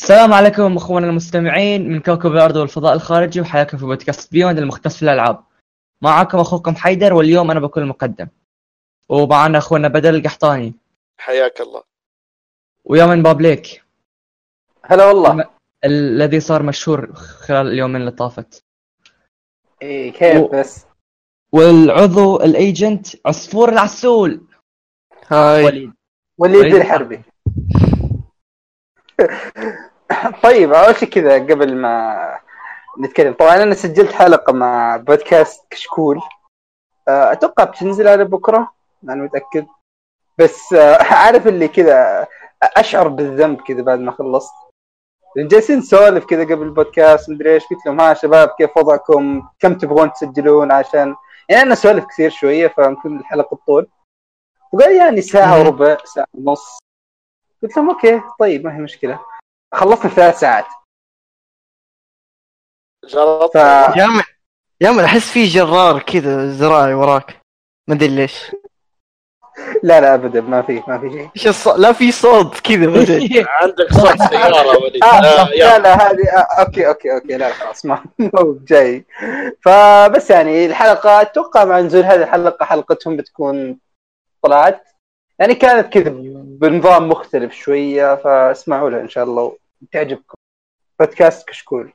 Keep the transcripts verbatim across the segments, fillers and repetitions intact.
السلام عليكم اخواننا المستمعين من كوكب الارض والفضاء الخارجي، وحياكم في بودكاست بيوند المختص في الالعاب. معكم اخوكم حيدر، واليوم انا بكون المقدم، ومعنا اخونا بدر القحطاني. حياك الله. ويومن بابليك. هلا والله. الم... الذي صار مشهور خلال اليومين اللي طافت. ايه كيف و... بس والعضو الايجنت عصفور العسول. هاي وليد وليد, وليد الحربي. طيب اول شيء كذا قبل ما نتكلم، طبعا انا سجلت حلقه مع بودكاست كشكول، اتوقع بتنزل على بكره، انا متاكد، بس عارف اللي كذا اشعر بالذنب كذا بعد ما خلصت. جالسين نسولف كذا قبل البودكاست، مدري ايش، قلت لهم ها شباب كيف وضعكم، كم تبغون تسجلون، عشان يعني انا اسولف كثير شويه فممكن الحلقه الطول. وقال يعني ساعه وربع، ساعه ونص. قلت لهم اوكي طيب ما هي مشكله. خلصنا ثلاث ساعات. ف... يا من يا من احس في جرار كذا زراعي وراك، ما ادري ليش. لا لا ابدا ما في ما في شيء. ايش الص... لا في صوت كذا ما ادري. عندك صوت سياره وليد. آه لا, لا لا هذه آه اوكي اوكي اوكي لا خلاص ما هو جاي. فبس يعني الحلقه اتوقع مع نزول هذه الحلقه حلقتهم بتكون طلعت، يعني كانت كذا بنظام مختلف شويه، فاسمعوا لها ان شاء الله تعجبكم. بودكاست كشكول.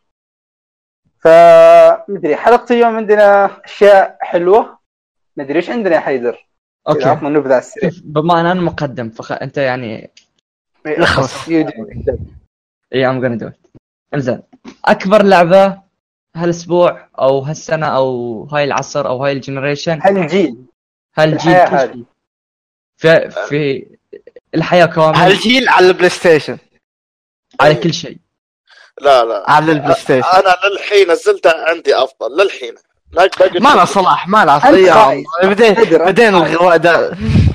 فمدري حلقه اليوم عندنا اشياء حلوه، مدري ايش عندنا يا حيدر. اوكي عطنا نبذه على السريع. بما ان انا مقدم فخ... انت يعني لخص. اي ام gonna do it. انزين، اكبر لعبه هالاسبوع او هالسنه او هاي العصر او هاي الجنريشن، هالجيل هالجيل هذه في في الحياه كامل، هالجيل على البلاي ستيشن، على كل شيء. لا لا على البلاي ستيشن. انا للحين نزلتها عندي افضل للحين. ما لا صلاح ما لا صلاح بعدين بعدين الغواء ده.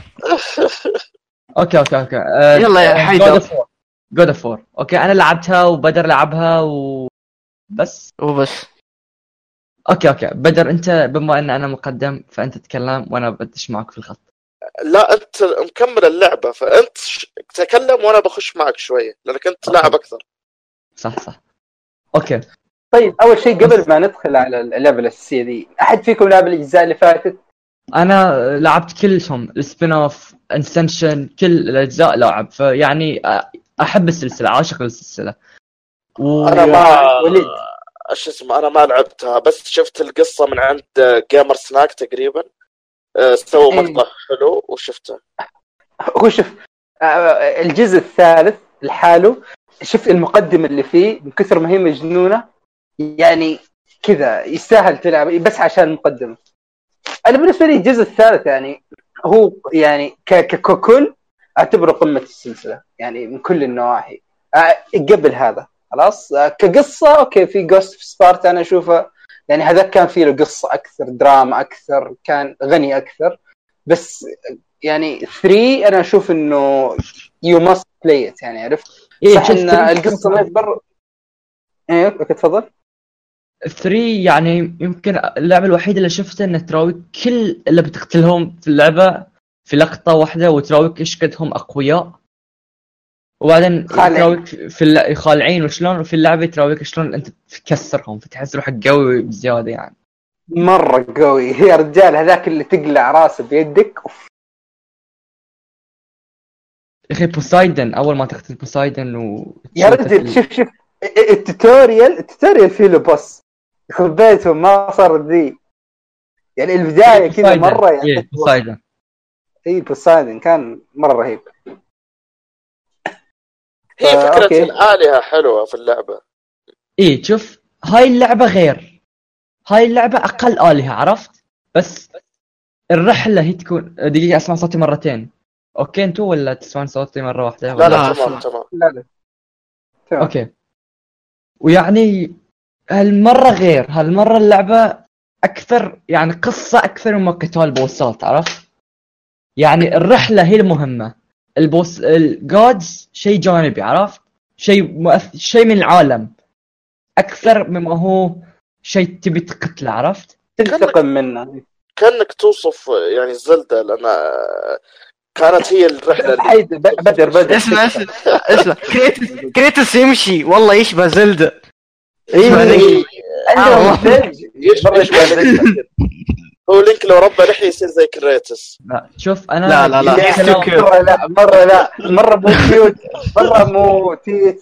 اوكي اوكي اوكي أه يلا يا حيدر. جود اوف وور. اوكي انا لعبتها وبدر لعبها وبس وبس. اوكي اوكي بدر انت بما ان انا مقدم فانت تتكلم وانا بدش معك في الخط. لا انت مكمل اللعبه فانت تكلم وانا بخش معك شويه لانك انت لاعب اكثر. صح صح اوكي. طيب اول شيء قبل ما ندخل على اللعبه الاساسيه دي، احد فيكم لعب الاجزاء اللي فاتت؟ انا لعبت كلهم، السبين اوف، انسنشن، كل الاجزاء لعب، فيعني احب السلسله، عاشق للسلسله. و... انا ما وليد ايش اسمه انا ما لعبتها، بس شفت القصه من عند جيمر سناك تقريبا، سووا مقطع حلو وشفته. هو شوف الجزء الثالث لحاله، شوف المقدمه اللي فيه من كثر ما هي مجنونه، يعني كذا يستاهل تلعب بس عشان المقدمه. انا بالنسبه لي الجزء الثالث يعني هو يعني ككل اعتبره قمه السلسله، يعني من كل النواحي. قبل هذا خلاص كقصه اوكي، في جوست اوف سبارتا انا اشوفه يعني هذا كان فيه له قصه اكثر، دراما اكثر، كان غني اكثر. بس يعني ثري انا اشوف انه يو ماست بلاي ات، يعني عرفت صح ان القصه ما تبر. ايه اوكي تفضل. ثري يعني يمكن اللعبه الوحيده اللي شفتها ان تراويك كل اللي بتقتلهم في اللعبه في لقطه واحده، وتراويك ايش قدهم اقوياء، وبعدين تراويك في خالعين وشلون في اللعبه تراويك شلون انت تكسرهم، فتحس روحك قوي بزياده يعني مره قوي يا رجال. هذاك اللي تقلع راسه بيدك أوف. يا اخي بوسايدن اول ما تقتل بوسايدن و يا رجل شوف شوف التوتوريال التوتوريال فيه له بس خبيته ما صار ذي، يعني البدايه كذا مره يعني ايه بوسايدن اي بوسايدن كان مره رهيب. هي فكره أوكي. الآلهة حلوه في اللعبه. ايه شوف هاي اللعبه غير، هاي اللعبه اقل آلهة عرفت، بس الرحله هي تكون دقيقه اسمع صوتي مرتين. اوكي انتوا ولا تسمعون صوتي مره واحده؟ لا لا تمام تمام. لا لا تمام. اوكي ويعني هالمره غير، هالمره اللعبه اكثر يعني قصه اكثر من قتال بوسات عرفت، يعني الرحله هي المهمه، البوس الجودز شيء جانبي عرفت، شيء مؤث... شيء من العالم اكثر مما هو شيء تبي تقتله عرفت، تنتقم منه. كانك توصف يعني زلدة، لأن كانت هي الرحله حيد بدر بدر اسمع اسمع اسمع كريتوس كريتوس يمشي والله يشبه زلدة ايوه يشبه عندهم ثلج يشبه يشبه لينك. هو لينك لو ربى لحيه يصير زي كريتوس. لا شوف انا لا لا لا يا مرة لا مرة لا مرة مو كيوت مرة مو تيت.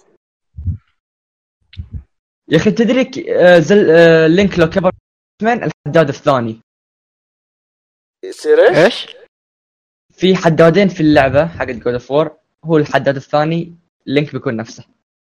يا اخي تدري ك- آه، زل آه، لينك لو كبر من الحداد الثاني. يصير ايش؟ ايش؟ في حدادين في اللعبه حق جود اوف وور، هو الحداد الثاني لينك بيكون نفسه.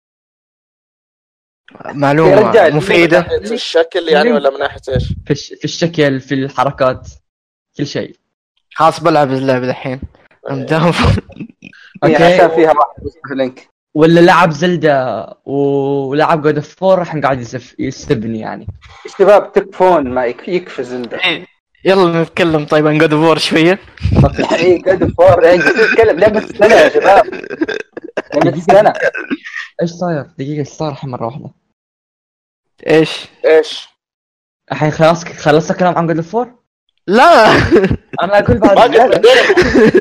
يا معلومة رجال، من مفيدة. ناحيه الشكل يعني ولا من ناحيه ايش؟ في الش... في الشكل، في الحركات، كل شيء. خلاص بلعب اللعبة الحين مدام. هي اوكي. عشان فيها واحد اسمه لينك. واللي لعب زلدة ولعب جود اوف وور الحين قاعد يسف... يستبني يعني. الشباب تكفون ما يكفي يكفي زلدة. يلا نتكلم طيب عن جود اوف وور شوية. اي قد فور يعني نتكلم لعبة السنة يا شباب. لعبة السنة. ايش صاير؟ دقيقة ايش صار الحين مرة واحدة؟ ايش؟ ايش؟ الحين خلاص خلصت كلام عن جود اوف وور؟ لا انا اقول بعد. ما قد بدينا.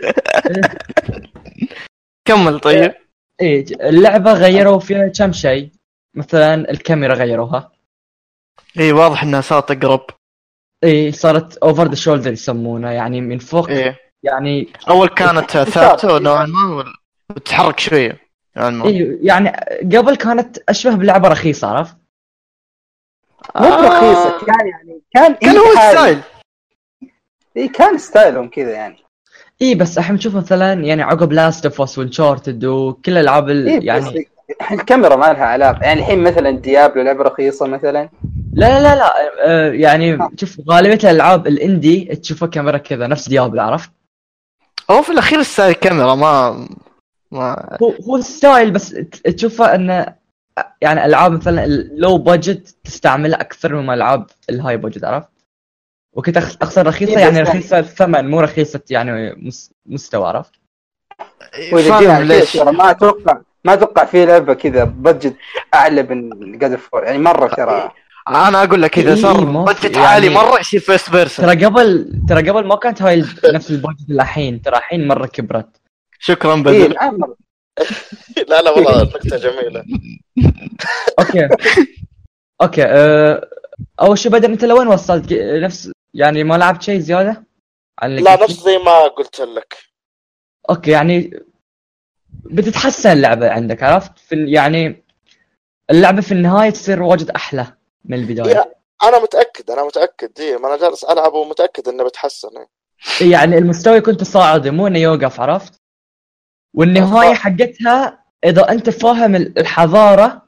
كمل طيب. ايه اللعبة غيروا فيها كم شيء، مثلا الكاميرا غيروها. اي واضح انها صارت اقرب. ايه صارت اوفر ذا شولدر يسمونها، يعني من فوق. ايه يعني اول كانت ثابتة نوعا ما وتتحرك شوية نوعا ما. ايه يعني قبل كانت اشبه بلعبة رخيصة، عرفت؟ مو رخيصة كان يعني كان كان هو ستايل. اي كان ستايلهم كذا يعني. ايه بس الحين نشوف مثلا يعني عقب لاست اوف اس وانشارتد وكل الالعاب ال- إيه يعني الكاميرا ما لها علاقة يعني. الحين مثلا ديابلو لعبة رخيصة مثلا. لا لا لا آه يعني شوف غالبية الالعاب الاندي تشوفها كاميرا كذا نفس ديابل، عرفت؟ هو في الاخير ستايل الكاميرا ما ما هو هو ستايل بس ت- تشوفها انه يعني العاب مثلا اللو بادجت تستعملها اكثر من العاب الهاي بادجت، عرفت؟ وكنت اقصد رخيصه إيه يعني بس رخيصه الثمن مو رخيصه يعني مس- مستوى، عرفت؟ وإذا فاهم جينا ليش. ترى ما اتوقع ما اتوقع في لعبة كذا بادجت اعلى من جاد فور يعني مرة ترى. انا اقول لك اذا إيه صار إيه ما في- بادجت يعني- عالي مره يصير فيرست بيرسون. ترى قبل ترى قبل ما كانت هاي ال- نفس البادجت الحين، ترى الحين مره كبرت. شكرا إيه بدر. الآن مرة. لا لا والله نكته جميله. اوكي اوكي أه... اول شيء بدر انت لوين وصلت؟ ج- نفس يعني ما لعبت شيء زياده عن اللي لا قلت لي؟ نفس زي ما قلت لك. اوكي يعني بتتحسن اللعبه عندك، عرفت؟ في ال- يعني اللعبه في النهايه تصير واجد احلى من البدايه. إيه انا متاكد انا متاكد ايه ما انا جالس العب ومتاكد انه بتحسن. إيه. يعني المستوى يكون تصاعدي مو انه يوقف، عرفت؟ والنهايه أفا- حقتها اذا انت فاهم ال- الحضاره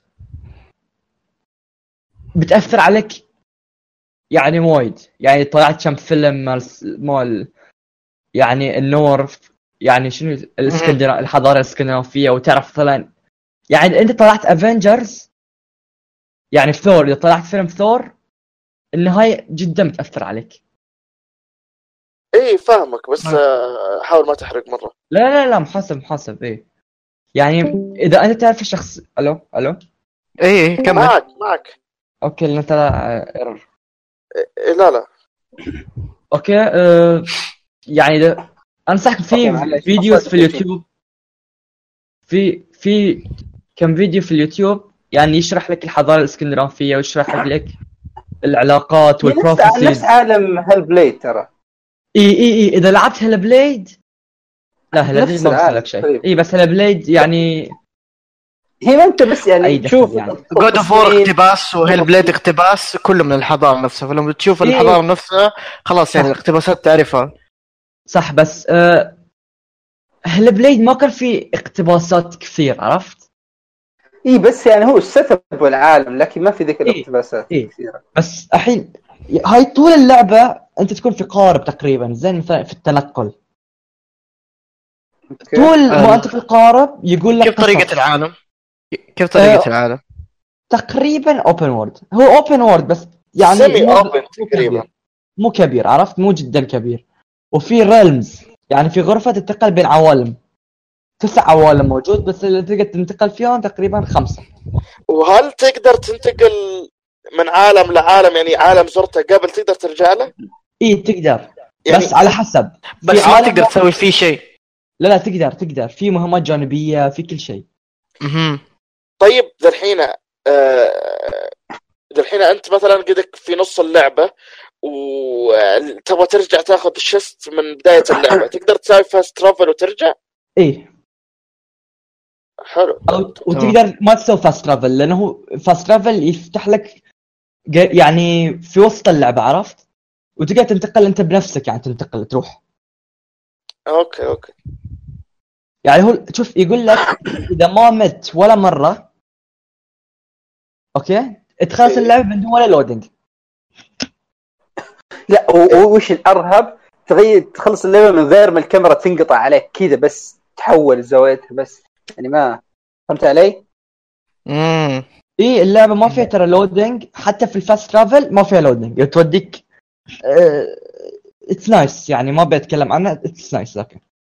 بتاثر عليك يعني وايد. يعني طلعت كم فيلم مال مال يعني النورث، يعني شنو الاسكندنا الحضاره الاسكندنافيه، وتعرف مثلا يعني انت طلعت افنجرز يعني ثور، اذا طلعت فيلم ثور النهايه جدا بتاثر عليك. ايه فاهمك بس آه، حاول ما تحرق مره. لا لا لا محاسب محاسب ايه. يعني اذا انت تعرف الشخص. الو الو ايه كمل. معك معك. اوكي اللي انت لا ايرور. إيه لا لا اوكي أه يعني ده انصحك أوكي، في معلش. فيديوز في اليوتيوب، في في كم فيديو في اليوتيوب يعني يشرح لك الحضاره الاسكندنافيه ويشرح لك العلاقات هي نفس نفس والبروفيسيز. عالم هيل بليد ترى. اي اي اي اذا لعبت هلا بليد لا هلا بليد نفس ما بصير العالم لك شيء. طيب. اي بس هلا بليد يعني هي ما انت بس يعني أي دخل تشوف يعني. جود اوف وور اقتباس وهيل بليد اقتباس كله من الحضاره نفسها، فلما تشوف إيه. الحضاره نفسها خلاص يعني الاقتباسات تعرفها. صح بس أه هلا بليد ما كان في اقتباسات كثير، عرفت؟ اي بس يعني هو السيت اب والعالم لكن ما في ذيك إيه. الاقتباسات إيه. كثيره. بس الحين هاي طول اللعبه انت تكون في قارب تقريبا زي مثلا في التنقل. أوكي. طول ما آه. انت في القارب يقول لك كيف طريقه قصص. العالم؟ كيف طريقه آه. العالم؟ تقريبا اوبن وورد، هو اوبن وورد بس يعني سيمي مو- اوبن مو تقريبا. كبير. مو كبير، عرفت؟ مو جدا كبير. وفي ريلمز يعني في غرفه تنتقل بين عوالم، تسع عوالم موجود بس اللي تقدر تنتقل فيهم تقريبا خمسه. وهل تقدر تنتقل من عالم لعالم يعني عالم زرته قبل تقدر ترجع له؟ اي تقدر يعني بس على حسب. بس في ما عالم تقدر تسوي فيه شيء. لا لا تقدر تقدر في مهمات جانبيه في كل شيء. اها طيب ذا الحين آه... ذا الحين انت مثلا قدك في نص اللعبه وتبغى ترجع تاخذ الشست من بدايه اللعبه، تقدر تسوي فاست ترافل وترجع؟ ايه حلو. أو وتقدر ما تسوي فاست ترافل لانه فاست ترافل يفتح لك ج- يعني في وسط اللعبه عرفت، وتقدر تنتقل انت بنفسك يعني تنتقل تروح. اوكي اوكي يعني هو شوف يقول لك اذا ما مت ولا مره اوكي تخلص اللعبه من دون ولا لودنج. لا وش الارهب تغير تخلص اللعبه من غير ما الكاميرا تنقطع عليك كذا، بس تحول زاويتها بس، يعني ما فهمت علي؟ امم ايه اللعبه ما فيها ترى لودنج، حتى في الفاست ترافل ما فيها لودنج توديك. اتس uh, نايس nice. يعني ما بتكلم عنها اتس نايس nice. لكن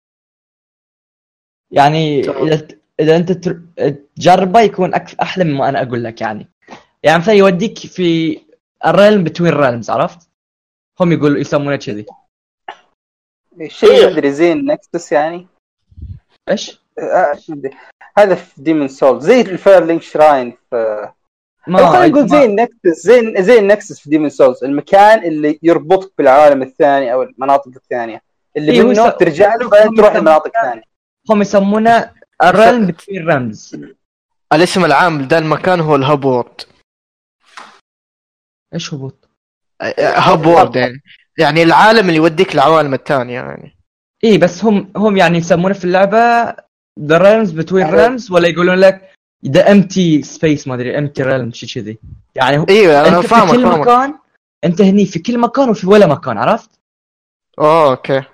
يعني اذا اذا انت تجربه يكون أكثر احلى مما انا اقول لك. يعني يعني مثلا يوديك في الريلم بتوين ريلمز عرفت، هم يقولوا يسمونه كذي. الشيء ما ادري زي النكسس يعني ايش آه هذا في ديمون سول زي الفيرلينج شراين في ما خلينا نقول زي ما... النكسس زي زي النكسس في ديمون سولز، المكان اللي يربطك بالعالم الثاني او المناطق الثانيه اللي إيه منه يس... ترجع له بعدين تروح لمناطق ثانيه. هم يسمونه الريلم بتوين ريلمز. الاسم العام لذا المكان هو الهاب وورد. ايش هبوط؟ هاب وورد يعني يعني العالم اللي يوديك العوالم الثانيه يعني. ايه بس هم هم يعني يسمونه في اللعبه the realms between realms، ولا يقولون لك the empty space ما ادري empty realm شيء كذي يعني. ايوه انا انت فاهمك في كل فاهمك. مكان، انت هني في كل مكان وفي ولا مكان عرفت. اوه اوكي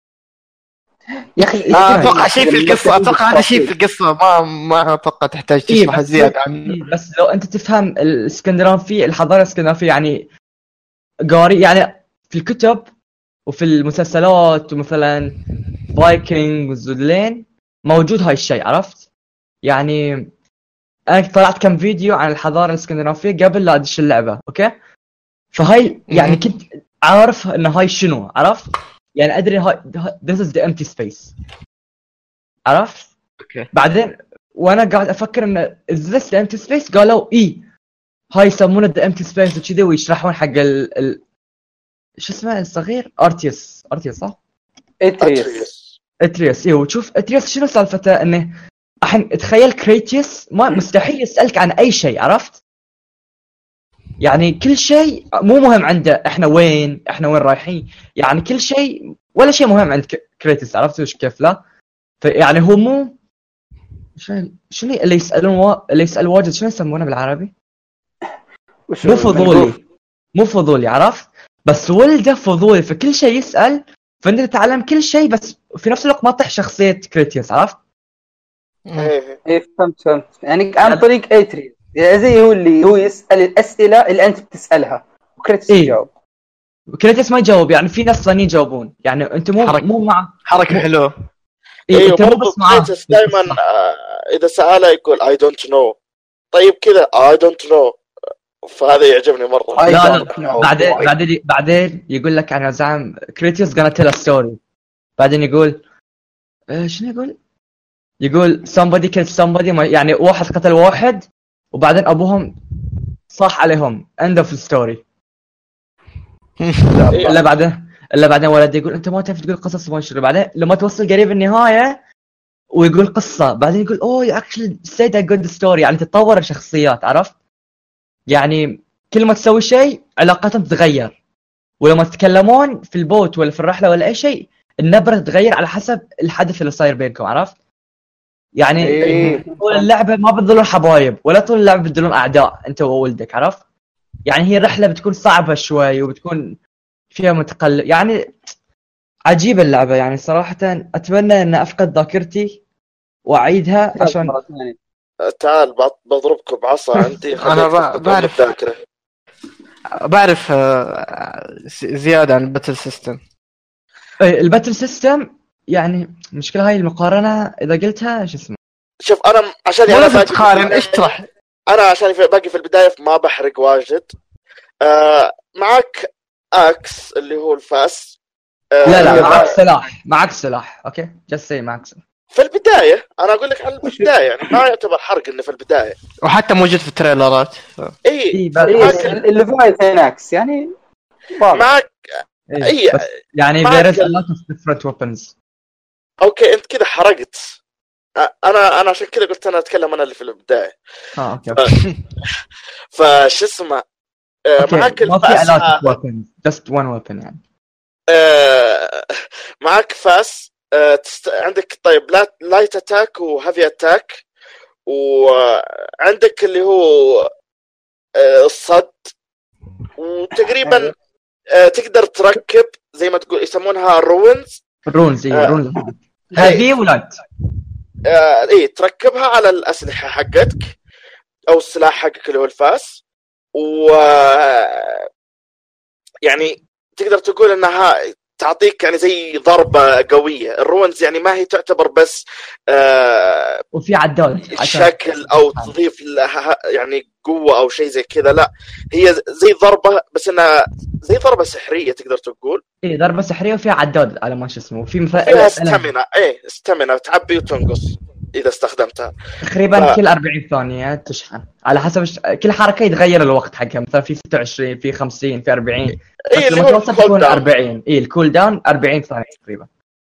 يا اخي اتوقع شيء في القصه، اتوقع هذا شيء في القصه ما ما اتوقع تحتاج تشرح إيه زياده عنه. إيه بس لو انت تفهم الاسكندنافي الحضاره الاسكندنافيه يعني قاري يعني في الكتب وفي المسلسلات ومثلا فايكنجز ودلين موجود هاي الشيء عرفت. يعني انا طلعت كم فيديو عن الحضاره الاسكندنافيه قبل لا ادش اللعبه اوكي، فهاي يعني كنت عارف ان هاي شنو عرفت، يعني ادري هاي this is the empty space عرفت. اوكي بعدين وانا قاعد افكر ان is this the empty space قالوا اي هاي يسمونه the empty space وكذا، ويشرحون حق ال, ال... شو اسمه الصغير ارتيوس ارتيوس صح اتريس اتريوس. ايوه وتشوف اتريوس شنو سالفته، انه الحين تخيل كريتيوس ما مستحيل يسالك عن اي شيء عرفت، يعني كل شيء مو مهم عنده احنا وين احنا وين رايحين، يعني كل شيء ولا شيء مهم عند كريتيوس عرفت وش كيف لا. فيعني هو مو شنو شنو اللي يسالون و... اللي يسال واجد شنو يسمونه بالعربي، مو فضولي مو فضولي عرفت، بس ولده فضولي في كل شيء يسال، فانت تتعلم كل شيء بس في نفس الوقت ما تطيح شخصيه كريتيوس عرفت. ايه ايه فهمت فهمت يعني عن طريق اتريس يعني زي هو اللي هو يسال الاسئله اللي انت بتسالها وكريتيس إيه؟ يجاوب. كريتيس ما يجاوب، يعني في ناس ثانيين يجاوبون، يعني انت مو حركة. مو مع حركه حلوه. إيه ايوه انت مو برضو بس معاه كريتوس دائما اذا سأله يقول I don't know، طيب كذا I don't know، فهذا يعجبني مره. لا لا بعدين بعدين بعدين يقول لك انا زعم كريتوس gonna tell a story، بعدين يقول آه شنو يقول يقول somebody killed somebody يعني واحد قتل واحد وبعدين ابوهم صاح عليهم end of the story. لا, لا بعدين الا بعدين ولد يقول انت ما تعرف تقول قصص ما شنو، بعدين لما توصل قريب النهايه ويقول قصه بعدين يقول اوه you actually said a good story، يعني تتطور الشخصيات عرفت، يعني كل ما تسوي شيء علاقتهم تتغير، ولما تتكلمون في البوت ولا في الرحله ولا اي شيء النبره تتغير على حسب الحدث اللي صاير بينكم عرفت. يعني إيه. طول اللعبه ما بتظلون حبايب ولا طول اللعبه بتظلون اعداء انت وولدك عرفت، يعني هي الرحله بتكون صعبه شوي وبتكون فيها متقلب، يعني عجيبه اللعبه يعني صراحه. اتمنى ان افقد ذاكرتي واعيدها عشان تعال بضربكم بعصا عندي. انا بعرف الذاكره بعرف زياده عن الباتل سيستم. الباتل سيستم يعني المشكله هاي المقارنه اذا قلتها ايش اسمه. شوف انا عشان انا باقي تقارن اشرح. انا عشان باقي في البدايه ما بحرق واجد. آه معك اكس اللي هو الفاس آه لا لا هي معك ضايع. سلاح معك سلاح اوكي جست سي معك سلاح. في البدايه انا اقول لك على البدايه يعني ما يعتبر حرق انه في البدايه. وحتى موجود في التريلرات. اي إيه بس معك إيه، الليفايثاناكس يعني واضح. معك إيه اي بس يعني معك there is a ال- lot of different weapons. اوكي انت كذا حرقت. آه، انا انا عشان كذا قلت انا اتكلم انا اللي في البدايه. اه اوكي فش اسمه آه، اوكي معك ما في a الفاس lot of هذا weapons just one weapon يعني. آه، معك فاس آه، تست... عندك طيب لا... لايت اتاك وهافي اتاك وعندك اللي هو آه، الصد وتقريبا آه، تقدر تركب زي ما تقول يسمونها روينز. رونز ايه آه. رونز هذه ولاد آه، ايه تركبها على الأسلحة حقتك او السلاح حقك اللي هو الفاس و يعني تقدر تقول انها تعطيك يعني زي ضربة قوية. الروينز يعني ما هي تعتبر بس آه وفي عداد شكل او تضيف لها يعني قوة او شيء زي كذا، لا هي زي ضربة بس انها زي ضربة سحرية تقدر تقول. ايه ضربة سحرية وفيها عداد على ما شو اسمه وفي مثلا فيها استامينا ايه استامينا تعبي وتنقص اذا استخدمتها تقريبا ف... كل أربعين ثانية تشحن على حسب الش... كل حركة يتغير الوقت حقها مثلا في ستة وعشرين في خمسين في أربعين بس ايه اللي لما هو توصل الكول تكون داون. أربعين ايه الكول داون أربعين ثانية تقريبا.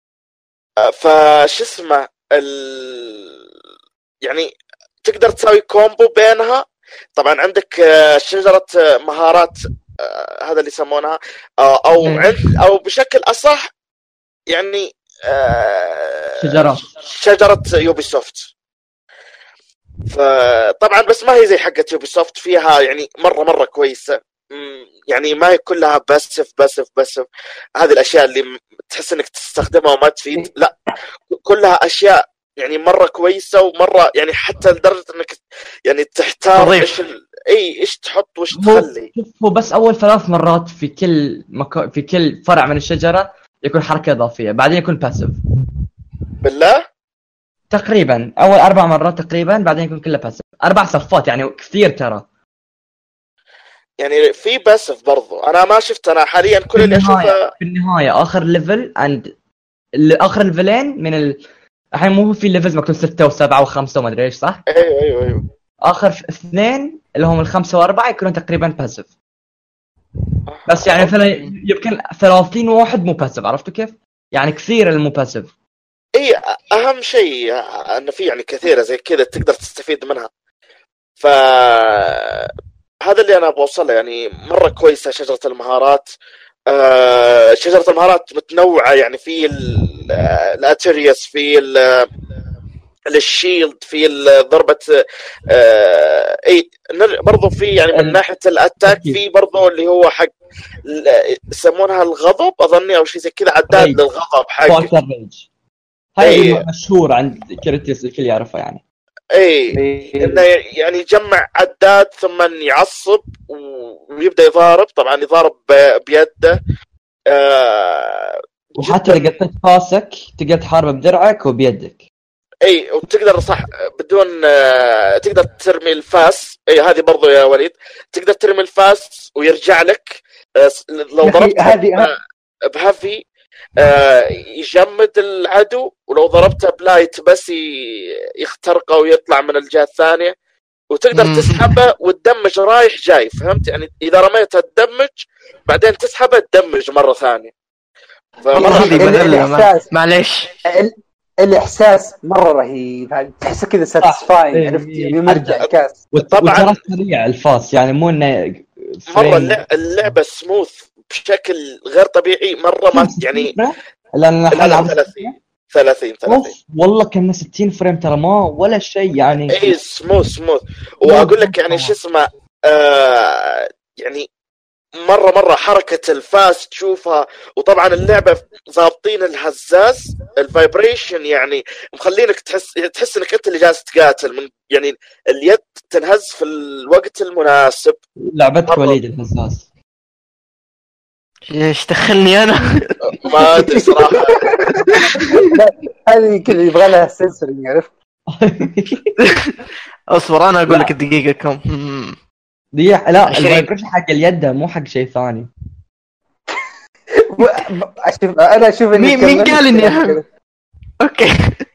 فش اسمه ال... يعني تقدر تسوي كومبو بينها. طبعا عندك آه، شجرة آه، مهارات آه، هذا اللي يسمونها آه، او مم. عند او بشكل اصح يعني آه، شجرات شجرة يوبي سوفت. فطبعا بس ما هي زي حقة يوبي سوفت، فيها يعني مرة مرة كويسة. مم، يعني ما هي كلها باسف باسف باسف هذه الاشياء اللي م- تحس انك تستخدمها وما تفيد، لا كلها اشياء يعني مرة كويسة ومرة يعني حتى لدرجة انك يعني تحتار تضيف. ايش ال... اي ايش تحط وايش هو تخلي. شوف هو بس أول ثلاث مرات في كل مكا... في كل فرع من الشجرة يكون حركة إضافية بعدين يكون باسيف بالله تقريبا أول أربع مرات تقريبا بعدين يكون كله باسيف أربع صفات يعني كثير ترى. يعني في باسف برضو انا ما شفت. انا حاليا كل في اللي النهاية اشوفه في النهاية آخر ليفل عند ال- آخر ليفلين من ال الحين مو في ليفلز مكتوب ستة وسبعة وخمسة وما أدري إيش صح؟ ايوه ايوه ايوه آخر ف- اثنين اللي هم الخمسة وأربعة يكونون تقريبا باسيف بس يعني مثلا يمكن ثلاثين واحد مو باسيف عرفتوا كيف؟ يعني كثير المو باسيف. اي اهم شيء انه في يعني كثيره زي كذا تقدر تستفيد منها. ف هذا اللي انا بوصله يعني مره كويسه شجره المهارات. آه شجره المهارات متنوعه يعني في ال- الاترياس في ال- الشيلد في ال- ضربه آه اي نر- برضو في يعني من ال- ناحيه الاتاك أكيد. في برضو اللي هو حق ال- يسمونها الغضب اظني او شيء زي كذا عداد ريج. للغضب حق فاكر ريج هاي إيه. مشهور عند كريتيس الكل يعرفه يعني. اي إيه. انه يعني يجمع عداد ثم يعصب ويبدا يضارب. طبعا يضارب ب- بيده آه وحتى جداً- اذا قطيت فاسك تقدر تحاربه بدرعك وبيدك. اي وتقدر صح بدون آه تقدر ترمي الفاس. اي هذه برضو يا وليد تقدر ترمي الفاس ويرجع لك آه لو يا أخي ضربت هذه بهافي آه يجمد العدو، ولو ضربته بلايت بس ي- يخترقه ويطلع من الجهة الثانية، وتقدر مم. تسحبه وتدمج رايح جاي. فهمت يعني اذا رميتها تدمج بعدين تسحبه تدمج مرة ثانية. والله فمرة هذه ال- مذلة ما- الإحساس. معليش. ال- الاحساس مره رهيب، تحسه كذا إيه، ساتسفاين، عرفت إيه. يعني مرجع كاس. وت- طبعاً. وترى سريع الفاس يعني مو انه مرة فريم- اللع- اللعبة سموث بشكل غير طبيعي مرة ما يعني لان لا احنا لا عم- ثلاثين ثلاثين ثلاثين أوف، والله كنا ستين فريم ترى ما ولا شيء يعني. اي سموث سموث. واقول لك يعني شو اسمه آه يعني مرة مرة حركة الفاس تشوفها. وطبعا اللعبة ضابطين الهزاز الفايبريشن يعني مخلينك تحس تحس انك انت اللي جالس تقاتل من يعني اليد تنهز في الوقت المناسب. لعبتك مرة. وليد الهزاز. ايش دخلني انا؟ ما ادري صراحة. هذه كذا يبغى لها سنسورينج، عرفت؟ اصبر انا اقول لا. لك الدقيقة كم. مم. دي لا عشرين. الفايبريشن حق اليد مو حق شيء ثاني. أشوف انا اشوف إني مين مين كملت قال اني كذا. اهم؟ اوكي.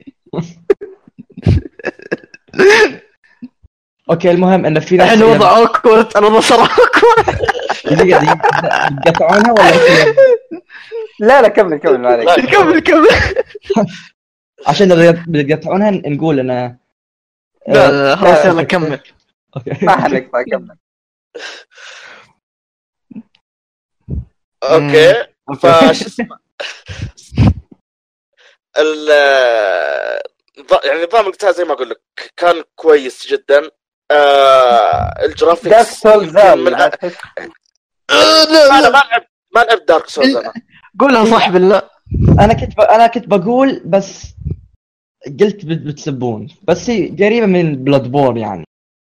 اوكي المهم انه في ناس الحين وضع اوكورد، انا وضع صراحه اوكورد. دقيقة دقيقة تقطعونها ولا إيش؟ لا لا كمل كمل ما عليك. لا. كمل كمل. عشان اذا بتقطعونها نقول انا لا لا خلاص لا. يلا كمل. اوكي ما حنقطع كمل. اوكي أوكي. فش اسمه ال ض- يعني نظام القتال زي ما اقول لك كان كويس جدا. آه دارك الجرافيكس سولز يمكن من ما أ- تحس آه، ما لا انا لا ما لعبت ما لعبت دارك سولز انا. قولها صح بالله. انا كنت ب... انا كنت بقول بس قلت بت- بتسبون، بس هي قريبة من بلاد بور يعني.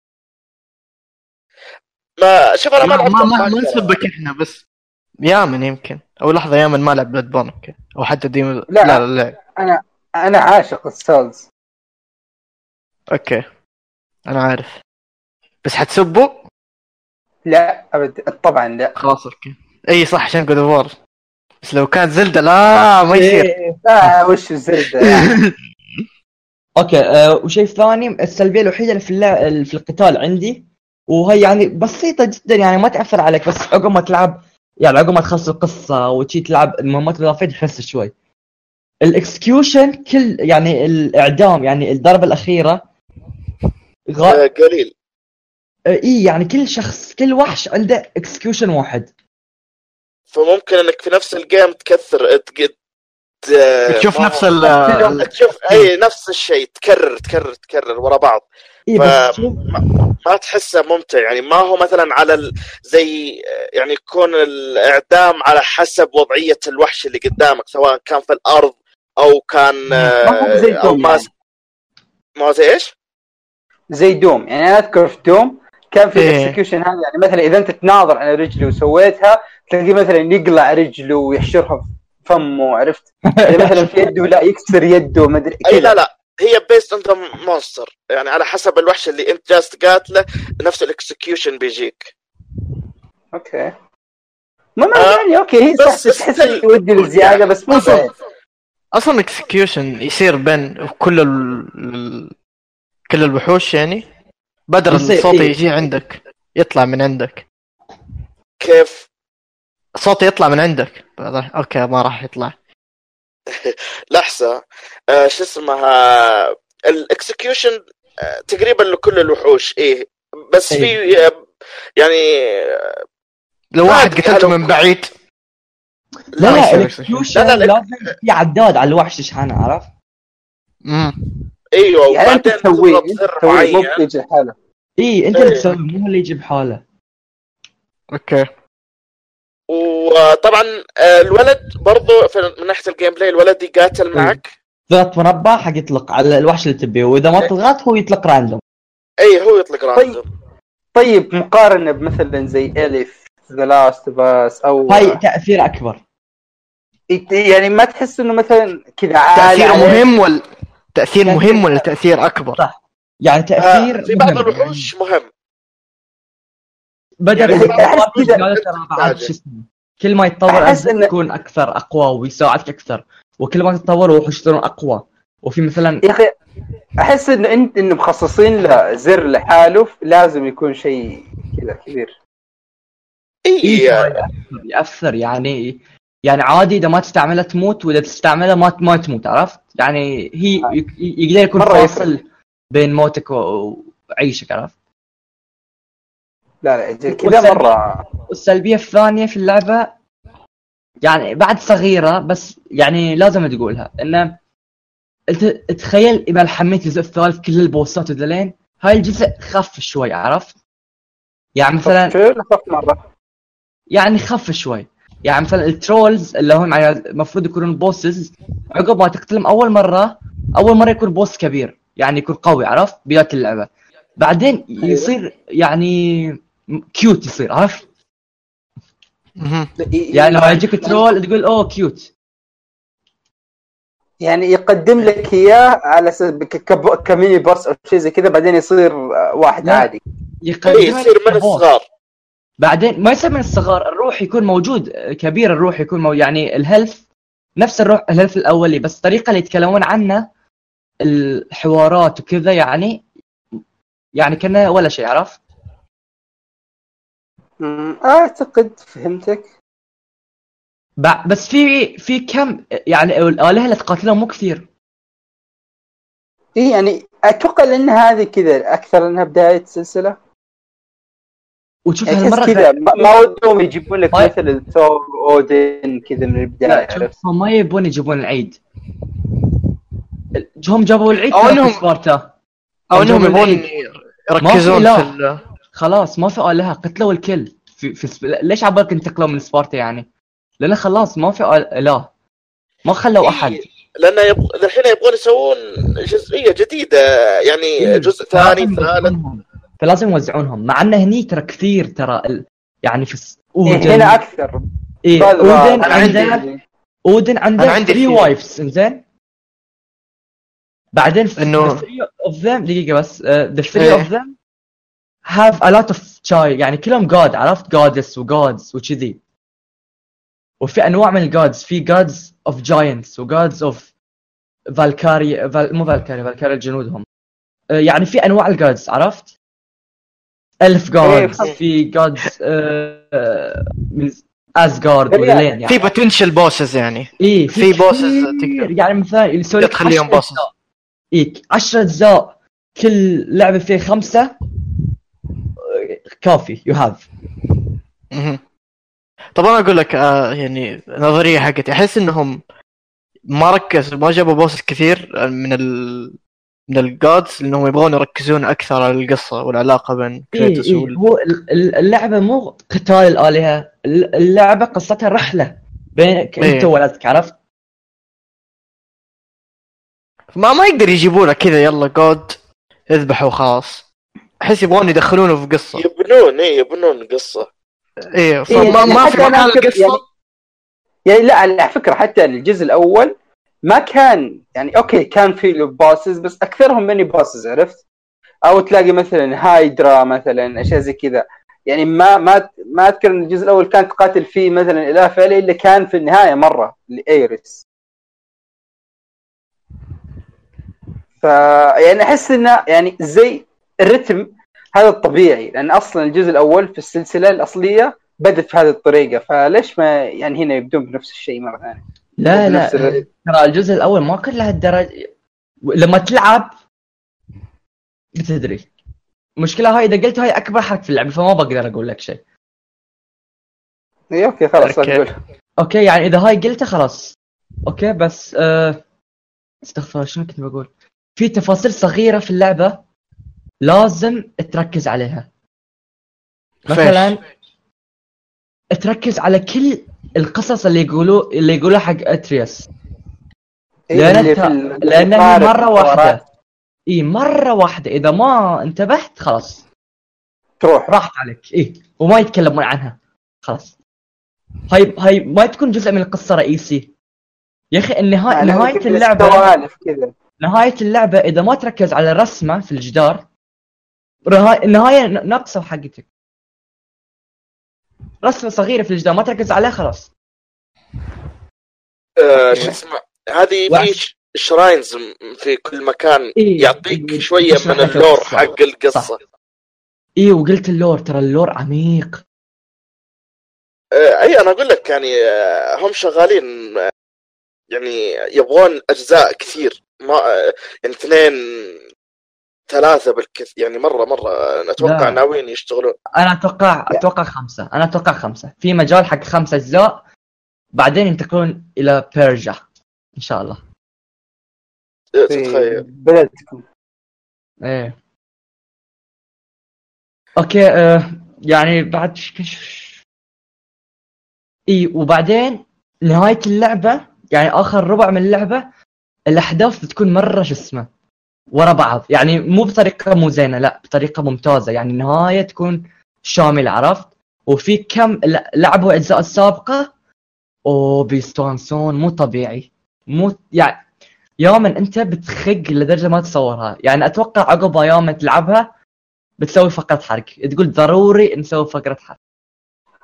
ما شوف انا ما ما لعبت ما ما, أطفال ما ترى. نسبك احنا بس. يامن يمكن او لحظه يامن ما لعب بلاد بورن اوكي او حتى ديم. لا لا. لا لا انا انا عاشق السولز. اوكي انا عارف بس حتسبوا. لا ابد طبعا لا. خلاص اوكي اي صح عشان جود وور. بس لو كانت زلدة لا ما يصير. إيه. آه وش الزلده يعني. اوكي أه وشيء ثاني، السلبية الوحيدة اللي في اللع... في القتال عندي، وهي يعني بسيطة جدا يعني ما تأثر عليك، بس عقب ما تلعب يعني عقب ما تخلص القصة وتشي تلعب المهمات الإضافية تحس شوي الاكسكيوشن، كل يعني الإعدام يعني الضربة الأخيرة غ... آه، قليل. اي يعني كل شخص كل وحش عنده اكسكيوشن واحد. فممكن انك في نفس الجيم تكثر تقد تشوف ما هو- نفس ال تشوف اي نفس الشيء تكرر تكرر تكرر ورا بعض. اي ف- بس شوف ما تحسه ممتع يعني. ما هو مثلا على ال... زي يعني يكون الاعدام على حسب وضعيه الوحش اللي قدامك، سواء كان في الارض او كان ما هو زي او دوم ما يعني. ما هو زي ايش؟ زي دوم يعني انا اذكر في دوم كان في إيه. الاكسكيوشن هذا، يعني مثلا اذا انت تناظر على رجله وسويتها تلاقيه مثلا يقلع رجله ويحشرها في فمه، عرفت؟ يعني مثلا في يده لا يكسر يده ما ادري اي لا كذا. لا هي بيست اون ذا مونستر، يعني على حسب الوحش اللي انت جالس تقاتله نفس الاكسكيوشن بيجيك. اوكي ما ما آه، يعني اوكي هي بس صح تحس still- انه يودي للزياده بس مو أصلاً. زين. اصلا اكسكيوشن يصير بين كل ال... ال- كل الوحوش يعني بدل يصير الصوت إيه. يجي عندك يطلع من عندك. كيف؟ الصوت يطلع من عندك اوكي ما راح يطلع. لحظة آه شو اسمها الاكسكيوشن آه تقريبا لكل الوحوش ايه، بس إيه. في آه، يعني آه، لو ما واحد أدري قتلته هل- من بعيد لا ما لا يصير الاكسكيوشن لا، لا، لا. لازم في عداد على الوحش تشحنه، عرفت؟ امم ايوه يعني انت وبعدين تسويه تضغط انت زر تسويه مو معين. بيجي حاله. اي انت إيه. اللي تسوي مو هو اللي يجيب حاله. اوكي وطبعا آه، الولد برضو في- من ناحية الجيم بلاي الولد يقاتل معك. تضغط مربع حق يطلق على الوحش اللي تبيه، واذا ما تضغط هو يطلق راندوم. اي هو يطلق راندوم. طيب مقارنه بمثلا زي اليف ذا لاست باس او هاي تاثير اكبر. يعني ما تحس انه مثلا كذا عالي تأثير عليه؟ مهم ولا تأثير تأثير- مهم ولا تأثير أكبر؟ صح. يعني تاثير آه في بعض مهم. الوحوش مهم. بدل يعني ما أحس تطور كذا- قالوا ترى بعد حاجة. شو اسمه كل ما يتطور أحس أنت إن- يكون اكثر اقوى ويساعدك اكثر، وكل ما تتطور وحوش يصيرون اقوى. وفي مثلا يا اخي احس انه انت انه مخصصين له زر لحاله لازم يكون شيء كذا كبير. اي إيه يأثر, يأثر يعني يعني عادي اذا ما تستعملها تموت، واذا تستعملها ما ما تموت، عرفت؟ يعني هي ي- يقدر يكون مرة فاصل بين موتك و- وعيشك، عرفت؟ لا لا أجل كذا والسلبية- مره. والسلبية الثانية في اللعبة يعني بعد صغيرة بس يعني لازم تقولها، انه انت تخيل اذا حميت الجزء الثالث كل البوسات وذلين، هاي الجزء خف شوي، عرفت؟ يعني مثلا شو نخف مره. يعني خف شوي. يعني مثلا الترولز اللي هم يعني المفروض يكونون بوسز، عقب ما تقتلهم اول مرة اول مرة يكون بوس كبير يعني يكون قوي، عرفت؟ بداية اللعبة بعدين يصير يعني كيوت يصير، عرفت؟ مهم. يعني لو يجيك ترول تقول اوه كيوت. يعني يقدم لك اياه على اساس ك- كب- كميني بوس او شيء زي كذا، بعدين يصير واحد لا. عادي. اي يقدم يصير من كبوس. الصغار. بعدين ما يصير من الصغار الروح يكون موجود كبير، الروح يكون موجود يعني الهيلث نفس الروح الهيلث الاولي، بس الطريقه اللي يتكلمون عنه الحوارات وكذا يعني يعني كنا ولا شيء. عرفت؟ اعتقد فهمتك. بس في في كم يعني الآلهة اللي تقاتلهم مو كثير. ايه يعني اتوقع لان هذه كذا اكثر انها بدايه سلسله، وتشوف يعني هالمره كذا ما ودهم يجيبون لك ما... مثل ثور اودن كذا من البدايه. عرفت؟ ما يبون يجيبون العيد، هم جابوا العيد او انهم سبارتا او انهم يبون يركزون في ال... خلاص ما في آلهة قتلوا الكل في, في سب... ليش عبالك انتقلوا من سبارتا يعني؟ لأن خلاص ما في إله، ما خلوا أحد. لأن يب... الحين يبغون يسوون جزئية جديدة يعني إيه؟ جزء ثاني ثالث، فلازم يوزعونهم. مع أنه هني ترى كثير ترى ال... يعني في أودن... هنا أكثر. إيه أودن عندنا عندي... أودن عندنا three wives إنزين. بعدين إنه the three of them دقيقة بس uh, the three إيه؟ of them have a lot of child يعني كلهم god. عرفت؟ goddess و gods وكذي، وفي انواع من الجودز، في gods of giants و gods of فالكاري فال... مو فالكاري فالكاري جنودهم يعني في انواع الجودز. عرفت؟ الف gods في gods من اسغارد ولين يعني في potential bosses يعني إيه في bosses تقدر يعني مثلا يسوي لك تخليهم bosses إيه عشرة أجزاء كل لعبة فيه خمسة كافي you have. طبعا أنا أقول لك آه يعني نظرية حقتي، أحس إنهم ما ركزوا ما جابوا بوسس كثير من ال من الجودز لأنهم يبغون يركزون أكثر على القصة والعلاقة بين كريتوس إيه إيه هو اللعبة مو قتال الآلهة، اللعبة قصتها رحلة بينك إيه. أنت وولدك. عرفت؟ ما ما يقدر يجيبونه كذا يلا جود اذبحوا خلاص، أحس يبغون يدخلونه في قصة، يبنون إيه يبنون قصة إيه فما إيه يعني ما في مكان القصة يعني... يعني لا على فكرة حتى الجزء الأول ما كان يعني أوكي كان في باسز بس أكثرهم مني باسز. عرفت؟ أو تلاقي مثلا هايدرا مثلا أشياء زي كذا يعني ما ما ما أذكر إن الجزء الأول كان تقاتل فيه مثلا إله فعلي إلا كان في النهاية مرة لإيريس. فيعني أحس إنه يعني زي الرتم هذا الطبيعي، لأن أصلا الجزء الأول في السلسلة الأصلية بدت في هذه الطريقة، فليش ما يعني هنا يبدون بنفس الشيء مرة ثانية؟ لا لا ترى الجزء الأول ما كان لهالدرجة، لما تلعب بتدري. المشكلة هاي إذا قلت هاي أكبر حرف في اللعبة فما بقدر أقول لك شيء. إيه أوكي خلاص أقول. أوكي يعني إذا هاي قلتها خلاص أوكي بس أه... استغفر شنو كنت بقول. في تفاصيل صغيرة في اللعبة لازم تركز عليها، مثلا تركز على كل القصص اللي يقولوا اللي يقولوا حق أترياس، لأنها لأنها مرة واحدة إيه مرة واحدة إذا ما انتبهت خلاص تروح راحت عليك إيه وما يتكلمون عنها خلاص. هاي هاي ما تكون جزء من القصة رئيسي يا أخي. النهاية نهاية اللعبة نهاية اللعبة إذا ما تركز على الرسمة في الجدار النهاية ناقصة حقتك. رسمة صغيرة في الجدار ما تركز عليها خلاص. أه شو اسمه هذه في شراينز في كل مكان إيه يعطيك إيه شوية من اللور حق القصة صح. إيه وقلت اللور ترى اللور عميق. أه أي أنا أقول لك يعني هم شغالين يعني يبغون أجزاء كثير ما يعني اثنين ثلاثة بالكث يعني مرة مرة أتوقع ناويين يشتغلون. أنا أتوقع أتوقع خمسة أنا أتوقع خمسة في مجال حق خمسة أجزاء بعدين ينتقلون إلى بيرجا إن شاء الله. تتخيل بلدكم إيه أوكي أه يعني بعد ش... إيه وبعدين نهاية اللعبة يعني آخر ربع من اللعبة الأحداث بتكون مرة شو اسمه ورا بعض يعني مو بطريقة مو زينة لا بطريقة ممتازة يعني النهاية تكون شاملة. عرفت؟ وفي كم لعبوا أجزاء السابقة وبيستانسون مو طبيعي مو يعني يوما أنت بتخق لدرجة ما تصورها. يعني أتوقع عقب يوم تلعبها بتسوي فقرة حرق تقول ضروري نسوي فقرة حرق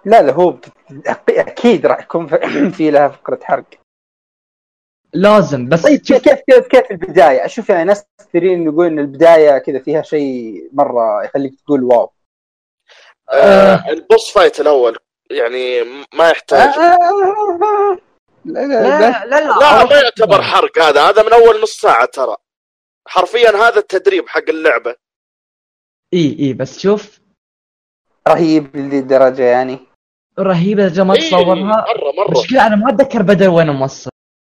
لا لا هو بت- اكيد راح يكون في لها فقره حرق. لازم. بس طيب شوف كيف كيف كيف البدايه؟ اشوف يعني ناس كثيرين يقول ان البدايه كذا فيها شيء مره يخليك تقول واو. آه آه البوس فايت الاول يعني ما آه يحتاج. آه آه. لا لا لا لا لا لا لا أروح ما يعتبر حرق، هذا هذا من اول نص ساعه ترى، حرفيا هذا التدريب حق اللعبه. اي اي بس شوف رهيب للدرجه يعني. رهيبه اذا ما اي تصورها. مره مره. مشكلة انا ما اتذكر بدر وين موصل.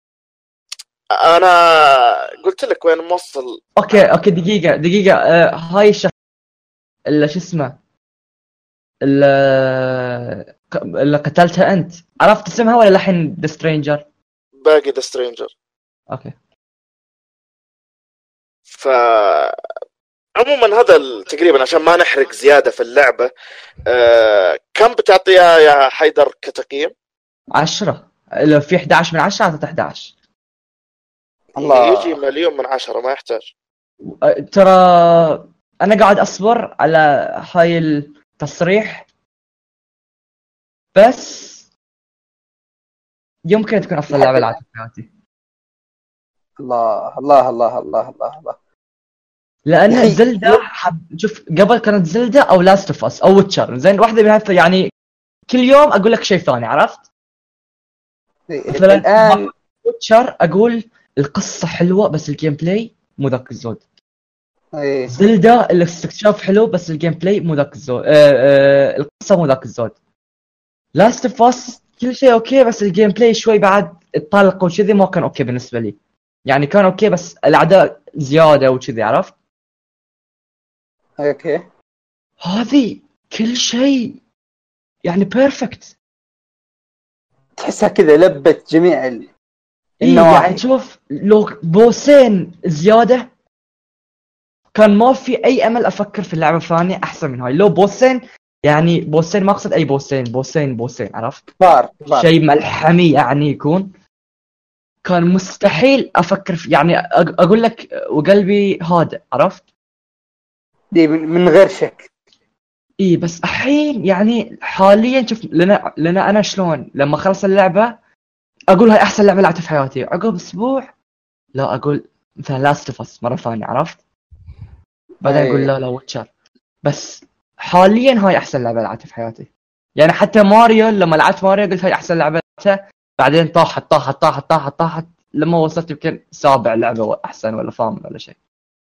انا قلت لك وين موصل. اوكي اوكي دقيقة دقيقة آه هاي الشخص اللي شو اسمه اللي, اللي قتلتها انت، عرفت اسمها ولا لحين ذا سترينجر؟ باقي ذا سترينجر. اوكي. ف عموما هذا ال- تقريبا عشان ما نحرق زياده في اللعبه. آه كم بتعطيها يا حيدر كتقييم؟ عشرة. لو في إحدى عشر من عشرة اعطيت إحدى عشر. الله. يجي مليون من عشرة ما يحتاج. آه، ترى انا قاعد اصبر على هاي التصريح بس يمكن تكون افضل لعبة لعبتها في حياتي. الله الله الله الله الله الله. لان يا أخي، زلدة حب... شوف قبل كانت زلدة او لاست اوف اس او ويتشر، زين واحدة من هذه يعني كل يوم اقول لك شيء ثاني، عرفت؟ مثلا الان ويتشر اقول القصة حلوة بس الجيم بلاي مو ذاك الزود. إيه. زلدة الاستكشاف حلو بس الجيم بلاي مو ذاك الزود. آه آه القصة مو ذاك الزود. لاست اوف اس كل شيء اوكي بس الجيم بلاي شوي بعد الطلق وكذي ما كان اوكي بالنسبة لي. يعني كان اوكي بس الاعداء زيادة وكذي، عرفت؟ اوكي. هذه كل شيء يعني بيرفكت. تحسها كذا لبت جميع ال... إيه النواحي. يعني شوف لو بوسين زيادة كان ما في أي أمل أفكر في اللعبة الثانية أحسن من هاي. لو بوسين يعني بوسين ما أقصد أي بوسين، بوسين بوسين عرفت؟ كبار كبار. شيء ملحمي يعني يكون كان مستحيل أفكر في يعني أق- أقول لك وقلبي هادئ، عرفت؟ دي من من غير شك. إيه بس الحين يعني حاليا شوف لنا لنا أنا شلون لما خلص اللعبة أقول هاي أحسن لعبة لعبتها في حياتي، عقب أسبوع لا أقول مثلا لاست اوف اس مرة ثانية، عرفت؟ بعدين أي. اقول لا لا ويتشر. بس حاليا هاي احسن لعبه لعبتها في حياتي. يعني حتى ماريو لما لعبت ماريو قلت هاي احسن لعبه لعبتها، بعدين طاحت طاحت طاحت طاحت طاحت لما وصلت يمكن سابع لعبه احسن ولا ثامن ولا شيء.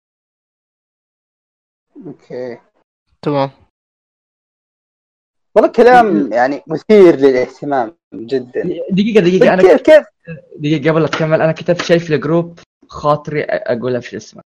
اوكي تمام. والله كلام يعني مثير للاهتمام جدا. دقيقه دقيقه انا كيف كيف دقيقه قبل لا تكمل انا كتبت شيء في الجروب خاطري اقوله في اسمه.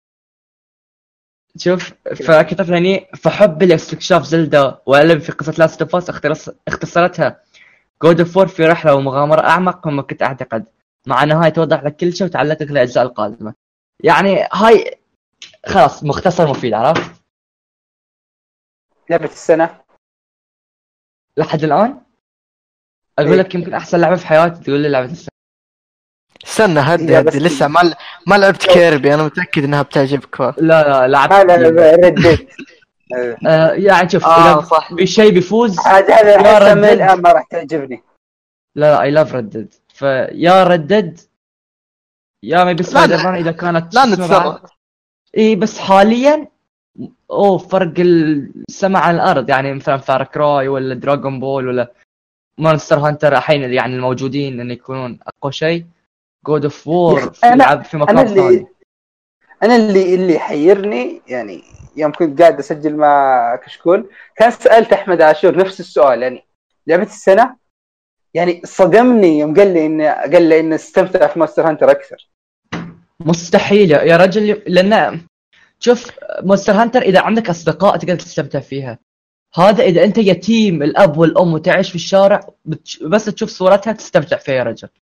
شوف فكتبت هني فحب لاستكشاف زلدا وألم في قصة لاست اوف اس اختصرتها جود اوف وور في رحلة ومغامرة أعمق مما كنت أعتقد، مع أنها توضح لك كل شيء وتعلقك الأجزاء القادمة. يعني هاي خلاص مختصر مفيد، عرفت؟ لعبة السنة لحد الآن أقول لك يمكن أحسن لعبة في حياتي تقول لي لعبة السنة. استنى هدي يا بس هدي لسه ما ما لعبت كيربي، انا متاكد انها بتعجبك. لا لا لعبت ما لا ردت. آه يعني شوف آه إذا صح. بشيء بيفوز هذا هذا يا احسها من ردد. الان ما راح تعجبني. لا لا اي لاف ردد فيا ردد يا ما سبايدر مان إذا كانت لا شو اسمه بعد. نتسرع. اي بس حاليا اوه فرق السماء عن الارض. يعني مثلا فار كراي ولا دراغون بول ولا مونستر هانتر الحين يعني الموجودين ان يكونون اقوى شيء. جود اوف وور في أنا- لعب في انا مكان اللي ثاني. انا اللي اللي حيرني يعني يوم كنت قاعد اسجل مع كشكول كان سالت احمد عاشور نفس السؤال، يعني لعبة السنة. يعني صدمني يوم قال لي ان قال لي ان استمتع في مونستر هانتر اكثر. مستحيل يا رجل، لان شوف مونستر هانتر اذا عندك اصدقاء تقدر تستمتع فيها. هذا اذا انت يتيم الاب والام وتعيش في الشارع بتش... بس تشوف صورتها تستمتع فيها يا رجل.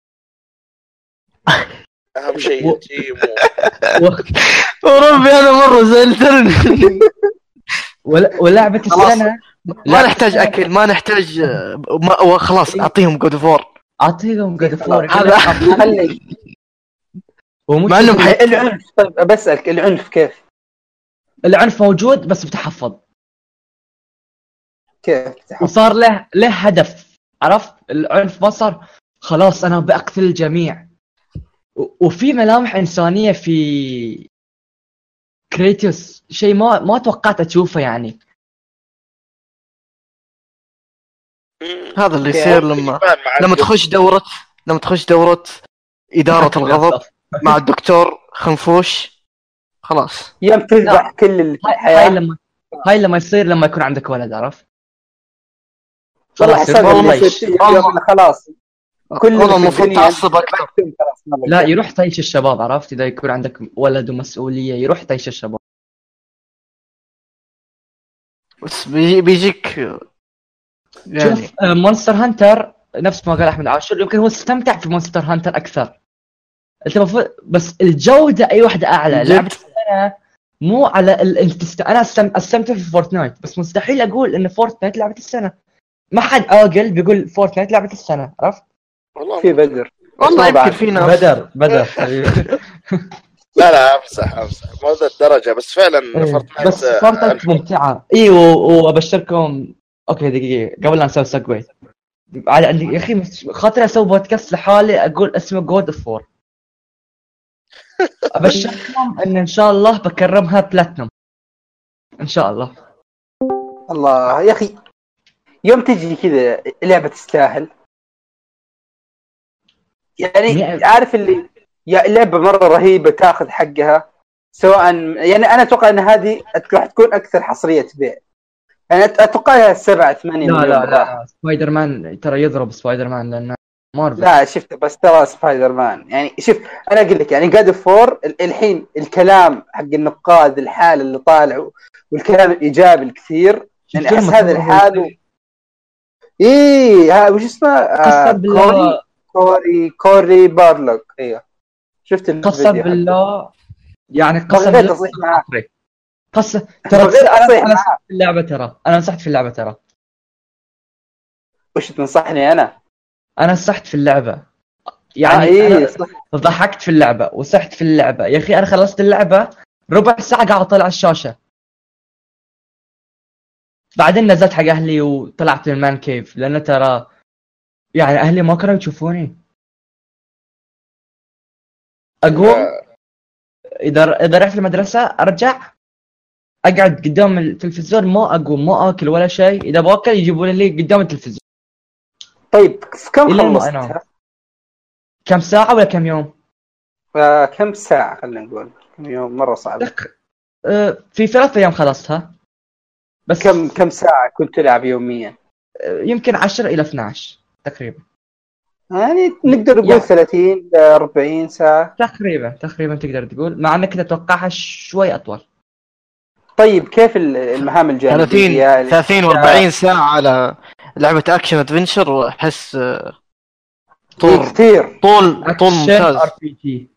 اهم شيء و- تيم و... وربي انا مره زعلتني. ول... ولعبة خلاص. السنة ما نحتاج اكل، ما نحتاج ما... خلاص اعطيهم جود فور. اعطيهم جود فور. هذا خلي مع انهم حي... العنف. طيب بسألك العنف كيف؟ العنف موجود بس بتحفظ. كيف تحط؟ وصار له له هدف، عرفت العنف ما صار خلاص انا بقتل الجميع. و- وفي ملامح انسانيه في كريتوس، شيء ما ما توقعت اشوفه يعني. هذا اللي أوكي. يصير لما يبان مع لما الجد. تخش دورة لما تخش دورة إدارة الغضب مع الدكتور خنفوش، خلاص. يوم تذبح كل اللي في هاي, الحياه. هاي لما هاي لما يصير لما يكون عندك ولد، عرفت؟ والله خلاص حسب يروح اللي طيش. يصير يوم إنه خلاص كل والله اللي في المفروض الدنيا تعصب أكثر. خلاص ما بقى. لا يروح طيش الشباب، عرفت؟ اذا يكون عندك ولد ومسؤوليه يروح طيش الشباب. بس بيجي بيجيك يعني شوف آه، مونستر هانتر نفس ما قال احمد عاشور، يمكن هو استمتع في مونستر هانتر اكثر. انت مفروض بس الجوده اي واحده اعلى. جد؟ لعبه السنه مو على ال... انت است... انا استم... استمتع في فورتنايت، بس مستحيل اقول ان فورتنايت لعبه السنه. ما حد عاقل بيقول فورتنايت لعبه السنه، عرفت؟ والله في بدر والله ما يمكن بعد. في ناس بدر بدر لا لا امزح امزح مو ذا الدرجه، بس فعلا إيه، فورتنايت بس فورتنايت ممتعه. اي و- وابشركم. اوكي دقيقه قبل لا نسوي سجوي، على عندي يا اخي مس- خاطري اسوي بودكاست لحالي اقول اسمه جود اوف فور. ابشركم ان ان شاء الله بكرمها بلاتنوم ان شاء الله. الله يا اخي يوم تجي كذا لعبه تستاهل يعني مئة. عارف اللي يا لعبه مره رهيبه تاخذ حقها، سواء يعني انا اتوقع ان هذه راح تكون اكثر حصريه بيع يعني أت- اتوقع لها سبعة ثمانية لا مليون لا بالراحة. لا سبايدر مان ترى يضرب سبايدر مان لانه مارفل. لا شفت بس ترى سبايدر مان يعني شوف انا اقول لك يعني جاد فور الحين الكلام حق النقاد الحال اللي طالعوا والكلام الايجابي الكثير يعني احس هذا الحال. ايه ها وش اسمه آه قسم كوري بالله كوري كوري بارلوك. ايوه شفت الفيديو قسم حقه. بالله يعني قسم بغيت بالله أصيح معاه. قسم ترى بغيت انا أصيح أنا معاه. مسحت في اللعبه ترى انا مسحت في اللعبه ترى وش تنصحني انا؟ انا مسحت في اللعبه يعني يعني ايه أنا صح. ضحكت في اللعبه وسحت في اللعبه يا اخي. انا خلصت اللعبه ربع ساعه قاعد اطلع الشاشه، بعدين نزلت حق اهلي وطلعت من المان كيف، لان ترى يعني اهلي ما كانوا يشوفوني. اقوم اذا اذا رحت المدرسه ارجع اقعد قدام التلفزيون، ما اقوم ما اكل ولا شيء. اذا باكل يجيبوا لي قدام التلفزيون. طيب في كم إلى ما خلصتها؟ أنام. كم ساعه ولا كم يوم؟ آه كم ساعة خلينا نقول كم يوم مرة صعب. دق- آه، في ثلاث ايام خلصتها بس. كم كم ساعة كنت تلعب يوميا؟ آه، يمكن عشرة الى اثنا عشر تقريبا. يعني نقدر نقول يعني. ثلاثين إلى أربعين ساعة تقريبا تقريبا تقدر تقول، مع انك تتوقعها شوي اطول. طيب كيف المهام ثلاثين الجانبية؟ ثلاثين وأربعين ساعة على لعبة أكشن أدفنشر، وأحس آه، إيه طول كثير. طول طول ممتاز. ار بي جي.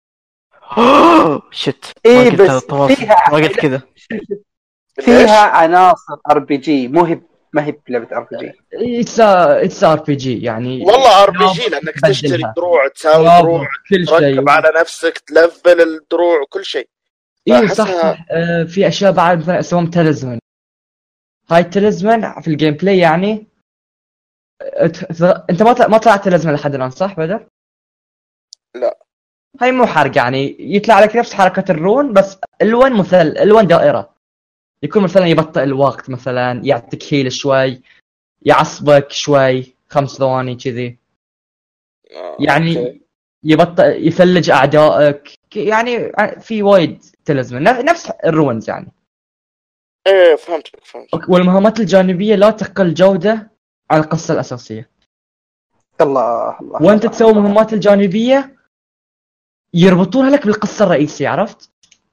شت إيه ما قلت بس هذا التواصل، فيها- ما قلت كذا. فيها عناصر ار بي جي مو هي ما هي لعبة ار بي جي. اتس اتس ار بي جي يعني. والله ار بي جي لانك تبدلها. تشتري دروع تساوي برافو، دروع كل شيء. تركب على نفسك تلفل الدروع وكل شيء. اي صح فأحسها- صح. آه في اشياء بعد مثلا اسمهم تاليزمان. هاي التاليزمان في الجيم بلاي يعني آه، ت- انت ما طلع- ما طلعت تاليزمان لحد الان صح بدر؟ لا. هاي مو حرق يعني، يطلع لك نفس حركة الرون بس الوان مثل الوان دائرة. يكون مثلا يبطئ الوقت، مثلا يعطيك هيل شوي، يعصبك شوي خمس ثواني كذي آه، يعني. أوكي. يبطئ يثلج اعدائك يعني. في وايد تلزمه نفس الرونز يعني. ايه فهمتك فهمت. والمهمات الجانبيه لا تقل جوده عن القصه الاساسيه. الله الله. وانت الله تسوي الله. مهمات الجانبيه يربطونها لك بالقصه الرئيسيه، عرفت؟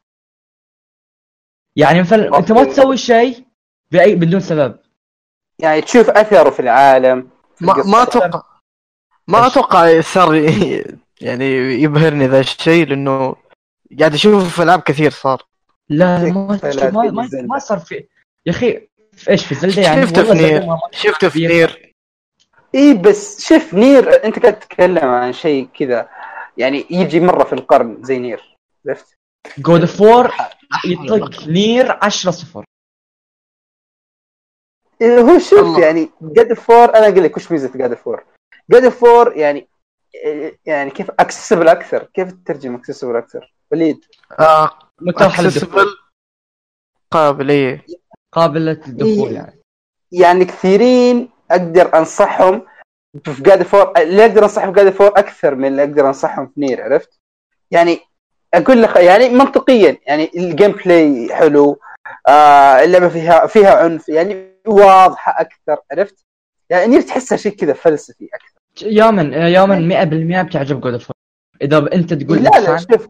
يعني مثلا انت ما أوكي. تسوي شيء باي بدون سبب. يعني تشوف اثره في العالم في ما القصة. ما أتوقع ما إيش؟ أتوقع صار يعني يبهرني ذا الشيء، لأنه قاعد أشوف في ألعاب كثير صار. لا ما لا، ما ما, في ما صار في يا اخي. في ايش في زلدة يعني؟ شفته في والله زلدة نير ما- شفته في كبير. نير اي بس شوف نير انت قاعد تتكلم عن شيء كذا يعني يجي مره في القرن زي نير عرفت. جود فور يطق نير عشرة صفر. هو شوف الله. يعني جاد فور انا اقول لك وش ميزه جاد فور جاد فور يعني يعني كيف اكسسبل اكثر كيف تترجم اكسسبل اكثر وليد آه متاح للدخول، accessible قابلية. قابلة للدخول يعني. يعني كثيرين اقدر انصحهم في جاد فور اللي اقدر انصحهم في جاد فور اكثر من اللي اقدر انصحهم في نير عرفت يعني اقول لك يعني منطقيا يعني الجيم بلاي حلو آه اللعبه فيها فيها عنف يعني واضحه اكثر عرفت يعني نير تحسها شيء كذا فلسفي اكثر يا من يا من مئة بالمئة بتعجب جود اوف. اذا ب- انت تقول لا لك لا فان، شوف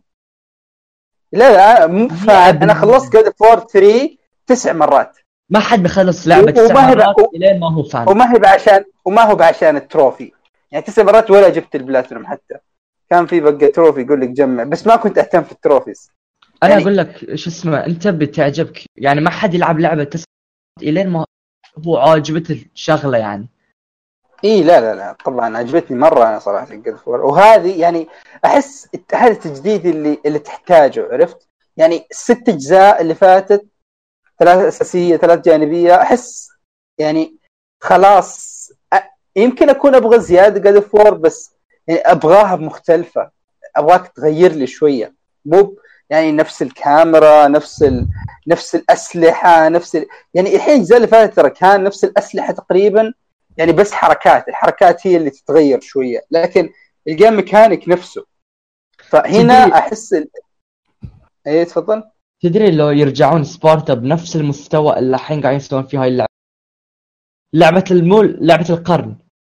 لا لا مو فان انا خلصت جاد فور ثلاثة تسع مرات ما حد بخلص لعبة وما تسع هي مرات بقى- الين ما هو فان. وما هي بعشان وما هو بعشان التروفي يعني تسع مرات ولا جبت البلاتينوم حتى كان في بقى تروفي يقول لك جمع بس ما كنت اهتم في التروفيز انا يعني- اقول لك شو اسمه، انت بتعجبك يعني ما حد يلعب لعبة تسع مرات الين ما هو عاجبته الشغلة يعني. اي لا لا لا طبعا عجبتني مره انا صراحه جاد فور وهذه يعني احس الت- هذا التجديد اللي اللي تحتاجه عرفت يعني الست اجزاء اللي فاتت ثلاث اساسيه ثلاث جانبيه احس يعني خلاص أ- يمكن اكون ابغى زياده جاد فور بس يعني ابغاها مختلفه ابغاك تغير لي شويه مو ب- يعني نفس الكاميرا نفس ال... نفس الاسلحه نفس ال... يعني الحين الجزء اللي فات ترى كان نفس الاسلحه تقريبا يعني بس حركات الحركات هي اللي تتغير شويه لكن الجيم ميكانيك نفسه فهنا تدري- احس ال... ايه تفضل تدري لو يرجعون سبارتا بنفس المستوى اللي الحين قاعدين يسوون فيه هاي اللعبة، لعبة المول، لعبة القرن،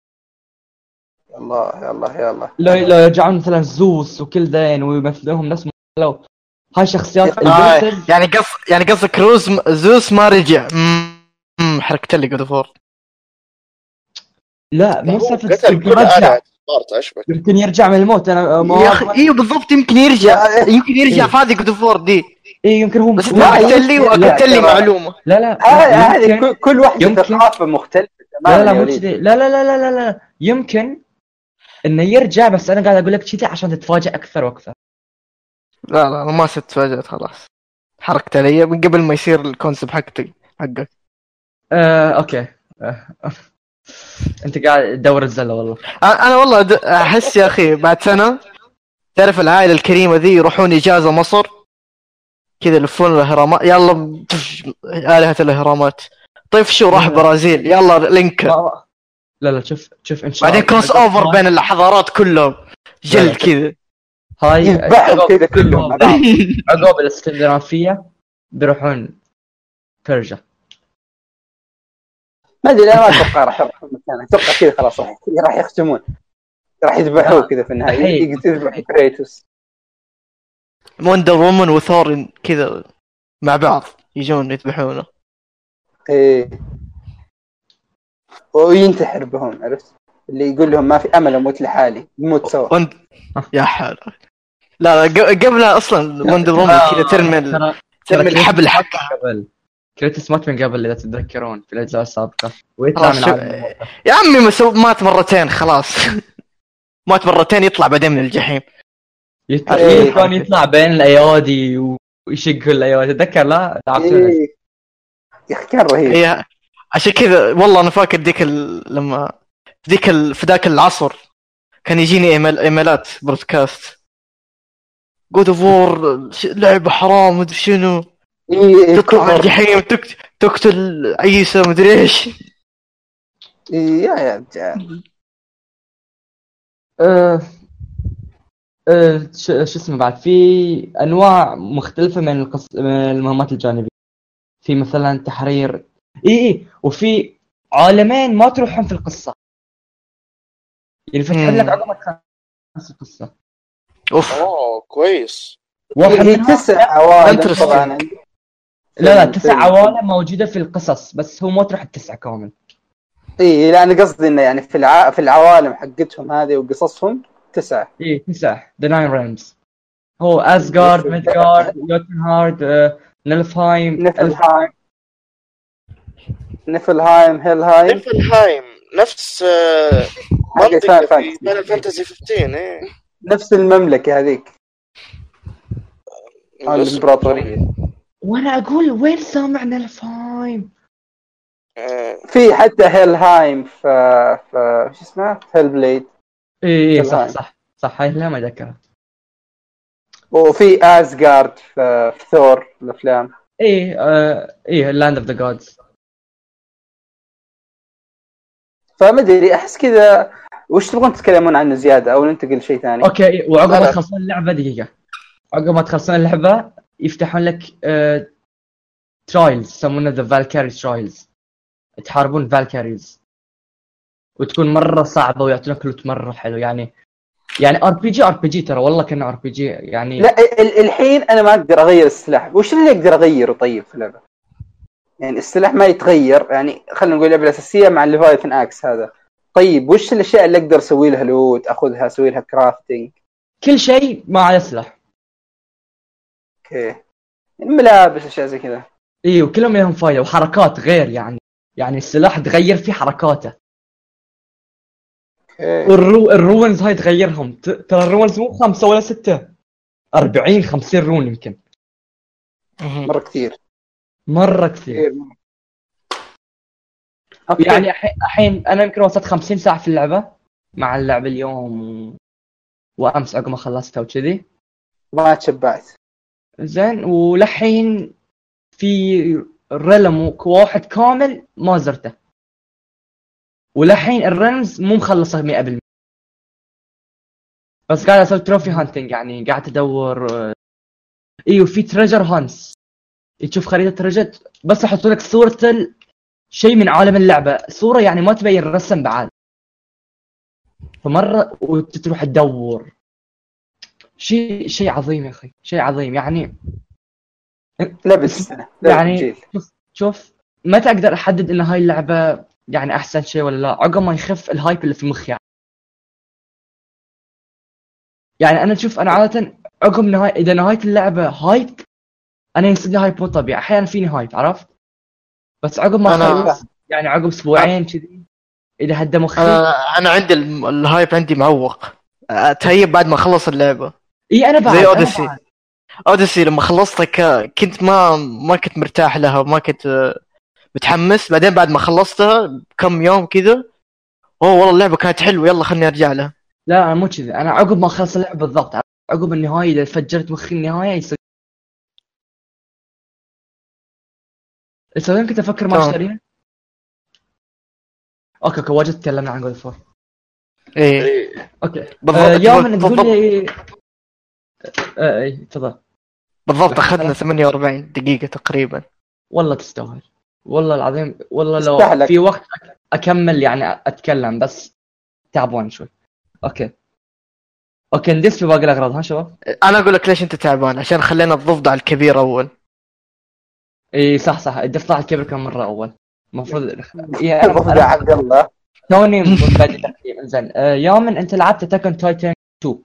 يا الله يا الله يا الله لو لو يرجعون مثلا زوس وكل ذين ويمثلوهم نفس لو هاي شخصيات آه البنتز. يعني قص يعني قصدك روز م... زوس ما رجع. امم حركت لي جود فور. لا مو هو سالفة قتل يمكن كل يرجع، آلهة سبارتا اشبك. يمكن يرجع من الموت. انا ما يا اخي ايوه بالضبط يمكن يرجع يمكن يرجع إيه. في هذه جود فور دي. إيه يمكن هو بس هو- لا، ما لي يمكن- واكدت لي ترى- معلومه. لا لا هذه لا هذه يمكن كل- كل واحده يمكن- ثقافه مختلفه لا تماما لا يا مو وليد. كذي، لا لا لا لا لا لا يمكن انه يرجع، بس انا قاعد اقول لك كذي عشان تتفاجئ اكثر واكثر. لا لا أنا ما ست تفاجأت خلاص. حركت علي من قبل ما يصير الكونسبت حقتي حقك. آه، اوكي آه. انت قاعد تدور الزله والله. انا والله د- احس يا اخي بعد سنه تعرف العائله الكريمه ذي يروحون اجازه مصر كذا يلفون الاهرامات يلا تف- آلهة الاهرامات. طيب شو راح برازيل يلا لينك ما- لا لا شوف شوف ان شاء بعدين الله كروس اوفر بين الحضارات كلهم لا جلد لا. كذا. هاي يذبحهم عقب- كذا كلهم مع بعض. عقب الاسكندنافيه بيروحون بيرجا. ما ادري انا ما اتوقع راح يروحون مكان اتوقع كذا خلاص راح راح يختمون راح يذبحوه كذا في النهايه الحين. يذبح كريتوس. وندر وومن وثور كذا مع بعض يجون يذبحونه. ايه وينتحر بهم عرفت اللي يقول لهم ما في امل اموت لحالي نموت سوا. وند... يا حال لا لا ق- قبلها اصلا وندر وومن كذا ترمي ال- ترى ترمي ترى الحبل كريتوس حقها. مات من قبل. كريتوس مات من قبل اذا تتذكرون في الاجزاء السابقه ويطلع خلاص من شو- عالم الموتى. يا عمي مسو... مات مرتين خلاص. مات مرتين يطلع بعدين من الجحيم. يطلع إيه. كان يطلع بين الايادي ويشق الايادي، تذكر لا لعبتونها. إيه. يا اخي كان رهيب. هي عشان كذا والله انا فاكر ديك ال... لما في ذيك ال... في ذاك العصر كان يجيني ايميل ايميلات برودكاست جود اوف وور لعبه حرام مدري شنو إيه تطلع من كفر. الجحيم تك... تقتل عيسى مدري ايش. إيه يا يا رجال. أه أه ش- شو اسمه بعد في انواع مختلفه من القص... من المهمات الجانبيه. في مثلا تحرير اي اي وفي عالمين ما تروحون في القصه، يعني فتح لك مم. عقب ما تخلص القصه. اوف اوه كويس. واحد هي منها تسع عوالم Interesting. طبعا عندي. لا لا فيلم- تسع فيلم. عوالم موجوده في القصص بس هو ما تروح التسع كامل. اي لا انا قصدي انه يعني في الع... في العوالم حقتهم هذه وقصصهم تسعه. اي تسع ذا ناين ريمز، هو اسغارد، ميدغارد، يوتنهارد، آه، نيلفهايم، نفلهايم نفلهايم هيلهايم نيفلهايم نفس آه، حق منطقة Final في Fantasy. فاينل فانتسي خمسة عشر. ايه نفس المملكه هذيك بس- الامبراطوريه. وانا اقول وين سامع نيلفهايم؟ في حتى هيلهايم في في شو اسمه هيل بليد. اي صح صح صح هاي لا ما اذكرها. وفي ازغارد في, في ثور الافلام. ايه آه ايه لاند اوف ذا جودز. فما ادري احس كذا. وش تبغون تتكلمون عنه زياده او ننتقل شيء ثاني؟ اوكي وعقب ما تخلصون اللعبه دقيقه عقب ما تخلصون اللعبه يفتحون لك آه ترايلز يسمونها ذا فالكاري ترايلز. تحاربون فالكاريز وتكون مره صعبه ويعطونك لوت مره حلو يعني يعني ار بي جي ار بي جي ترى والله كنا ار بي جي يعني. لا الحين انا ما اقدر اغير السلاح. وش اللي اقدر اغيره طيب في اللعبه؟ يعني السلاح ما يتغير يعني خلينا نقول اللعبه الاساسيه مع الليفايثن اكس هذا. طيب وش الاشياء اللي اقدر اسوي لها لوت اخذها اسوي لها كرافتنج؟ كل شيء مع السلاح. اوكي الملابس اشياء زي كذا. ايه وكلهم لهم فايده وحركات غير يعني يعني السلاح تغير فيه حركاته. والرو الرونز هاي تغيرهم ترى الرونز مو خمسة ولا ستة أربعين خمسين رون يمكن مره كثير مره كثير. يعني الحين انا يمكن وصلت خمسين ساعه في اللعبه مع اللعبه اليوم وامس عقب ما خلصتها وكذي ما تشبعت زين. ولحين في ريلم واحد كامل ما زرته ولحين الرنز مو مخلصه مئة بالمئة بس قاعد اسوي تروفي هانتنج يعني قاعد ادور. ايوه في تريجر هانس تشوف خريطه تريجر بس احط لك صوره شيء من عالم اللعبه صوره يعني ما تبين الرسم بعد فمره وتروح تدور شيء شيء عظيم يا اخي شيء عظيم يعني لبس يعني شوف, شوف ما تقدر احدد ان هاي اللعبه يعني احسن شيء ولا لا عقب ما يخف الهايب اللي في مخي يعني. يعني انا شوف انا عاده عقب نهايه اذا نهايه اللعبه هايب انا ينسى هايب مو طبيعي احيانا فيني هايب عرفت بس عقب ما خلص يعني عقب اسبوعين كذي اذا هدى مخي. انا انا عندي الهايب عندي معوق اتهيب بعد ما خلص اللعبه. اي انا بعد زي اوديسي اوديسي لما خلصتها كنت ما ما كنت مرتاح لها وما كنت متحمس بعدين بعد ما خلصتها كم يوم كذا اوه والله اللعبه كانت حلوه يلا خلني ارجع لها. لا انا مو كذا انا عقب ما خلص اللعبه بالضبط عقب النهايه اذا فجرت مخي النهايه يصير السؤال كنت افكر ما اشتريها. اوكي اوكي واجد تكلمنا عن جود فور. ايه اوكي بالضبط. يوم تقول لي اي تفضل. بالضبط اخذنا ثمانية وأربعين دقيقه تقريبا. والله تستاهل والله العظيم والله لو استهلك. في وقت اكمل يعني اتكلم بس تعبان شوي. اوكي اوكي ندس في باقي الاغراض ها شباب. انا اقول لك ليش انت تعبان عشان خلينا الضفدع الكبير اول. اي صح صح الضفدع الكبير كان مره اول المفروض يا الضفدع عبد الله توني بادئ تقييم. زين يوم انت لعبت اتاك اون تايتن تو.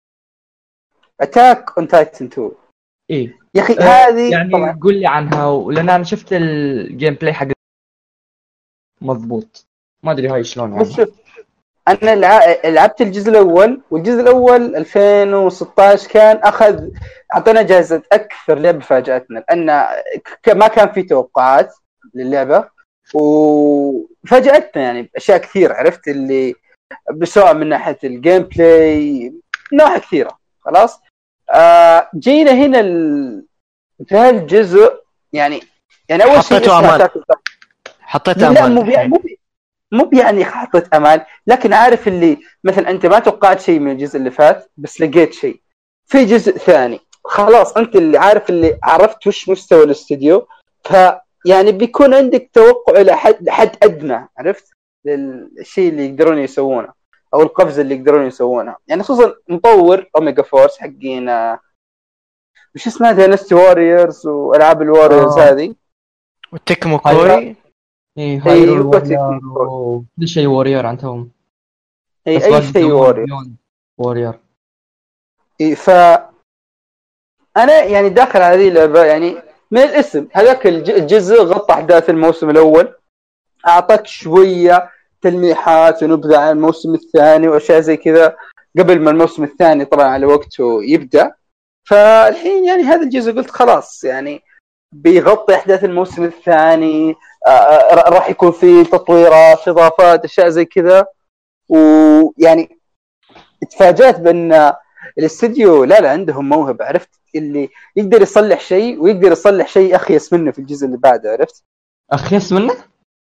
اتاك اون تايتن تو ايه يا اخي هذه يعني طبعا. قول لي عنها ولان انا شفت الجيم بلاي حق مضبوط ما ادري هاي شلون يعني. بس شوف انا لعبت الجزء الاول والجزء الاول ألفين وستة عشر كان اخذ اعطينا جائزه اكثر لعبه فاجاتنا لان ما كان في توقعات للعبه وفاجاتنا يعني باشياء كثير عرفت اللي سواء من ناحيه الجيم بلاي نواحي كثيره. خلاص آه جينا هنا ال... في هالجزء يعني يعني اول شيء حطيت امال مو مو يعني حطيت امال لكن عارف اللي مثلا انت ما توقعت شيء من الجزء اللي فات بس لقيت شيء في جزء ثاني خلاص انت اللي عارف اللي عرفت وش مستوى الاستوديو فيعني بيكون عندك توقع الى حد حد ادنى عرفت للشيء اللي يقدرون يسوونه او القفزه اللي يقدرون يسوونها يعني خصوصا مطور اوميجا فورس حقين وش اسمها داينستي واريورز والعاب الواريورز هذه والتكمو كوري اي هايرو كل شيء واريور عندهم اي اي شيء واريور واريور اي ف انا يعني داخل على هذه اللعبه يعني من الاسم هذاك الجزء غطى احداث الموسم الاول اعطاك شويه تلميحات ونبذه عن الموسم الثاني واشياء زي كذا قبل ما الموسم الثاني طبعا على وقته يبدا. فالحين يعني هذا الجزء قلت خلاص يعني بيغطي احداث الموسم الثاني، آه راح يكون في تطويرات اضافات اشياء زي كذا. ويعني اتفاجأت بان الاستديو لا لا عندهم موهبة، عرفت اللي يقدر يصلح شيء ويقدر يصلح شيء أخيس منه في الجزء اللي بعده. عرفت أخيس منه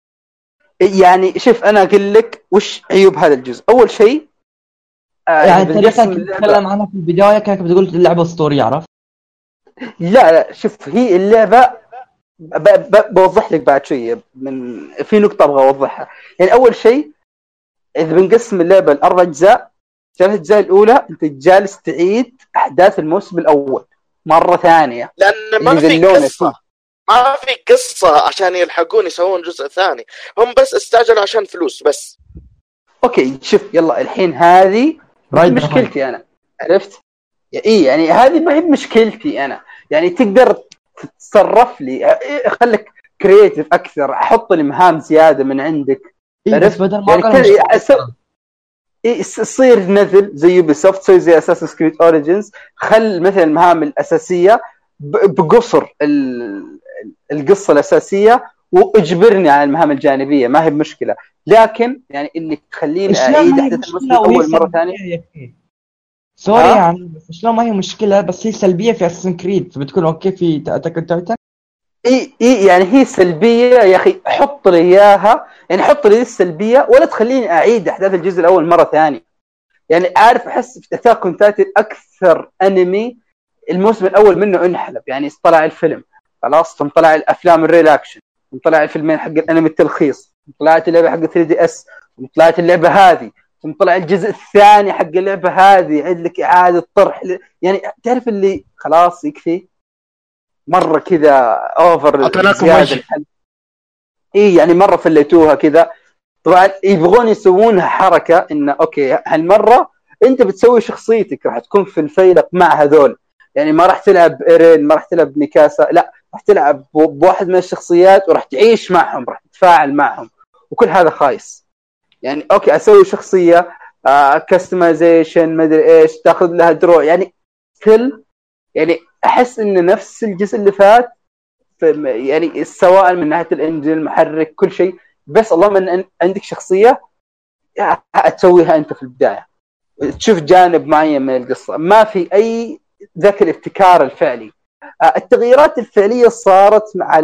يعني شوف أنا أقول لك وش عيوب هذا الجزء. أول شيء آه يعني انت كنت تتكلم عنها في البداية كانك بتقول اللعبة أسطورية، عرفت؟ لا لا شوف هي اللعبة ب... ب... بوضح لك بعد شوية، من في نقطة أبغى أوضحها. يعني أول شيء إذا بنقسم اللعبة لأربع أجزاء، ثلاث أجزاء الأولى أنت جالس تعيد أحداث الموسم الأول مرة ثانية، لأن ما في قصة ما في قصة عشان يلحقون يسوون جزء ثاني، هم بس استعجلوا عشان فلوس بس. أوكي شوف يلا الحين هذه مشكلتي أنا، عرفت؟ إيه يعني هذه ما هي مشكلتي أنا، يعني تقدر تتصرف لي، خليك كرياتيف أكثر، أحط لي مهام زيادة من عندك. إيه بس بدل ما يعني أسوي يصير نزل زي يوبيسوفت، زي زي اساسن كريد اوريجينز، خل مثلا المهام الاساسيه بقصر القصه الاساسيه واجبرني على المهام الجانبيه، ما هي بمشكله. لكن يعني اللي تخليني اعيد احداث الموسم الاول مره ثانيه سوري آه؟ يعني بس شلون ما هي مشكله، بس هي سلبيه في اساسن كريد فبتكون اوكي في اتاك اون تايتن. اي اي يعني هي سلبيه يا اخي، حط لي اياها، يعني حط لي السلبيه ولا تخليني اعيد احداث الجزء الاول مره ثانيه. يعني عارف احس في اتاك اون تايتن اكثر انمي الموسم الاول منه انحلب، يعني طلع الفيلم خلاص، ثم طلع الافلام الريل اكشن، ثم طلع الفيلمين حق الانمي التلخيص، ثم طلعت اللعبه حق ثري دي اس، ثم طلعت اللعبه هذه، ثم طلع الجزء الثاني حق اللعبه هذه، عيد لك اعاده طرح ل... يعني تعرف اللي خلاص يكفي مره كذا اوفر زياده. اي يعني مره فليتوها كذا. طبعا يبغون يسوونها حركه انه اوكي هالمره انت بتسوي شخصيتك راح تكون في الفيلق مع هذول، يعني ما راح تلعب ايرين، ما راح تلعب ميكاسا، لا راح تلعب بواحد من الشخصيات وراح تعيش معهم، راح تتفاعل معهم، وكل هذا خايس. يعني اوكي اسوي شخصيه آه كاستمايزيشن ما ادري ايش، تاخذ لها دروع، يعني كل يعني احس ان نفس الجزء اللي فات، يعني سواء من ناحيه الانجن المحرك كل شيء، بس اللهم ان عندك شخصيه تسويها انت في البدايه، تشوف جانب معين من القصه، ما في اي ذاك الابتكار الفعلي. التغييرات الفعليه صارت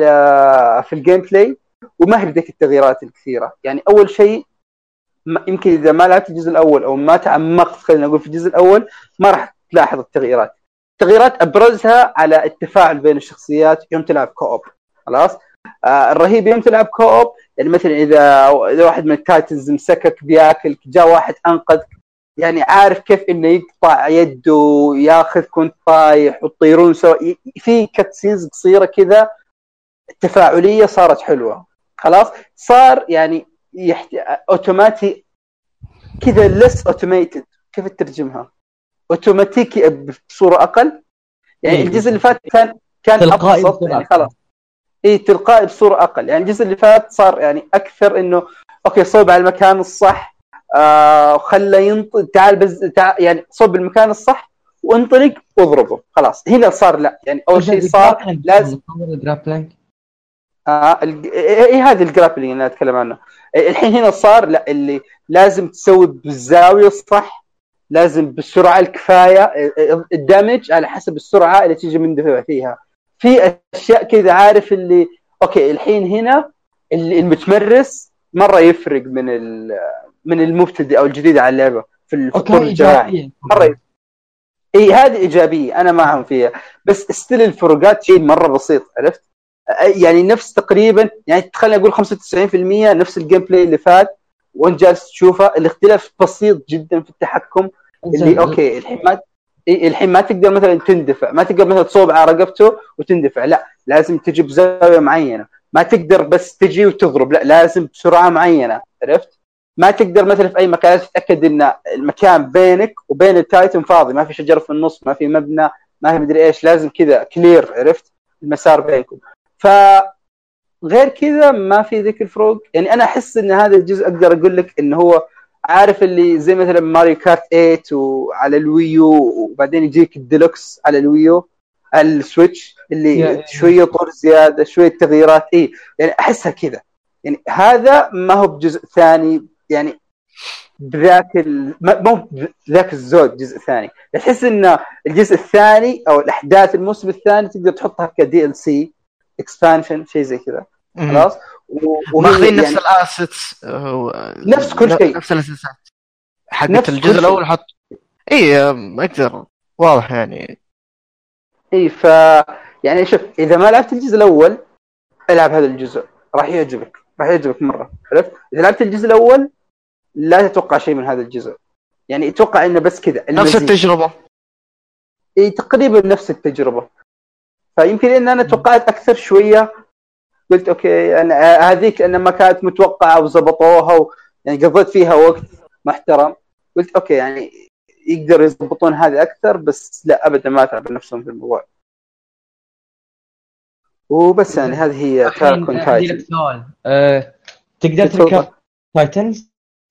على في الجيم بلاي وما هي بذيك التغييرات الكثيره. يعني اول شيء يمكن اذا ما لعبت الجزء الاول او ما تعمقت خلينا نقول في الجزء الاول ما راح تلاحظ التغييرات. التغييرات ابرزها على التفاعل بين الشخصيات يوم تلعب كوب. خلاص آه الرهيب يوم تلعب كوب، يعني مثلا اذا اذا واحد من التايتنز مسكك بياكلك، جاء واحد انقذك، يعني عارف كيف انه يقطع يده ياخذك وانت طايح وتطيرون سوا، في كاتسينز قصيره كذا التفاعليه صارت حلوه. خلاص صار يعني يحت... اوتوماتي كذا، لس اوتوميتد، كيف تترجمها؟ اوتوماتيكي بصوره اقل. يعني إيه الجزء اللي فات كان كان ابسط، يعني خلاص اي تلقائي بصوره اقل. يعني الجزء اللي فات صار يعني اكثر انه اوكي صوب على المكان الصح، آه خلى ينطق، تعال بز تعال يعني صوب المكان الصح وانطلق واضربه. خلاص هنا صار لا، يعني اول شيء صار لازم الجرابلينج اه اي هذه الجرابلينج اللي انا اتكلم عنه الحين. هنا صار لا، اللي لازم تسوي بالزاويه الصح، لازم بالسرعه الكفايه، الدمج على حسب السرعه اللي تيجي من دفع فيها. في اشياء كذا عارف اللي اوكي الحين هنا اللي المتمرس مره يفرق من من المبتدئ او الجديد على اللعبه في الفطور الجماعي مره ي... اي هذه ايجابيه انا معهم فيها، بس استل الفروقات شيء مره بسيط. عرفت يعني نفس تقريبا، يعني خلينا نقول خمسة وتسعين بالمئة نفس الجيم بلاي اللي فات وانت جالس تشوفه. الاختلاف بسيط جدا في التحكم، اللي اوكي الحين ما الحين ما تقدر مثلا تندفع، ما تقدر مثلا تصوب على رقبته وتندفع، لا لازم تجي بزاويه معينه. ما تقدر بس تجي وتضرب، لا لازم بسرعه معينه. عرفت ما تقدر مثلا في اي مكان تتاكد ان المكان بينك وبين التايتن فاضي، ما في شجره في النص، ما في مبنى، ما في مدري ايش، لازم كذا كلير. عرفت المسار بينكم. فغير كذا ما في ذيك الفروق. يعني انا احس ان هذا الجزء اقدر اقول لك انه هو عارف اللي زي مثلا ماريو كارت ثمانية وعلى الويو، وبعدين يجيك الديلوكس على الويو. السويتش اللي Yeah. شويه طور زياده شويه تغييرات اي يعني احسها كذا يعني هذا ما هو بجزء ثاني يعني بذاك ال... ما ما هو بذاك الزود جزء ثاني تحس ان الجزء الثاني او الاحداث الموسم الثاني تقدر تحطها كدي ال سي اكسبانشن شيء زي كذا خلاص و... ماخذين نفس يعني... الاسيتس نفس كل شيء نفس الاساسات حقت الجزء الاول حط اي اقدر واضح يعني اي ف يعني شوف اذا ما لعبت الجزء الاول العب هذا الجزء راح يعجبك راح يعجبك مره عرفت اذا لعبت الجزء الاول لا تتوقع شيء من هذا الجزء يعني اتوقع انه بس كذا نفس التجربه اي تقريبا نفس التجربه فيمكن ان انا توقعت اكثر شويه قلت اوكي انا هذيك انا ما كانت متوقعه وزبطوها و... يعني قضيت فيها وقت محترم قلت اوكي يعني يقدروا يضبطون هذه اكثر بس لا ابدا ما تعب نفسهم في الموضوع وبس يعني هذه هي تاكون تايتن أه... تقدر تركب تايتنز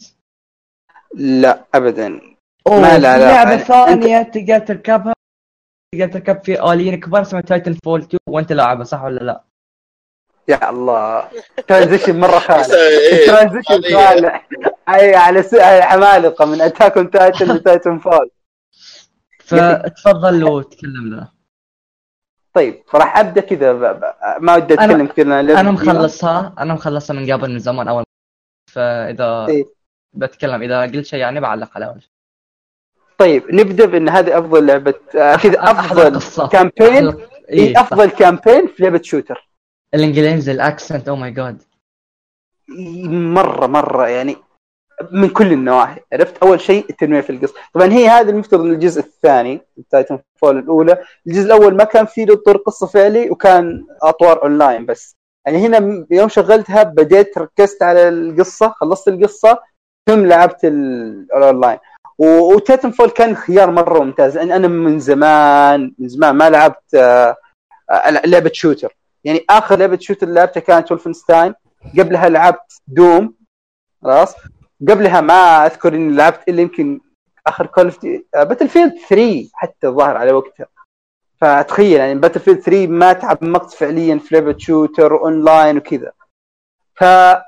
لا ابدا أوه ما لا لا لعبه ثانيه أنت... تقدر تركبها تقدر تركب في آليين كبار اسمها تايتن فول تو وانت لاعبها صح ولا لا يا الله ترانزيشن مره خالص ترانزيشن خالص اي على عمالقه من اتاك اون تايتن لتايتن فول فتفضل وتكلم لنا طيب فراح ابدا كذا ما ودي اتكلم كثير انا انا مخلصها انا مخلصها من قبل من زمان اول فاذا إيه؟ بتكلم اذا قلت شيء يعني بعلق على اول طيب نبدا بان هذه افضل لعبه كذا افضل كامبين إيه افضل كامبين في لعبه شوتر الانجليزي الاكسنت او ماي جاد مره مره يعني من كل النواحي عرفت اول شيء التنويع في القصه طبعا هي هذا المفترض الجزء الثاني تايتن فول الاولى الجزء الاول ما كان فيه اطار قصه فعلي وكان اطوار اونلاين بس يعني هنا يوم شغلتها بديت ركزت على القصه خلصت القصه ثم لعبت الاونلاين وتايتن فول كان خيار مره ممتاز لان انا من زمان من زمان ما لعبت لعبه شوتر يعني اخر لعبه شوتر لعبتها كانت وولفنستاين قبلها لعبت دوم خلاص قبلها ما اذكر اني لعبت الا يمكن اخر كول اوف باتل فيلد ثري حتى ظهر على وقتها فتخيل يعني باتل فيلد ثري ما تعمقت فعليا في لعبه شوتر اونلاين وكذا ف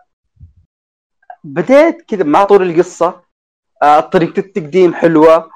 بديت كذا مع طول القصه طريقه التقديم حلوه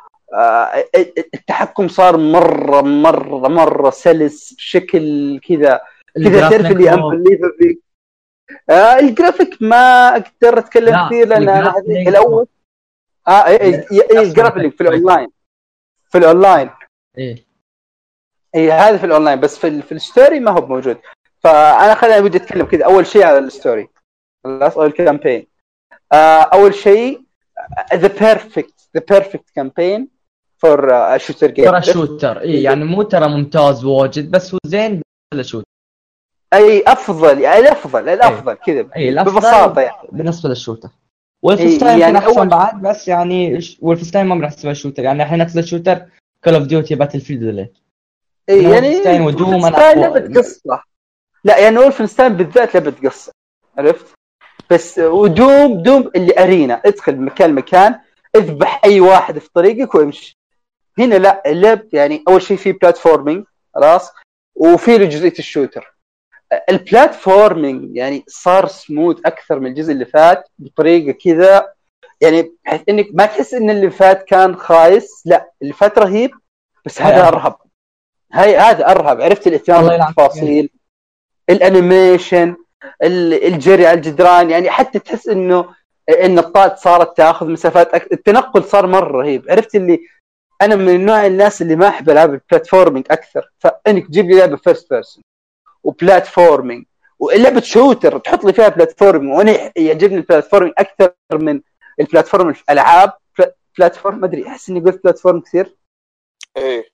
التحكم صار مره مره مره سلس بشكل كذا كذا تعرف اللي انبليفبل آه الجرافيك ما اقدر اتكلم كثير لان انا الاول اه اي الجرافيك في الاونلاين في الاونلاين ايه اي هذا في الاونلاين بس في في الستوري ما هو موجود فانا خليني بدي اتكلم كذا اول شيء على الستوري خلاص اول كامبين آه اول شيء ذا بيرفكت ذا بيرفكت كامبين فور شوتر جيم ترى شوتر اي يعني مو ترى ممتاز واجد بس هو زين ولا شوتر اي افضل يعني الافضل الافضل كذا ببساطه يعني بالنسبه للشوتر والفستاين يعني احسن أول... بعد بس يعني والفستاين ما بنحسبها شوتر يعني احنا نحسب شوتر كول اوف ديوتي باتل فيلد ليه اي يعني والفستاين ودوم انا لعبه قصه لا يعني والفستاين بالذات لعبه قصه عرفت بس ودوم دوم اللي ارينا ادخل مكان مكان اذبح اي واحد في طريقك وامشي هنا لا اللعب يعني اول شيء فيه بلاتفورمينج خلاص وفيه جزئيه الشوتر البلاتفورمينج يعني صار سموث اكثر من الجزء اللي فات بطريقه كذا يعني بحيث انك ما تحس ان اللي فات كان خايس لا اللي فات رهيب بس هذا ارهب هاي هذا ارهب عرفت الاهتمام بالتفاصيل الانيميشن الجري على الجدران يعني حتى تحس انه النطات صارت تاخذ مسافات أك... التنقل صار مره رهيب عرفت اللي انا من نوع الناس اللي ما احب العاب البلاتفورمينج اكثر فانك تجيب لي لعبه فيرست بيرسون وبلاتفورمينج ولعبه شوتر تحط لي فيها بلاتفورمينج وانا يعجبني البلاتفورمينج اكثر من البلاتفورمينج في العاب بلاتفورم ما ادري احس اني قلت بلاتفورم كثير ايه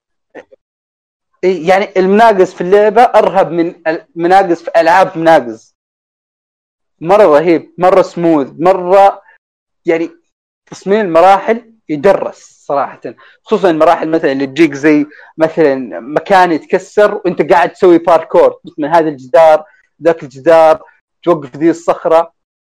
يعني المناقز في اللعبه ارهب من المناقز في العاب مناقز مره رهيب مره سموث مره يعني تصميم المراحل يدرس صراحه خصوصا المراحل مثلا اللي تجيك زي مثلا مكان يتكسر وانت قاعد تسوي باركور من هذا الجدار ذاك الجدار توقف ذي الصخره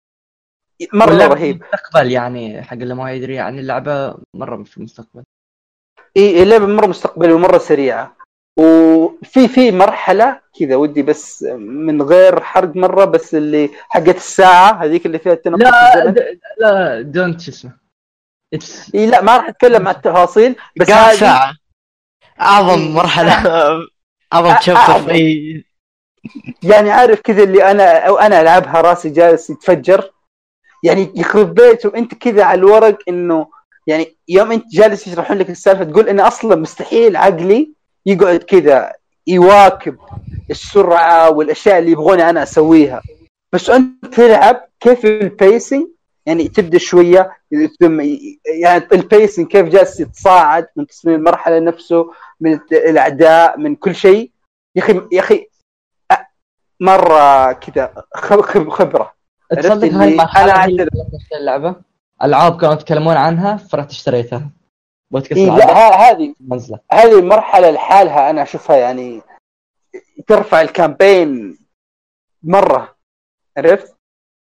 مره رهيب مستقبل يعني حق اللي ما يدري يعني اللعبه مره في المستقبل اي اللعبه مره مستقبل ومره سريعه وفي في مرحله كذا ودي بس من غير حرق مره، بس اللي حقت الساعه هذيك اللي فيها التنقل لا د... لا دونت شو اسمه إيه لا ما راح اتكلم عن التفاصيل، بس هذه هذه ساعه اعظم مرحله اعظم شابتر في اي يعني عارف كذا اللي انا او انا العبها راسي جالس يتفجر، يعني يخرب بيت وانت كذا على الورق انه يعني يوم انت جالس يشرحون لك السالفه تقول ان اصلا مستحيل عقلي يقعد كذا يواكب السرعه والاشياء اللي يبغوني انا اسويها، بس انت تلعب كيف البيسنج، يعني تبدا شويه يعني البيسنج كيف جالس يتصاعد من تصميم المرحله نفسه، من الاعداء، من كل شيء. يا اخي يا اخي مره كذا خبره. تصدق هاي المرحله اللي اشتري اللعبه العاب كانوا يتكلمون عنها فرحت اشتريتها بودكاست إيه لا هذه هذه المرحله لحالها انا اشوفها يعني ترفع الكامبين مره، عرفت؟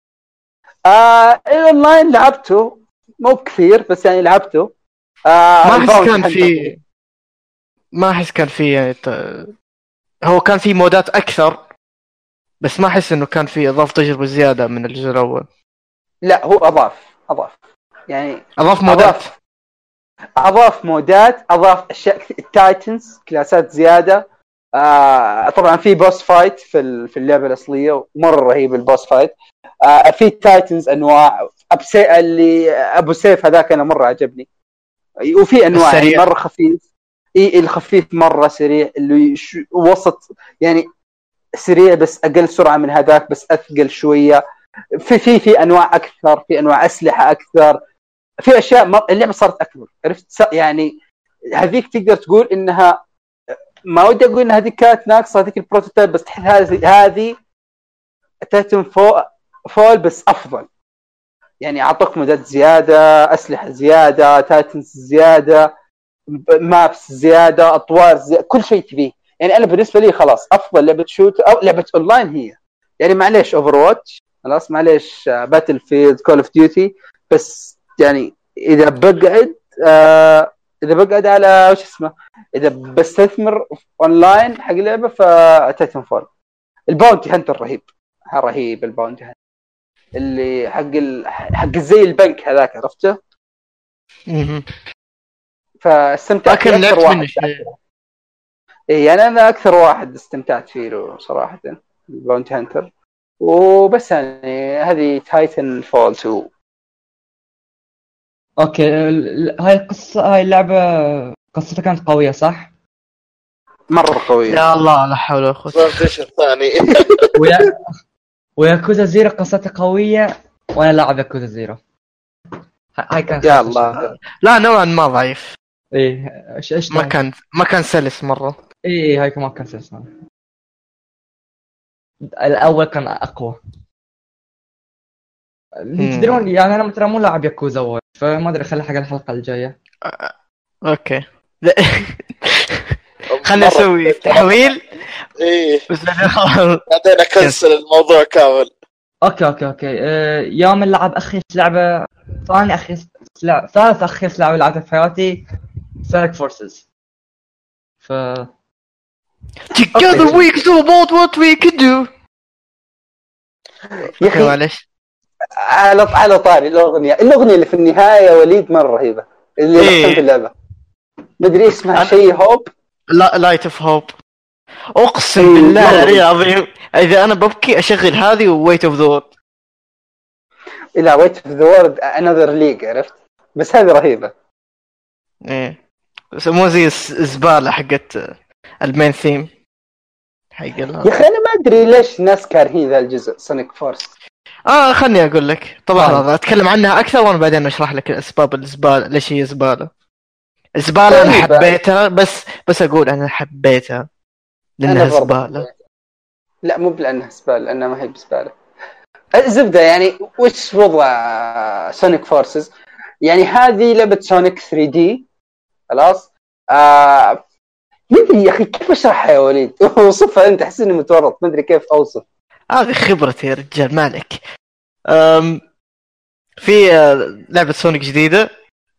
آه الاونلاين لعبته مو كثير بس يعني لعبته. آه ما احس كان في ما احس كان في يعني ت... هو كان في مودات اكثر، بس ما احس انه كان في اضاف تجربه زياده من الجزء الاول. لا هو اضاف اضاف يعني اضاف مودات اضاف, أضاف مودات اضاف اشياء، التايتنز كلاسات زياده. آه طبعا في بوس فايت في في اللعبه الاصليه مره رهيب البوس فايت. آه في تايتنز انواع أبسي... اللي ابو سيف هذاك انا مره عجبني، وفي انواع يعني مره خفيف. اي الخفيف مره سريع، اللي ش... وسط يعني سريع بس اقل سرعه من هذاك بس اثقل شويه. في في في انواع اكثر، في انواع اسلحه اكثر، في اشياء مر... اللعبه صارت اكبر، عرفت؟ يعني هذيك تقدر تقول انها ما ودي اقول ان هذه كانت ناقصه هذيك البروتوتايب، بس تحس هذه هذه تايتن فول فول بس افضل، يعني اعطوك مودات زياده، اسلحه زياده، تايتنز زياده، مابس زياده، اطوار زيادة، كل شيء تبيه. يعني انا بالنسبه لي خلاص افضل لعبه شوت او لعبه اونلاين هي يعني معليش اوفر واتش، خلاص معليش باتل فيلد، كول اوف ديوتي، بس يعني اذا بقعد آه اذا بقعد على وش اسمه اذا بستثمر اونلاين حق لعبه فتايتن فول. الباونتي هانتر رهيب رهيب الباونتي هانتر اللي حق ال... حق زي البنك هذاك، عرفته؟ اها فاستمتعت اكثر اكثر واحد اي يعني انا اكثر واحد استمتعت فيه له صراحه الباونتي هانتر. وبس يعني هذه تايتن فول تو. اوكي هاي القصه هاي اللعبه قصتها كانت قويه صح؟ مره قويه يا الله لا حول ولا قوه. الثاني ويا وياكوزا زيرو قصتها قويه وانا لاعب ياكوزا زيرو. هاي كانت يا الله لا نوعا ما ضعيف. ايه ايش ايش ما كان ما كان سلس مره. ايه هاي كمان كان سلس. الاول كان اقوى. تدرون يعني انا ترى مو لاعب ياكوزا وايد فما ادري خلي حق الحلقه الجايه. اوكي خلنا نسوي تحويل ايه بس بعدين اكنسل الموضوع كامل. اوكي اوكي اوكي أه يوم اللعب اخيس لعبه ثاني اخيس لعبه ثالث اخيس لعبه لعبتها في حياتي سونيك فورسز. ف together we can do about what we can do. يا اخي معلش على على طاري الاغنيه الاغنيه اللي في النهايه وليد مره رهيبه اللي إيه؟ في اللعبه مدري اسمها شيء هوب لا لايت اوف هوب. اقسم إيه بالله العظيم اذا انا ببكي اشغل هذه وويت اوف ذا وورد. لا ويت اوف ذا وورد انذر ليج عرفت، بس هذه رهيبه. ايه بس مو زي الزباله حقت المين ثيم حق يا اخي انا ما ادري ليش الناس كارهين ذا الجزء سونيك فورس. اه خلني اقول لك طبعا هذا اتكلم عنها اكثر وانا بعدين اشرح لك اسباب الزباله ليش هي زباله. الزباله انا حبيتها بس بس اقول انا حبيتها لانها زباله. لا مو لانها زباله لانها ما هي بزباله. الزبده يعني وش وضع سونيك فورسز يعني هذه لعبه سونيك ثري دي خلاص. آه مدري يا اخي كيف اشرحها يا وليد وصفها انت احس اني متورط مدري كيف اوصف. هذه خبرتي يا رجال مالك. أم في لعبه سونيك جديده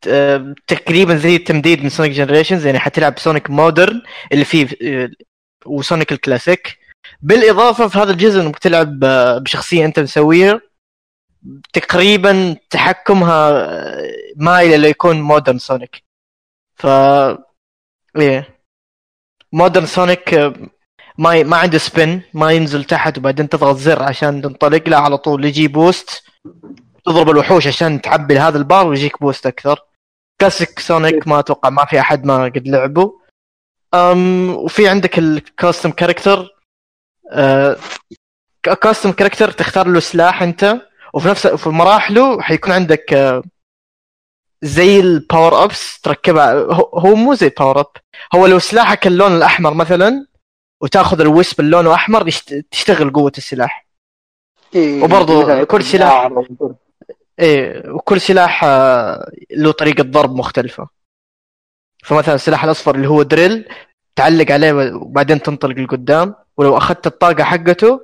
تقريبا زي التمديد من سونيك جنريشنز، يعني حتلعب سونيك مودرن اللي فيه وسونيك الكلاسيك، بالاضافه في هذا الجزء انك تلعب بشخصيه انت مسويها تقريبا تحكمها مايل اللي يكون مودرن سونيك. ف ايه مودرن سونيك ما ما عنده سبين، ما ينزل تحت وبعدين تضغط زر عشان تنطلق، لا على طول يجي بوست تضرب الوحوش عشان تعبي هذا البار ويجيك بوست اكثر. كلاسيك سونيك ما اتوقع ما في احد ما قد لعبه. أم وفي عندك الكاستم كاركتر، أه كاستم كاركتر تختار له سلاح انت، وفي نفس في مراحله حيكون عندك أه زي الباور ابس تركبها. هو مو زي باور اب، هو لو سلاحك اللون الاحمر مثلا وتاخذ الويسب اللون الاحمر تشتغل قوه السلاح. إيه وبرضه كل سلاح ايه وكل سلاح له طريقه ضرب مختلفه. فمثلا السلاح الاصفر اللي هو دريل تعلق عليه وبعدين تنطلق لقدام، ولو اخذت الطاقه حقته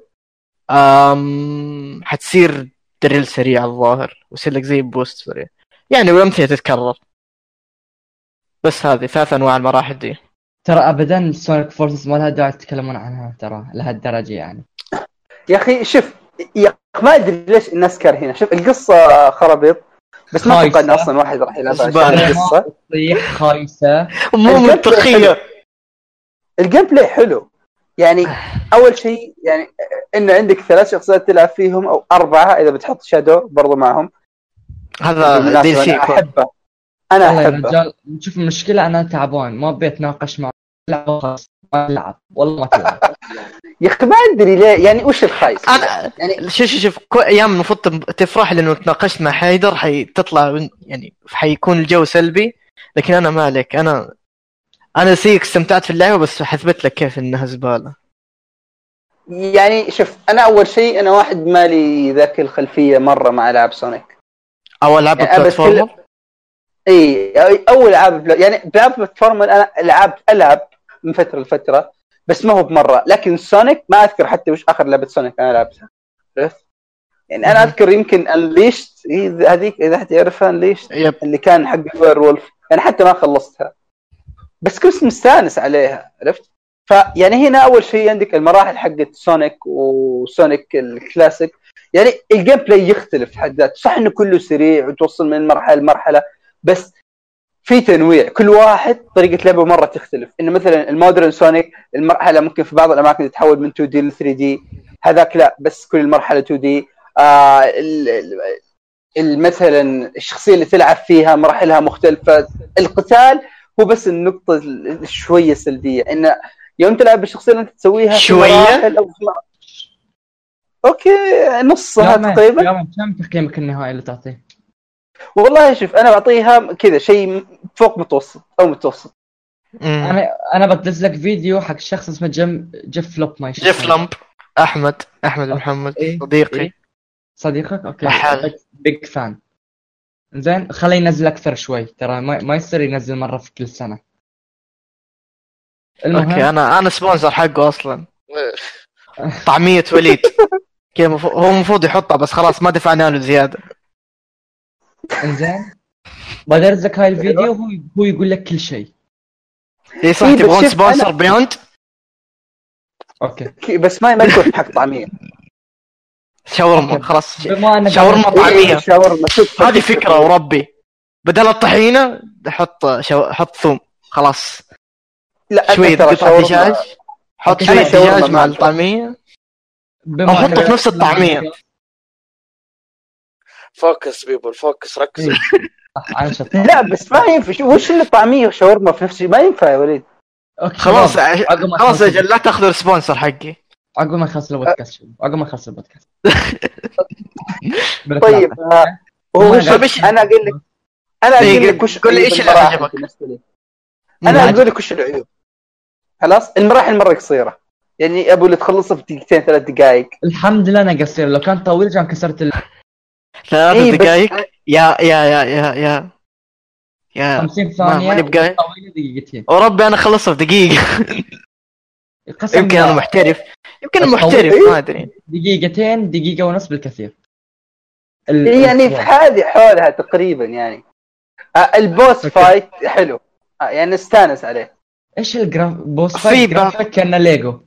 امم حتصير دريل سريع الظاهر ويصير لك زي بوست سريع يعني، والامثله تتكرر. بس هذه ثلاث انواع المراحل دي. ترى ابدا سونيك فورسز ما لها داعي تتكلمون عنها ترى لهالدرجه يعني. يا اخي شوف يا ما ادري ليش الناس كارهينها. شوف القصه خرابيط، بس ما اتوقع ان اصلا واحد راح يلعبها عشان القصه تصيح خايسه مو منطقيه. الجيم بلاي حلو يعني. اول شيء يعني انه عندك ثلاث شخصيات تلعب فيهم او اربعه اذا بتحط شادو برضو معهم. هذا دي سي احبه انا احبه. رجال شوف المشكله انا تعبان ما ابي اتناقش مع لعبه خاص ما العب والله ما تلعب. يا اخي ما ادري ليه يعني وش الخايس انا يعني شوف شوف كل ايام المفروض تفرح لانه تناقشت مع حيدر حتطلع يعني حيكون الجو سلبي، لكن انا مالك انا انا سيك استمتعت في اللعبه بس حثبت لك كيف انها زباله. يعني شوف انا اول شيء انا واحد مالي ذاك الخلفيه مره مع العاب سونيك. اول لعبه يعني بلاتفورم اي اول العاب بلا... يعني بلعب بلاتفورم انا لعبت العب من فتره لفتره بس ما هو بمره، لكن سونيك ما اذكر حتى وش اخر لعبه سونيك انا لعبتها. عرفت يعني انا اذكر يمكن انليشت هذيك اذا تعرفها انليشت اللي كان حق وير وولف، يعني حتى ما خلصتها بس كنت مستانس عليها. عرفت فيعني هنا اول شيء عندك المراحل حقت سونيك وسونيك الكلاسيك، يعني الجيم بلاي يختلف حد ذاته. صح انه كله سريع وتوصل من مرحله لمرحله بس في تنويع، كل واحد طريقه لعبه مره تختلف. انه مثلا المودرن سونيك المرحله ممكن في بعض الاماكن تتحول من تو دي ل ثري دي، هذاك لا بس كل المرحله تو دي. آه مثلا الشخصيه اللي تلعب فيها مراحلها مختلفه. القتال هو بس النقطه شويه سلبيه، انه يوم تلعب بالشخصيه اللي انت تسويها شويه اوكي نصها تقريبا. يوم كم تقييمك النهائي اللي تعطيه؟ والله شوف انا بعطيها كذا شيء فوق متوسط او متوسط. انا انا بدز لك فيديو حق شخص اسمه جيم جيف فلوب ما يشوف جيف لامب احمد احمد محمد إيه؟ صديقي إيه؟ صديقك اوكي محل. بيج فان. زين خليه ينزل اكثر شوي ترى ما, ما يصير ينزل مره في كل سنه. المهم اوكي انا انا سبونسر حقه اصلا طعميه وليد كيف هو المفروض يحطها بس خلاص ما دفعنا له زياده. انزين بدرزك هاي الفيديو هو هو يقول لك كل شيء. اي صح تبغون سبونسر بيوند اوكي بس ما ما يكون حق طعميه شاورما خلاص شاورما طعميه هذه فكره وربي بدل الطحينه حط شو... حط ثوم خلاص. لا شويه قطع دجاج حط شويه دجاج مع الطعميه او حطه في نفس الطعميه. فوكس بيبل فوكس ركزوا. لا بس ما ينفع وش اللي طعميه وشاورما في نفس ما ينفع يا وليد. خلاص خلاص اجل لا تاخذ السبونسر حقي عقب ما يخلص البودكاست. عقب ما يخلص البودكاست. طيب هو انا اقول لك انا اقول لك وش قول لي ايش اللي عجبك. انا اقول لك وش العيوب. خلاص المراحل مره قصيره يعني ابو اللي تخلصها في دقيقتين ثلاث دقائق. الحمد لله انا قصير لو كان طويل كان كسرت ال... ثلاث إيه دقائق يا يا يا يا يا يا خمسين ثانية طويلة دقيقتين. وربي انا خلصها في دقيقة. يمكن انا محترف يمكن انا محترف ما ادري. دقيقتين دقيقة ونص بالكثير يعني في هذه حولها تقريبا يعني آه البوس فايت حلو، آه يعني استانس عليه. ايش الجراف بوس في فايت بقى- جرافيك كأنه ليجو.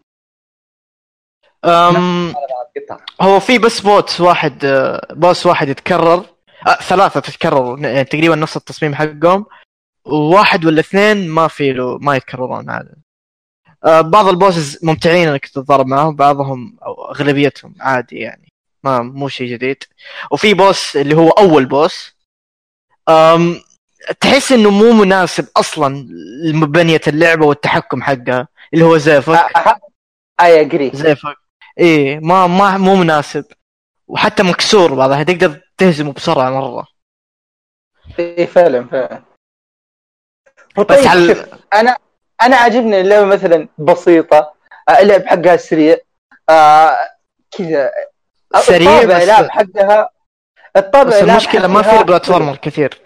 أم قطع. هو في بس بوت واحد، آه، بوس واحد يتكرر، آه ثلاثة تتكرر يعني تقريبا نفس التصميم حقهم، وواحد ولا اثنين ما في له ما يتكررون عادي. آه بعض البوسز ممتعين انك تتضارب معهم، بعضهم او اغلبيتهم عادي يعني ما مو شيء جديد. وفي بوس اللي هو اول بوس، أم تحس انه مو مناسب اصلا لبنية اللعبة والتحكم حقها، اللي هو زيفك. آه اي اجري. زيفك ايه ما ما مو مناسب، وحتى مكسور بعضها تقدر تهزمه بسرعة مرة. اي فعلا فعلا. بس وطيب على شوف، انا انا عجبني اللعبه مثلا بسيطه، آه، اللعب حقها سريع، آه كذا، سريع الطابع بس. لعب حقها الطابع بس لعب المشكلة ما في حقها البلاتفورمر كثير،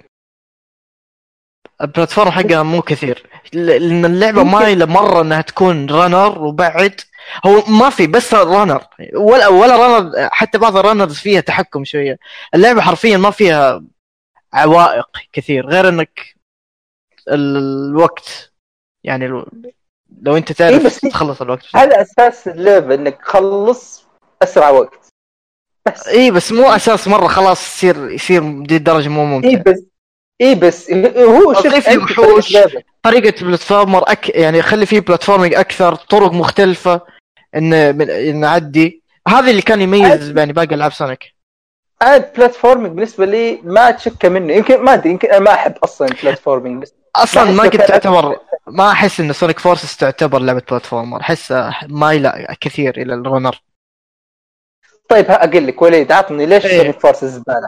البلاتفورم حقها مو كثير، لان اللعبه يمكن- مايله مره انها تكون رانر، وبعد هو ما في بس رانر ولا ولا رانر، حتى بعض الرانرز فيها تحكم شويه. اللعبه حرفيا ما فيها عوائق كثير، غير انك ال- الوقت يعني لو, لو انت إيه تعرف بس تخلص الوقت بسرعة. هذا اساس اللعبه، انك تخلص اسرع وقت بس. اي بس مو اساس مره خلاص يصير يصير دي الدرجه مو ممتع. اي بس اي بس هو شوف اضيف لي انت وحوش، طريقة لعبة. طريقه بلاتفورمر أك... يعني خلي فيه بلاتفورمينج اكثر، طرق مختلفه ان من... ان نعدي. هذا اللي كان يميز يعني باقي العاب سونيك. عاد بلاتفورمينج بالنسبه لي ما تشك منه، يمكن ما ادري، يمكن انا ما احب اصلا بلاتفورمينج، بس اصلا ما أحس ما لو كنت كان تعتبر، ما احس ان سونيك فورسز تعتبر لعبه بلاتفورمر، احسها مايله كثير الى الرونر. طيب ها اقول لك وليد، عطني ليش إيه. سونيك فورس زباله؟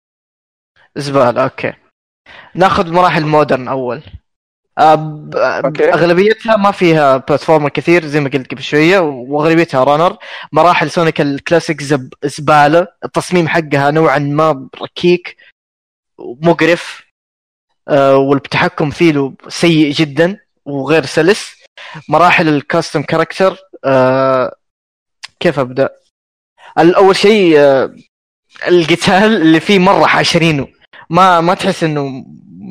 زباله. اوكي ناخذ مراحل مودرن اول. أب... أوكي. اغلبيتها ما فيها بلاتفورمر كثير زي ما قلت قبل شويه، واغلبيتها رانر. مراحل سونيك الكلاسيك زب... زباله، التصميم حقها نوعا ما ركيك ومقرف، أه والتحكم فيه له سيء جدا وغير سلس. مراحل الكاستم كاركتر، أه كيف ابدا؟ اول شيء أه القتال اللي فيه مره حاشرينه، ما ما تحس انه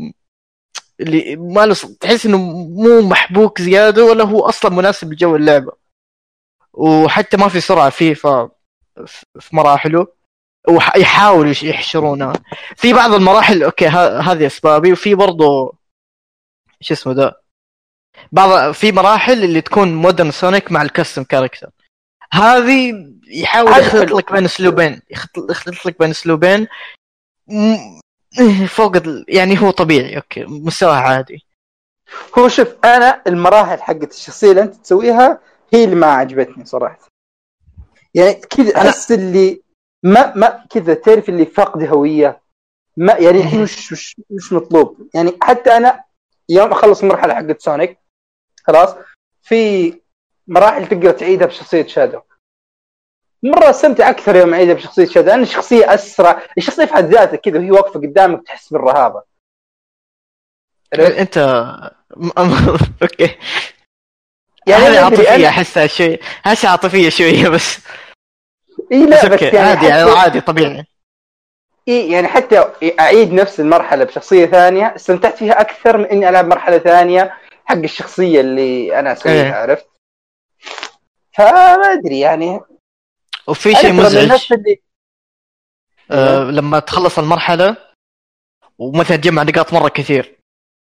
اللي ما له، تحس انه مو محبوك زياده، ولا هو اصلا مناسب لجو اللعبه. وحتى ما في سرعه فيه ف في مراحله، ويحاولوا يحشرونها في بعض المراحل. اوكي هذه اسبابي. وفي برضه ايش اسمه ده، بعض في مراحل اللي تكون مودرن سونيك مع الكاستم كاركتر، هذه يحاول يخلط لك بين اسلوبين، يخلط لك بين اسلوبين فوق يعني هو طبيعي اوكي مستوى عادي. هو شوف، انا المراحل حقت الشخصيه اللي انت تسويها هي اللي ما عجبتني صراحه، يعني كذا احس اللي ما ما كذا تعرف اللي فاقد هويه، ما يعني الحين مش مش مش مطلوب. يعني حتى انا يوم اخلص مرحله حقت سونيك خلاص، في مراحل تقدر تعيدها بشخصيه شادو، مره استمتع اكثر يوم اعيدها بشخصيه شادو، لان الشخصيه اسرع، الشخصيه في حد ذاتها كذا وهي واقفه قدامك تحس بالرهابه. انت اوكي يعني هذه عاطفيه أنا... احسها شوي، هسه عاطفيه شويه بس. إيه لا بس, بس يعني عادي يعني حتى... عادي طبيعي. إيه يعني حتى اعيد نفس المرحله بشخصيه ثانيه استمتعت فيها اكثر من اني العب مرحله ثانيه حق الشخصيه اللي انا اسويها. إيه. عرفت؟ فما ادري يعني. وفي شيء مزعج اللي... أه لما تخلص المرحله ومثلا تجمع نقاط مره كثير،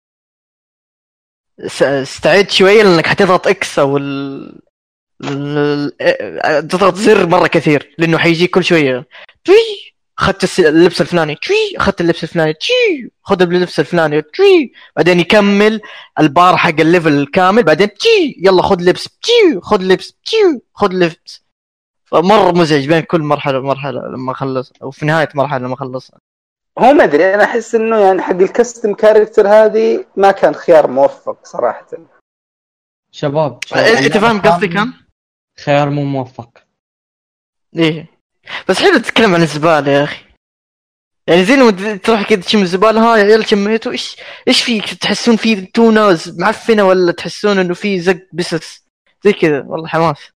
استعد شويه لانك حتضغط اكس او ال... ال... تضغط زر مره كثير، لانه حيجي كل شويه تري اخذت اللبس الفلاني، تري اخذت اللبس الفلاني، تري خذ اللبس الفلاني، تري بعدين يكمل البار حق الليفل الكامل، بعدين تري يلا خذ لبس، تري خذ لبس، تري خذ لبس. فمره مزعج بين كل مرحله ومرحله لما اخلص، او في نهايه مرحله لما اخلصها. هو ما ادري، انا احس انه يعني حق الكاستم كاركتر هذه ما كان خيار موفق صراحه. شباب, شباب انت فاهم قصدي؟ كان خيار مو موفق. ايه بس حلو تتكلم عن الزباله يا اخي، يعني زي لما تروح كذا تشم الزباله، ها يا عيال شميتوا ايش ايش في؟ تحسون في تونه معفنه ولا تحسون انه في زق بسس زي كذا؟ والله حماس.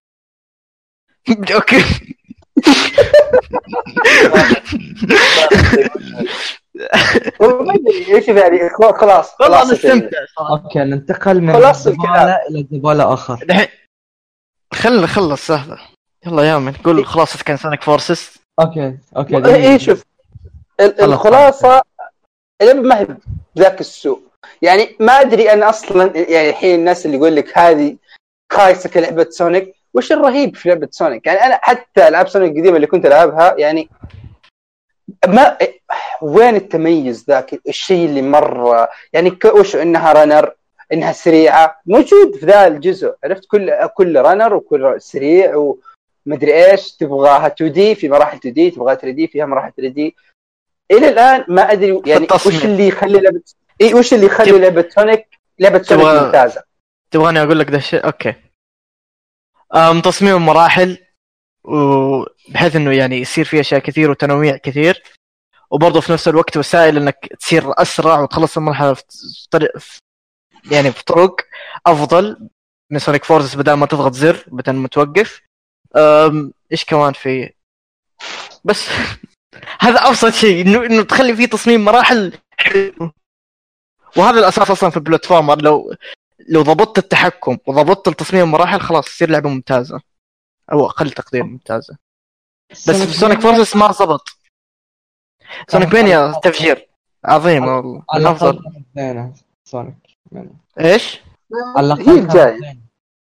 اوكي وما ادري ايش يعني خلاص والله خلاص نستمتع. اوكي ننتقل من خلاص زبالة الى زبالة اخر. الحين خل خلص سهله. يلا يا من قول خلاص كان سونيك فورسز. اوكي اوكي ايه شوف ال- الخلاصه اللعبه ما هي ذاك السوء يعني. ما ادري انا اصلا يعني الحين الناس اللي يقول لك هذه خايسه كلعبه سونيك، وش الرهيب في لعبه سونيك؟ يعني انا حتى العاب سونيك القديمه اللي كنت العبها يعني ما وين التميز ذاك الشيء اللي مره يعني ك- وش انها رنر، انها سريعه، موجود في ذا الجزء. عرفت كل كل رنر وكل سريع ومدري ايش. تبغاها تو دي في مراحل تو دي، تبغاها ثري دي فيها مراحل ثري دي. الى الان ما ادري يعني وش اللي يخلي لعبه اي وش اللي يخلي تب... لعبه سونيك لعبه سونيك تبغى... ممتازه. تبغاني اقول لك ده الشيء؟ اوكي أم تصميم المراحل وبحيث انه يعني يصير فيه اشياء كثير وتنويع كثير، وبرضه في نفس الوقت وسائل انك تصير اسرع وتخلص المرحله في طريق يعني في طرق افضل من سونيك فورسز بدل ما تضغط زر بدل ما توقف. أم... ايش كمان في بس هذا ابسط شيء انه انه تخلي فيه تصميم مراحل حلو. وهذا الاساس اصلا في البلاتفورمر. لو لو ضبطت التحكم وضبطت التصميم المراحل خلاص تصير لعبه ممتازه او اقل تقدير ممتازه. بس في سونيك فورسز ما ضبط. سونيك مانيا تفجير عظيم والله من افضل سونيك ايش على الاقل جاي.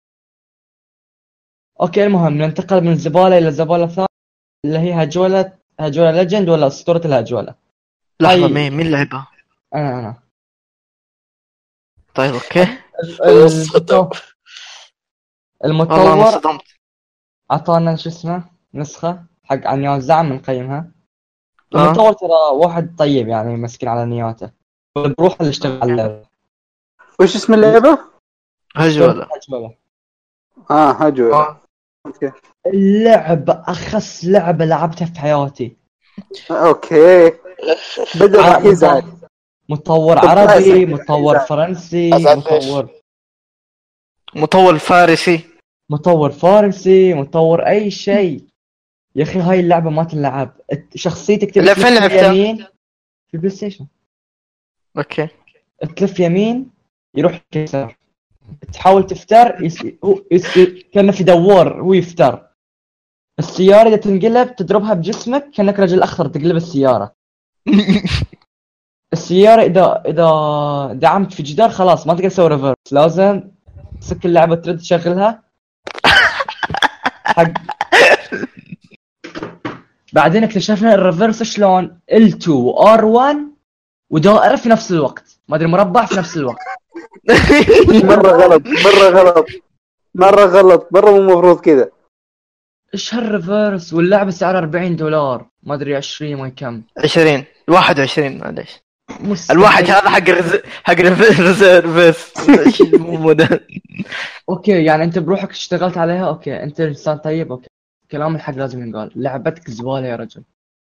اوكي المهم ننتقل من زباله الى زباله ثانيه اللي هي هجوله هجوله ليجند ولا اسطوره الهجوله. لحظه مين مين لعبها؟ انا انا طيب اوكي. المطور اعطانا شو اسمه نسخه حق عن يوزع من قيمها. المطور ترى واحد طيب يعني مسكين على نياته بروح اللي اشتغل على اللعبه. وش اسم اللعبه؟ هجوله. اه هجوله آه. اوكي. اللعبه اخس لعبه لعبتها في حياتي. اوكي بدأ راح يزعل. مطور عربي، مطور فرنسي، مطور مطور فارسي، مطور فارسي، مطور اي شيء. يا اخي هاي اللعبه ما تلعب. شخصيتك تلف يمين في بلاي ستيشن. اوكي تلف يمين يروح يسار، تحاول تفتر يس... هو يس... كأنه في دوار هو يفتر. السيارة إذا تنقلب تضربها بجسمك كأنك رجل أخضر تقلب السيارة. السيارة إذا إذا دعمت في جدار خلاص ما تقدر تسوي ريفرس، لازم تسك اللعبة ترد تشغلها حق. بعدين اكتشفنا الريفرس شلون إل تو و آر ون ودائرة في نفس الوقت، ما أدري مربع في نفس الوقت. مرة غلط مرة غلط مرة غلط مرة مو مفروض كذا. إيش هالريفرس؟ واللعبة سعرها أربعين دولار ما أدري عشرين ما كم عشرين واحد وعشرين معليش. الواحد هذا حق رز... حق ريفرس مو ده. أوكي يعني أنت بروحك اشتغلت عليها. أوكي أنت إنسان طيب. أوكي كلام الحق لازم ينقال. لعبتك زبالة يا رجل.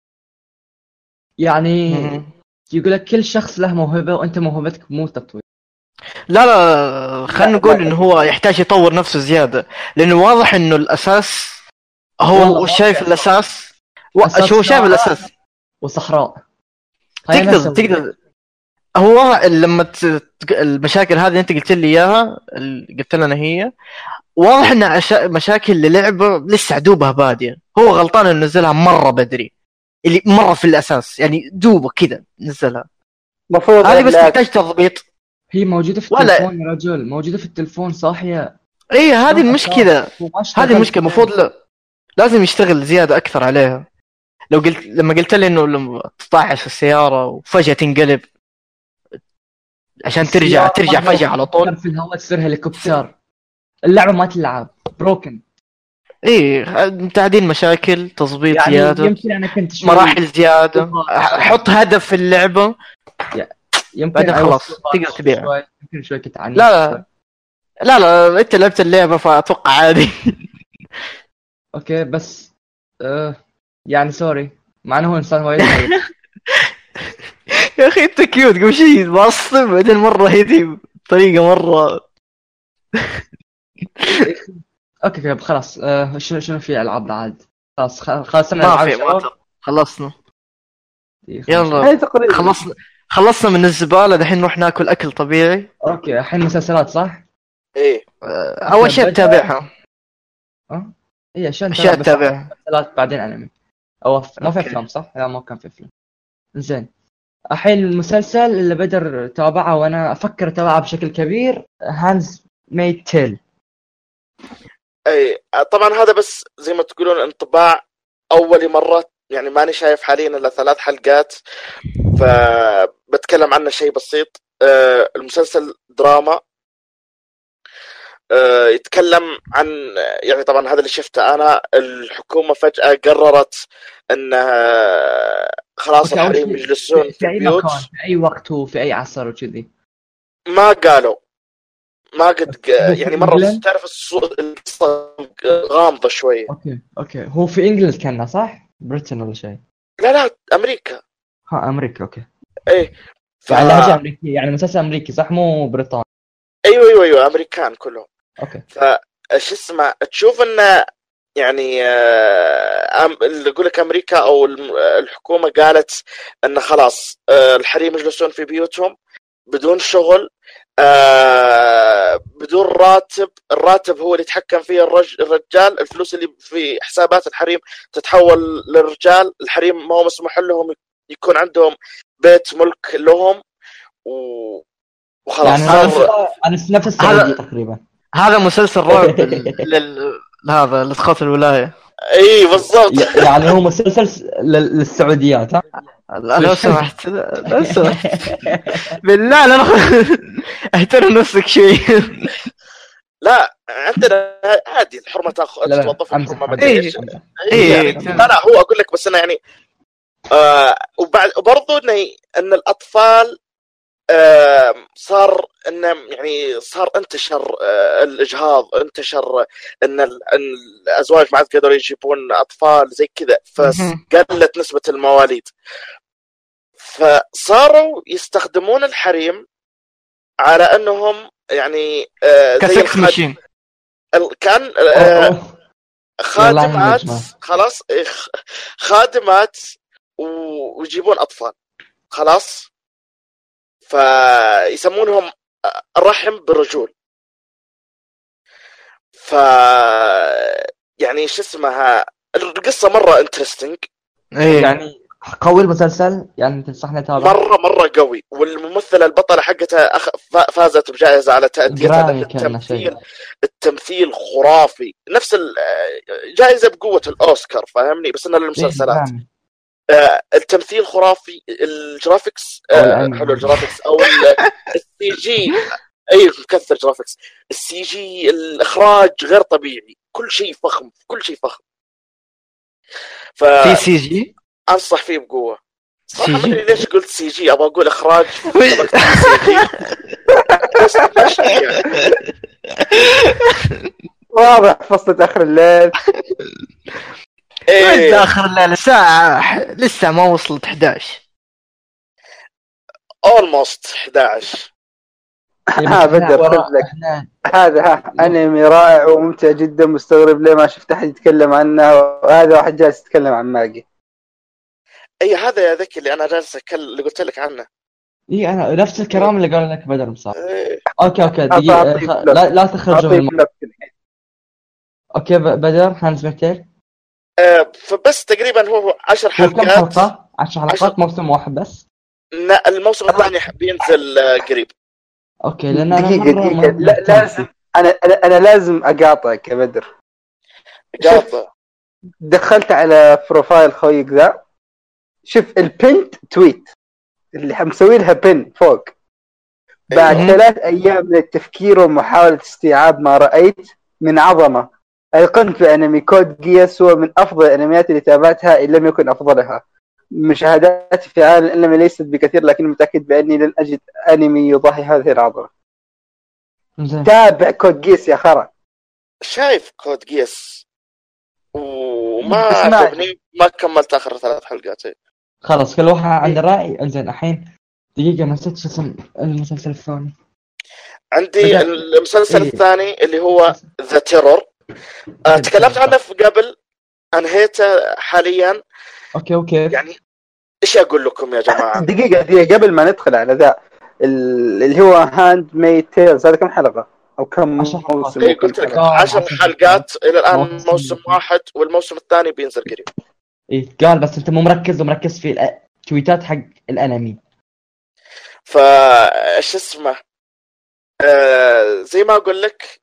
يعني يقول لك كل شخص له موهبة وأنت موهبتك مو تطوير. لا لا خلينا نقول إنه هو يحتاج يطور نفسه زيادة، لأنه واضح إنه الأساس هو شايف الأساس و... شو شايف الأساس وصحراء. تقدر تقدر هو واضح لما ت... المشاكل هذه أنت قلت لي إياها قلت لنا هي واضح إنها عش... مشاكل للعبة لسه عدوبها بادية. هو غلطان إنه نزلها مرة بدري اللي مرة في الأساس يعني دوبه كذا نزلها. هذه بس تحتاج تضبيط. هي موجودة في التلفون يا رجل، موجودة في التلفون صاحية. ايه هذه المشكلة. هذه المشكلة المفروض لا. لازم يشتغل زيادة أكثر عليها. لو قلت لما قلت لي إنه لما تطعش السيارة وفجأة تنقلب عشان ترجع ترجع فجأة على طول في الهواء تصير هليكوبتر. اللعبة ما تلعب بروكن. ايه تعديل مشاكل تضبيط يعني زيادة يمكن أنا كنت مراحل زيادة. حط هدف في اللعبة يمكن بعدين خلاص تقدر تبيعها. يمكن شوي كنت عني. لا لا لا لا انت لعبت اللعبة فأتوقع عادي. اوكي بس آه يعني سوري مع انه هو انسان وايد. يا اخي انت كيوت قبل شيء معصب بعدين مرة هيدي بطريقة مرة. اوكي طيب خلاص. آه شنو شنو في العاب بعد؟ خلاص خلصنا ما في خلصنا. يلا هاي تقريبا خلصنا خلصنا من الزبالة، دحين نروح ناكل أكل طبيعي. اوكي الحين مسلسلات صح؟ ايه أول شيء تتابعها اه اي اشياء أشياء بس تتابعها. مسلسلات بعدين انمي او ف... ما في أوكي. افلام صح؟ لا ما كان في افلام. زين الحين المسلسل اللي بدر تابعه وانا افكر اتابعه بشكل كبير هانز ميد تيل. اي طبعا هذا بس زي ما تقولون انطباع اولي مرة، يعني ماني شايف حاليا الا ثلاث حلقات، فبتكلم عنه شيء بسيط. آه المسلسل دراما، آه يتكلم عن، يعني طبعا هذا اللي شفته انا، الحكومة فجأة قررت انها خلاص أوكي، أول الحريم شيء يجلسون في, في في اي البيوت. مكان في اي وقت وفي اي عصر وكذي. ما قالوا، ما قد ق- هو في يعني مرة إنجلند؟ تعرف الصو- القصة غامضة شوية. اوكي اوكي هو في انجلند كان صح؟ بريتن ولا شيء؟ لا لا امريكا. ها امريكا اوكي. ايه ف... يعني لهجة امريكية يعني مسلسل امريكي صح مو بريطاني؟ ايوه ايوه ايوه امريكان كلهم. اوكي فش اسمه تشوف انه يعني آه، أم- اللي يقول لك امريكا او الم- الحكومه قالت ان خلاص آه، الحريم يجلسون في بيوتهم بدون شغل، آه، بدون راتب. الراتب هو اللي يتحكم فيه الرج... الرجال. الفلوس اللي في حسابات الحريم تتحول للرجال. الحريم ما هو مسموح لهم يكون عندهم بيت ملك لهم و... وخلاص يعني صار هذا نفس نفس السعودية تقريبا. هذا مسلسل رعب لل... لل... هذا لسقاط الولاية. اي بالضبط. ي- يعني هو مسلسل س- لل- للسعوديات ها؟ لا لو سمحت لو سمحت بالله لا نخ- احترم نفسك شوي. لا عندنا عادي الحرمه تاخذ لا، لا، تتوظف أمزح، الحرمه ما أمزح، ادري إيه. ايش. أمزح. إيه. يعني لا لا هو اقول لك بس انا يعني آه وبعد وبرضه انه ان الاطفال آه صار انه يعني صار انتشر آه الاجهاض، انتشر ان ال- ان الازواج ما عاد قدروا يجيبون اطفال زي كذا، فقلت نسبه المواليد. فصاروا يستخدمون الحريم على انهم يعني آه زي كسكس الخد... ماشين. ال- كان أوه، آه أوه. خادمات يلا، خلاص إيه، خ- خادمات و- ويجيبون اطفال خلاص، فيسمونهم رحم بالرجول. ف يعني شو اسمها القصه مره انترستنج، ايه يعني قوي المسلسل يعني تنصحني اتابعه؟ مره مره قوي. والممثله البطله حقتها أخ... فا- فازت بجائزه على تأديتها. جرامي لأن كان شيء. التمثيل التمثيل خرافي، نفس ال- جائزه بقوه الاوسكار فاهمني، بس انها إيه، للمسلسلات. جرامي. آه، التمثيل خرافي، الجرافيكس أو آه، الأنمي. حلو الجرافيكس او ال- السي جي. اي مكثر جرافيكس، السي جي، الاخراج غير طبيعي، كل شيء فخم، كل شيء فخم. في سي جي فانصح فيه بقوه. صراحه سي ما ادري جي ليش قلت سي جي، ابغى اقول اخراج سبقت سي جي بس ماشي يعني. واضح فصلة اخر الليل. ايه لسه اخر الليل الساعة لسه ما وصلت احد عشر. اولموست احد عشر. ها بدر خذ لك هذا. ها انمي رائع وممتع جدا، مستغرب ليه ما شفت احد يتكلم عنه، وهذا واحد جالس يتكلم عن ماجي. اي هذا يا ذكي اللي انا جالس اتكلم اللي قلت لك عنه. اي انا نفس الكلام اللي قال لك بدر مصاب. إيه. اوكي اوكي دقيقة خ... لا لا تخرجوا من الم... اوكي ب- بدر هانز ميتيل. آه، فبس تقريبا هو عشر هو كم حلقات. حلقة؟ عشر حلقات موسم واحد بس؟ لا الموسم الثاني بينزل آه، قريب. اوكي لان انا دقيقة مرة دقيقة ما- لا لازم انا انا انا لازم اقاطعك يا بدر. قاطع. دخلت على بروفايل خويك ذا، شوف البنت تويت اللي مسوي لها بن فوق بعد أيوه. ثلاث ايام من التفكير ومحاولة استيعاب ما رأيت من عظمة، أيقنت بأنمي كود جياس هو من أفضل الأنميات اللي تابعتها إن لم يكن أفضلها. مشاهداتي في عالم الأنمي ليست بكثير، لكن متأكد بأني لن أجد أنمي يضاهي هذه العظمة. زين. تابع كود جياس يا خرا. شايف كود جيس وما اسمعني. عجبني، ما كملت آخر ثلاث حلقات. إيه. خلاص كل واحد عنده رأي. انزين الحين دقيقة نسيت شو اسم المسلسل الثاني. عندي بدأ- المسلسل إيه. الثاني اللي هو ذا تيرور. آه، تكلمت عنه في قبل، انهيته حاليا. اوكي اوكي يعني ايش اقول لكم يا جماعه؟ دقيقه دقيقه قبل ما ندخل على ذا اللي هو هاند ميد تيلز، هذا كم حلقه او كم عشر حلقات. موسم؟ إيه قلت لك عشر حلقات الى الان، موسم واحد والموسم الثاني بينزل قريب. ايه قال بس انت مو مركز ومركز في التويتات حق الانمي. فايش اسمه آه زي ما اقول لك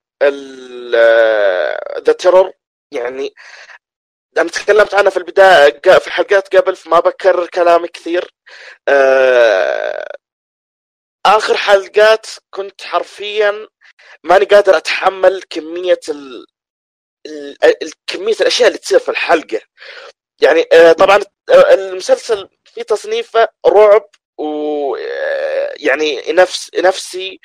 ذا تيرور، يعني انا تكلمت عنه في البدايه في الحلقات قبل، فما بكرر كلامي كثير. آه اخر حلقات كنت حرفيا ماني قادر اتحمل كميه ال... ال... كميه الاشياء اللي تصير في الحلقه. يعني آه طبعا المسلسل في تصنيفه رعب ويعني نفس نفسي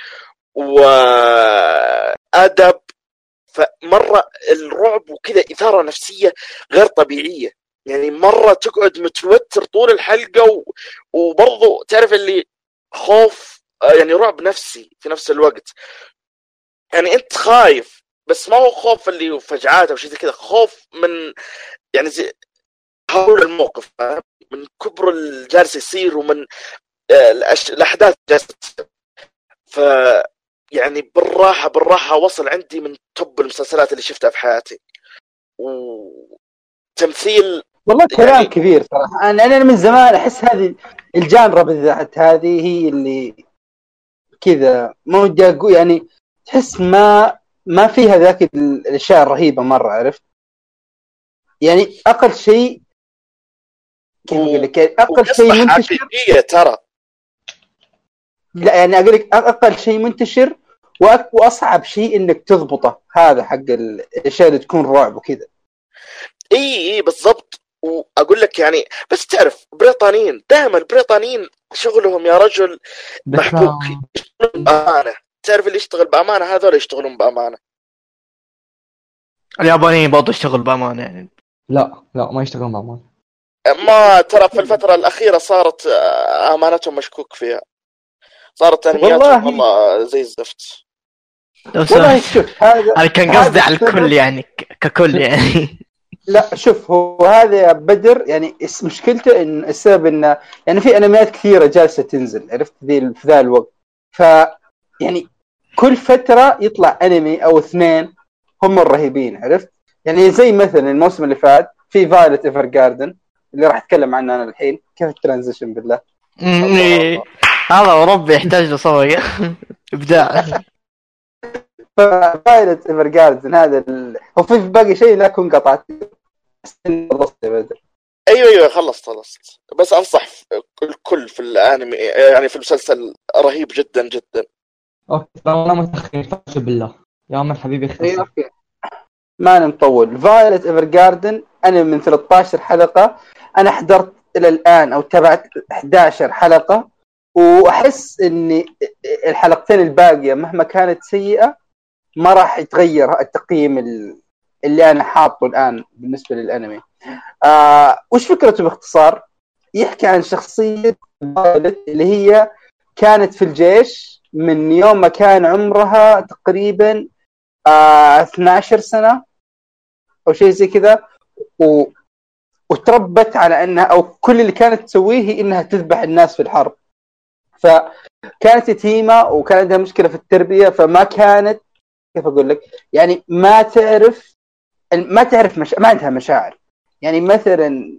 وادب، فمره الرعب وكذا اثاره نفسيه غير طبيعيه. يعني مره تقعد متوتر طول الحلقه و... وبرضو تعرف اللي خوف، يعني رعب نفسي في نفس الوقت. يعني انت خايف بس ما هو خوف اللي فجعات او شيء زي كذا، خوف من يعني زي هول الموقف، من كبر الجالس يصير ومن الأش... الاحداث جالسه تصير. ف يعني بالراحه بالراحه وصل عندي من توب المسلسلات اللي شفتها في حياتي. وتمثيل والله كلام يعني... كبير صراحه. انا انا من زمان احس هذه الجانرا بالذات هذه هي اللي كذا ما ودي اقول، يعني تحس ما ما فيها ذاك الاشياء الرهيبه مره، عرفت؟ يعني اقل شيء كيف اقول لك، اقل شيء منتشر ترى. لا يعني اقول لك اقل شيء منتشر واصعب شيء انك تضبطه، هذا حق الاشياء اللي تكون رعب وكذا. اي اي بالضبط. واقول لك يعني بس تعرف بريطانيين دائما البريطانيين شغلهم يا رجل محبوك، يشتغلون بامانه. تعرف اللي يشتغل بامانه هذول يشتغلون بامانه. اليابانيين برضو يشتغل بامانه يعني. لا لا ما يشتغلون بامانه. ما ترى في الفتره الاخيره صارت امانتهم مشكوك فيها، صارت انمياتهم والله زي الزفت. والله شوف هذا انا كان قصدي على الكل يعني ككل يعني. لا شوف هو هذا بدر يعني مشكلته ان السبب انه يعني في انميات كثيره جالسه تنزل، عرفت ذي في ذا الوقت، ف يعني كل فتره يطلع انمي او اثنين هم الرهيبين، عرفت؟ يعني زي مثلا الموسم اللي فات في فايلت ايفر جاردن اللي راح اتكلم عنه انا الحين. كيف الترانزيشن بالله هذا وربي يحتاج له صوي ابداع. فايلت ايفر جاردن هذا ال... هو في باقي شيء لا كون قطعت. ايوه ايوه خلصت خلصت بس انصح الكل في الانمي، يعني في المسلسل رهيب جدا جدا. اوكي والله متاخر فاش بالله يا عمر حبيبي خلص. اوكي ما نطول. فايلت ايفر جاردن انا من ثلاثة عشر حلقه، انا حضرت الى الان او تابعت احد عشر حلقه، واحس ان الحلقتين الباقيه مهما كانت سيئه ما راح يتغير التقييم اللي انا حاطه الان بالنسبه للانمي. آه وش فكرته باختصار؟ يحكي عن شخصيه فايلت اللي هي كانت في الجيش من يوم ما كان عمرها تقريبا آه اثنتي عشرة سنه او شيء زي كذا، و... وتربت على انها او كل اللي كانت تسويه هي انها تذبح الناس في الحرب. فكانت يتيمه وكان عندها مشكله في التربيه، فما كانت كيف اقول لك يعني ما تعرف ما تعرف مش... ما عندها مشاعر. يعني مثلا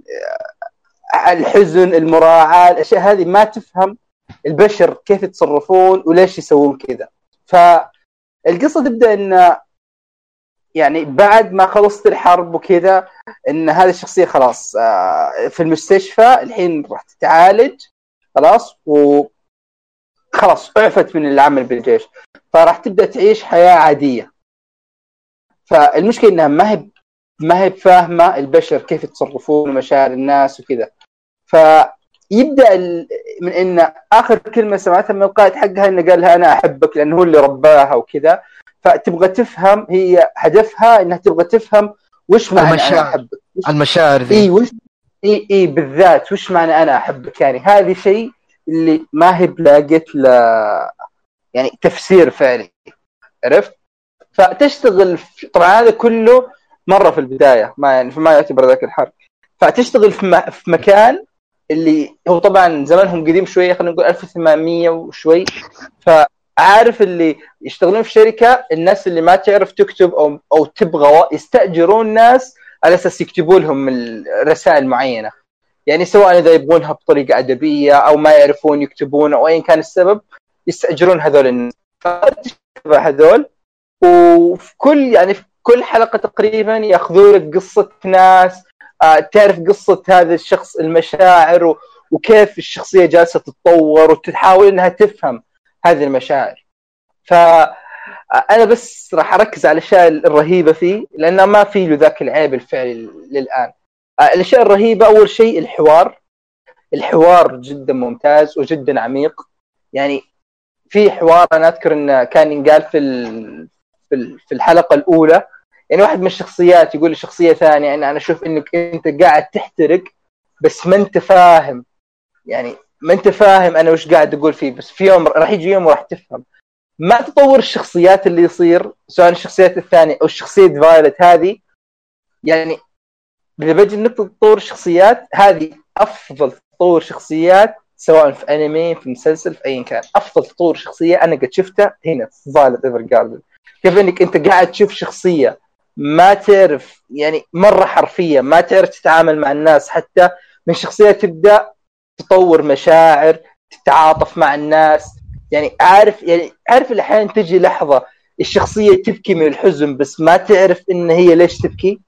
الحزن، المراعاه، الاشياء هذه ما تفهم البشر كيف يتصرفون وليش يسوون كذا. فالقصه تبدا ان يعني بعد ما خلصت الحرب وكذا ان هذه الشخصيه خلاص في المستشفى الحين راح تتعالج خلاص، وخلاص اعفت من العمل بالجيش، فراح تبدا تعيش حياه عاديه. فالمشكله انها ما هي ما هي فاهمه البشر كيف يتصرفون ومشاعر الناس وكذا. فيبدا من ان اخر كلمه سمعتها من القائد حقها انه قال لها انا احبك لانه هو اللي رباها وكذا. فتبغى تفهم، هي هدفها انها تبغى تفهم وش معنى انا احبك، المشاعر ذي اي وش اي اي بالذات وش معنى انا احبك. يعني هذه شيء اللي ما هي بلاقت ل يعني تفسير فعلي، عرفت؟ فتشتغل في... طبعا هذا كله مره في البدايه ما يعني فما يعتبر ذاك الحرب. فتشتغل في, م... في مكان اللي هو طبعا زمانهم قديم شويه، خلينا نقول ألف وثمانمية وشوي. فعارف اللي يشتغلون في شركه، الناس اللي ما تعرف تكتب او او تبغى يستاجرون ناس على اساس يكتبوا لهم رسائل معينه، يعني سواء اذا يبغونها بطريقه ادبيه او ما يعرفون يكتبون او ايا كان السبب، يستاجرون هذول الناس. هذول وفي كل يعني في كل حلقه تقريبا ياخذون لك قصه ناس، آه تعرف قصه هذا الشخص، المشاعر وكيف الشخصيه جالسه تتطور وتحاول انها تفهم هذه المشاعر. فانا بس راح اركز على الاشياء الرهيبه فيه لانه ما في له ذاك العيب الفعلي للان. الاشياء الرهيبه اول شيء الحوار. الحوار جدا ممتاز وجدا عميق. يعني في حوار انا اذكر انه كان ينقال في في الحلقه الاولى، يعني واحد من الشخصيات يقول لشخصيه ثانيه ان انا اشوف انك انت قاعد تحترق بس ما انت فاهم، يعني ما انت فاهم انا وش قاعد اقول فيه، بس في يوم راح يجي يوم وراح تفهم. مع تطور الشخصيات اللي يصير سواء الشخصيات الثانيه او الشخصيه فايلت هذه، يعني إذا بجي نقطة تطور الشخصيات هذه أفضل تطور شخصيات سواء في أنمي في مسلسل في أي كان. أفضل تطور شخصية أنا قد شفتها هنا في فايلت إيفرغاردن. كيف إنك أنت قاعد تشوف شخصية ما تعرف، يعني مرة حرفيا ما تعرف تتعامل مع الناس، حتى من شخصية تبدأ تطور مشاعر، تتعاطف مع الناس. يعني عارف يعني عارف الأحيان تجي لحظة الشخصية تبكي من الحزن بس ما تعرف إن هي ليش تبكي،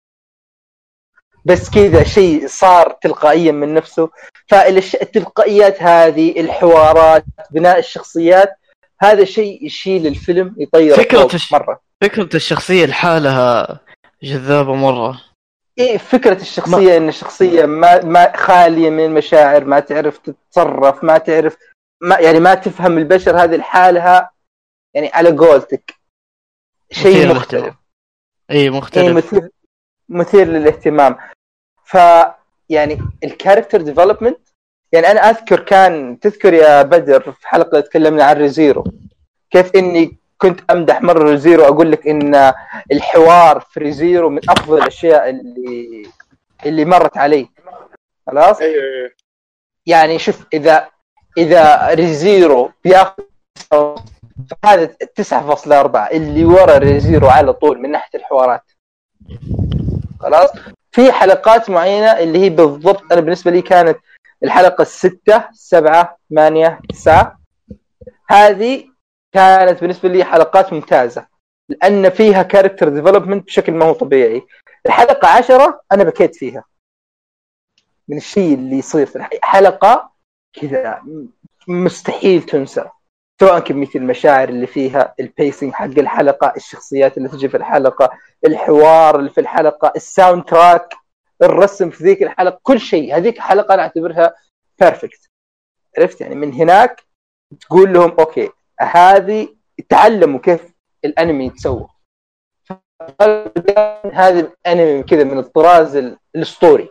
بس كذا شيء صار تلقائيا من نفسه. فالتلقائيات هذه، الحوارات، بناء الشخصيات، هذا شيء يشيل الفيلم يطير فكرة الش... مرة. فكرة الشخصية لحالها جذابة مرة. إيه فكرة الشخصية ما... إن الشخصية ما ما خالية من المشاعر، ما تعرف تتصرف، ما تعرف ما يعني ما تفهم البشر، هذه لحالها يعني على قولتك شيء مختلف. إيه مختلف. إيه مثير مثير للاهتمام. ف يعني الكاركتر ديفلوبمنت، يعني انا اذكر كان تذكر يا بدر في حلقه تكلمنا عن ريزيرو كيف اني كنت امدح مره ريزيرو، اقول لك ان الحوار في ريزيرو من افضل الاشياء اللي اللي مرت علي. خلاص يعني شوف اذا اذا ريزيرو بياخذ هذا تسعة فاصلة أربعة اللي ورا ريزيرو على طول من ناحيه الحوارات. خلاص في حلقات معينة اللي هي بالضبط أنا بالنسبة لي كانت الحلقة الستة سبعة ثمانية تسعة، هذه كانت بالنسبة لي حلقات ممتازة لأن فيها كاركتر ديفلوبمنت بشكل ما هو طبيعي. الحلقة عشرة أنا بكيت فيها من الشيء اللي يصير في الحلقة، كذا مستحيل تنسى، سواء كمية المشاعر اللي فيها، البيسنج حق الحلقة، الشخصيات اللي تجي في الحلقة، الحوار اللي في الحلقة، الساوند تراك، الرسم في ذيك الحلقة، كل شيء. هذيك الحلقة أنا أعتبرها بيرفكت. عرفت يعني من هناك تقول لهم أوكي هذه تعلموا كيف الأنمي يتسوى. هذا الأنمي كذا من الطراز الأسطوري.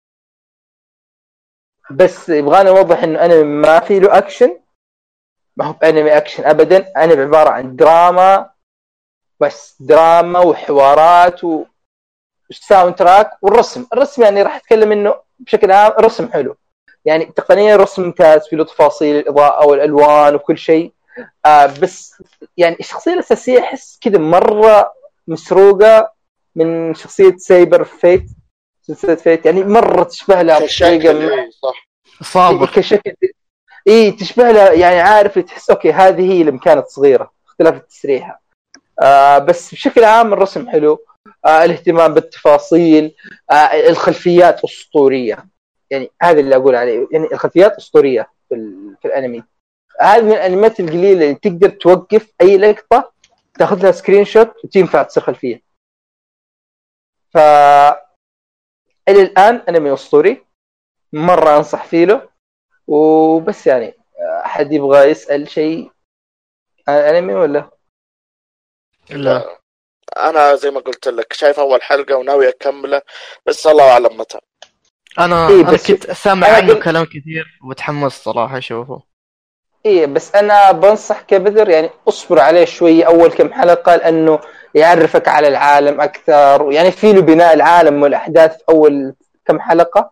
بس يبغانا نوضح إنه أنمي ما فيه له أكشن، ما هو بأنمي أكشن أبداً. أنا عبارة عن دراما، بس دراما وحوارات والساوند تراك والرسم. الرسم يعني راح أتكلم إنه بشكل عام رسم حلو، يعني تقنيا رسم ممتاز، في له تفاصيل الإضاءة والألوان وكل شيء. آه بس يعني الشخصية الأساسية أحس كذا مرة مسروقة من شخصية سايبر فيت، سلسلة فيت، يعني مرة تشبه لها بطريقة صح صابر كشكل إيه تشبه لها، يعني عارف تحس أوكي هذه هي لما كانت صغيرة، اختلاف التسريحة. آه بس بشكل عام الرسم حلو، آه الاهتمام بالتفاصيل، آه الخلفيات أسطورية، يعني هذا اللي أقول عليه، يعني الخلفيات أسطورية في, في الأنمي. هذه من الأنميات القليلة اللي تقدر توقف أي لقطة تأخذ لها سكرين شوت وتنفع تصير خلفية. ف إلى الآن أنمي أسطوري مرة أنصح فيه له. وبس يعني أحد يبغى يسأل شيء عن أنمي ولا؟ لا أنا زي ما قلت لك شايف أول حلقة وناوي أكمله، بس الله أعلم متى. أنا إيه أنا كنت سامع عنه قل... كلام كثير وتحمس صراحة أشوفه. إيه بس أنا بنصح كبدر يعني أصبر عليه شوي أول كم حلقة، لأنه يعرفك على العالم أكثر، يعني في له بناء العالم والأحداث في أول كم حلقة،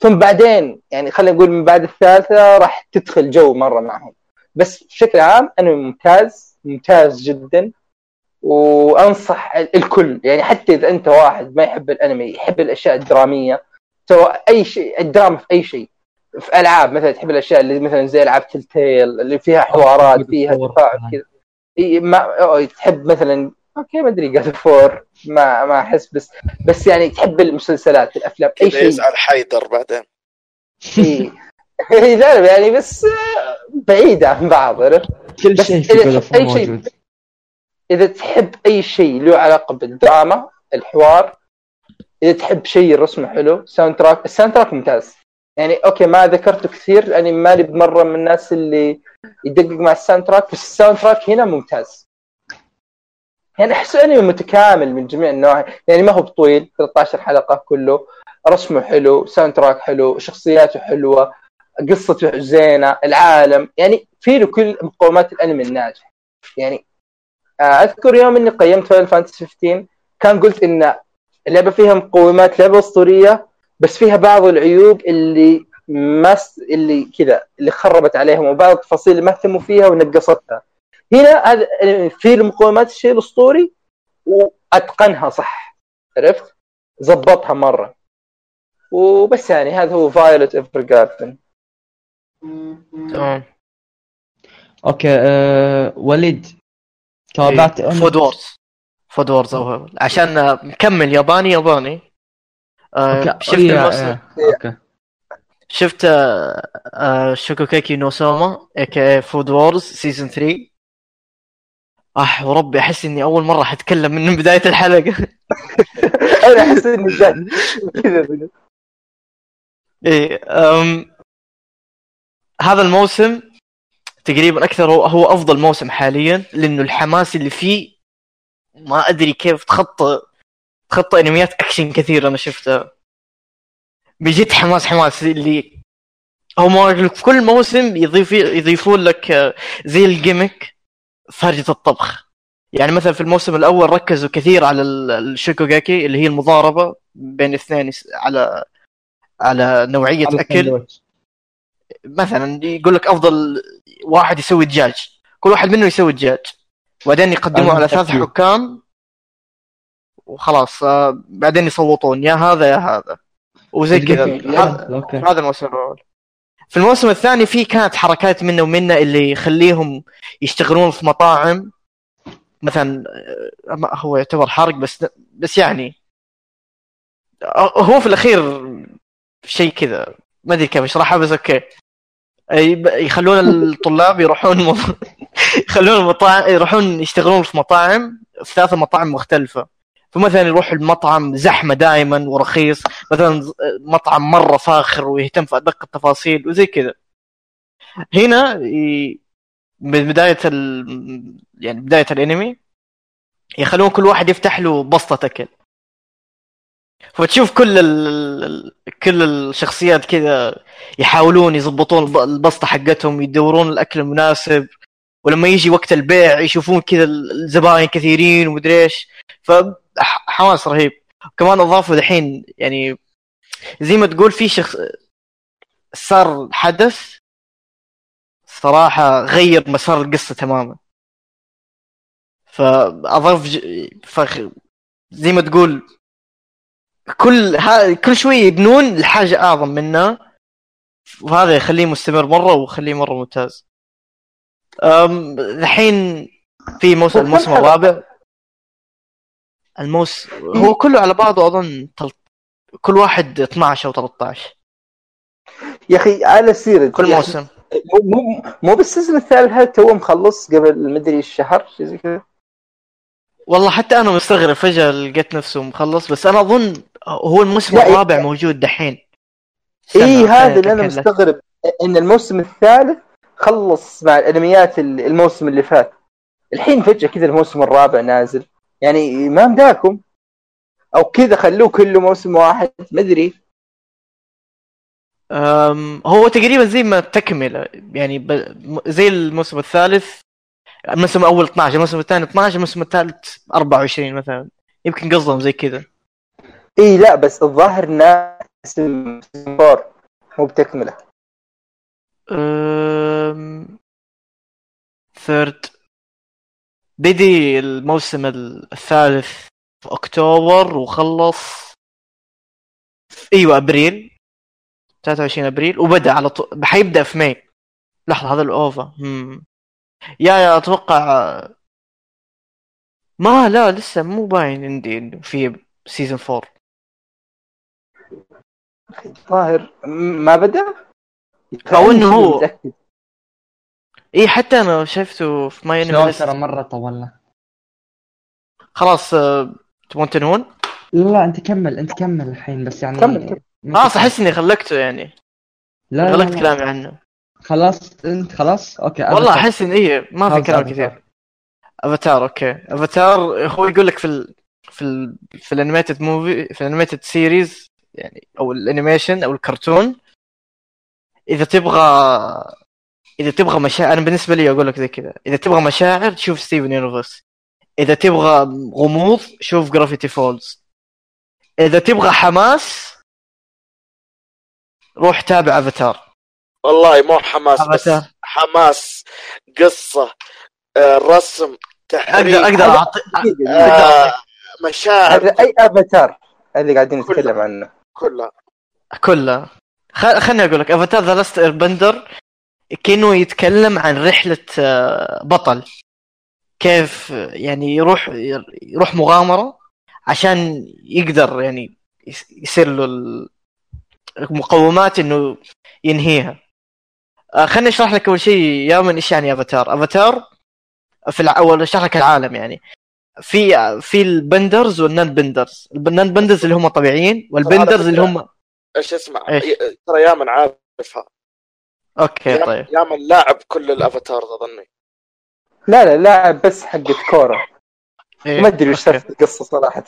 ثم بعدين يعني خلينا نقول من بعد الثالثة راح تدخل جو مرة معهم. بس بشكل عام أنا ممتاز ممتاز جدا، وأنصح الكل يعني حتى إذا أنت واحد ما يحب الأنمي يحب الأشياء الدرامية، سواء أي شيء الدراما في أي شيء، في ألعاب مثلا تحب الأشياء اللي مثلا زي ألعاب تلتيل اللي فيها حوارات فيها تفاعل كذا، ما تحب مثلا اوكي ما ادري قاعد فور ما ما احس، بس بس يعني تحب المسلسلات الافلام اي شيء يزعل حيدر بعدين اي لا يعني بس بعيدة عن بعض كل شيء في اي شيء. اذا تحب اي شيء له علاقه بالدراما الحوار، اذا تحب شيء رسمه حلو ساوند تراك الساوند تراك ممتاز يعني اوكي ما ذكرته كثير لاني مالي بمره من الناس اللي يدقق مع الساوند تراك، بس الساوند تراك هنا ممتاز يعني احسه انمي متكامل من جميع النواحي يعني ما هو طويل ثلاثة عشر حلقه كله، رسمه حلو ساوند تراك حلو شخصياته حلوه قصته زينه العالم يعني فيه له كل مقومات الانمي الناجح يعني. اذكر يوم اني قيمت فاينل فانتسي خمسة عشر كان قلت ان اللعبه فيها مقومات لعبه اسطوريه بس فيها بعض العيوب اللي ما اللي كذا اللي خربت عليهم وبعض التفاصيل اللي ما اهتموا فيها ونقصتها. هنا هذا في المقومات الشيء الاسطوري واتقنها صح عرفت زبطها مره وبس يعني هذا هو فايولت ايفرغاردن. تمام اوكي أه... وليد تابعت إيه. فود وورز فود وورز أو عشان نكمل ياباني ياباني أه شفت إيه. الموسم إيه. اوكي شفت أه شوكوكيكي نو سوما اكي فود وورز سيزون ثلاثة. اح وربي احس اني اول مره حتكلم من بدايه الحلقه. انا احس اني جد كذا ايه أم... هذا الموسم تقريبا اكثر هو, هو افضل موسم حاليا لانه الحماس اللي فيه ما ادري كيف تخطى تخطى انميات اكشن كثير انا شفتها بجد حماس حماس اللي هم في كل موسم يضيف يضيفون لك زي الجيمك فرجة الطبخ يعني مثلا في الموسم الاول ركزوا كثير على الشوكوغاكي اللي هي المضاربه بين اثنين على على نوعيه على اكل سندوتش. مثلا يقول لك افضل واحد يسوي دجاج كل واحد منه يسوي دجاج وبعدين يقدموا على ثلاث حكام وخلاص بعدين يصوتون يا هذا يا هذا وزي كذا. هذا الموسم الاول. في الموسم الثاني في كانت حركات منه ومنه اللي يخليهم يشتغلون في مطاعم مثلا هو يعتبر حرق بس بس يعني هو في الاخير شيء كذا ما ادري كيف اشرحها بس اوكي يخلون الطلاب يروحون م... يخلون المطاعم يروحون يشتغلون في مطاعم في ثلاثة مطاعم مختلفة فمثلا يروح المطعم زحمة دائما ورخيص مثلا مطعم مرة فاخر ويهتم في أدق التفاصيل وزي كذا. هنا ي... من بداية ال... يعني بداية الانمي يخلون كل واحد يفتح له بسطة أكل فتشوف كل ال... كل الشخصيات كذا يحاولون يضبطون البسطة حقتهم يدورون الأكل المناسب ولما يجي وقت البيع يشوفون كذا الزبائن كثيرين ومدري ايش فحماس رهيب. كمان أضافوا الحين يعني زي ما تقول في شخص صار حدث صراحة غير مسار القصة تماما فأضاف ج... فخ... زي ما تقول كل ها... كل شوي يبنون الحاجة أعظم منها وهذا يخليه مستمر مرة ويخليه مرة ممتاز. أم... الحين في موسم الموسم الرابع الموس هو كله على بعضه أظن تلت... كل واحد اثناشر أو ثلاثة عشر يا أخي على سيرة كل موسم مو مو بالسيزون الثالث هل تو مخلص قبل مدري الشهر شيء زي كذا والله حتى أنا مستغرب فجأة لقيت نفسه مخلص بس أنا أظن هو الموسم الرابع إيه موجود دحين. إيه هذا اللي أنا مستغرب إن الموسم الثالث خلص مع الأنميات الموسم اللي فات الحين فجأة كذا الموسم الرابع نازل يعني ما مداكم أو كذا خلوه كله موسم واحد مدري. أم هو تقريبا زي ما تكمل يعني ب... زي الموسم الثالث الموسم الأول اثناشر الموسم الثاني اثناشر الموسم الثالث أربعة وعشرين مثلا يمكن قصدهم زي كذا. إيه لا بس الظاهر ناس فور مو بتكمله. أم... ثيرد بدي الموسم الثالث في اكتوبر وخلص ايوه ابريل ثلاثة وعشرين ابريل وبدا على طول حيبدا في ماي. لحظه هذا الاوفا هم. يا يا اتوقع ما لا لسه مو باين عندي انه في سيزون فور. ظاهر ما بدا او انه هو متأكد. اي حتى انا شايفته في ماي شلون انمي ترى مرة طولنا. خلاص آه، تبون تنهون؟ لا لا انت كمل انت كمل الحين بس يعني كمل كمل. ما اه تكمل. احس اني خلقته يعني لا لا, غلقت لا. كلامي عنه خلاص انت خلاص اوكي والله أفاتار. احس ان ايه ما في هاوس كلام أفاتار. كثير. افاتار اوكي افاتار هو يقول لك في ال... في ال... في الانيميتد موفي في الانيميتد سيريز يعني او الانيميشن او الكرتون اذا تبغى اذا تبغى مشاعر انا بالنسبه لي اقول لك زي كذا اذا تبغى مشاعر تشوف ستيفن يونيفرس اذا تبغى غموض شوف جرافيتي فولز اذا تبغى حماس روح تابع افاتار. والله مو حماس أفاتار. بس حماس قصة آه، رسم تحريك اقدر اقدر اعطي آه، مشاعر هذا اي افاتار اللي قاعدين نتكلم كلها. عنه كلها كلها. خ... خلني اقول لك افاتار ذا لاست ايربندر كأنه يتكلم عن رحلة بطل كيف يعني يروح يروح مغامرة عشان يقدر يعني يصير له المقومات انه ينهيها. خلني اشرح لك اول شيء يا من ايش يعني افاتار. افاتار في الاول اشرح لك العالم يعني في في البندرز والنان بندرز. النان بندرز اللي هم طبيعيين والبندرز اللي هم ايش اسمع إيش؟ ترى يا من عارفها. اوكي يا طيب يا من لاعب كل الافاتار اظني. لا لا لاعب بس حقت كورة. إيه؟ ما ادري وش أوكي. في القصة صراحة.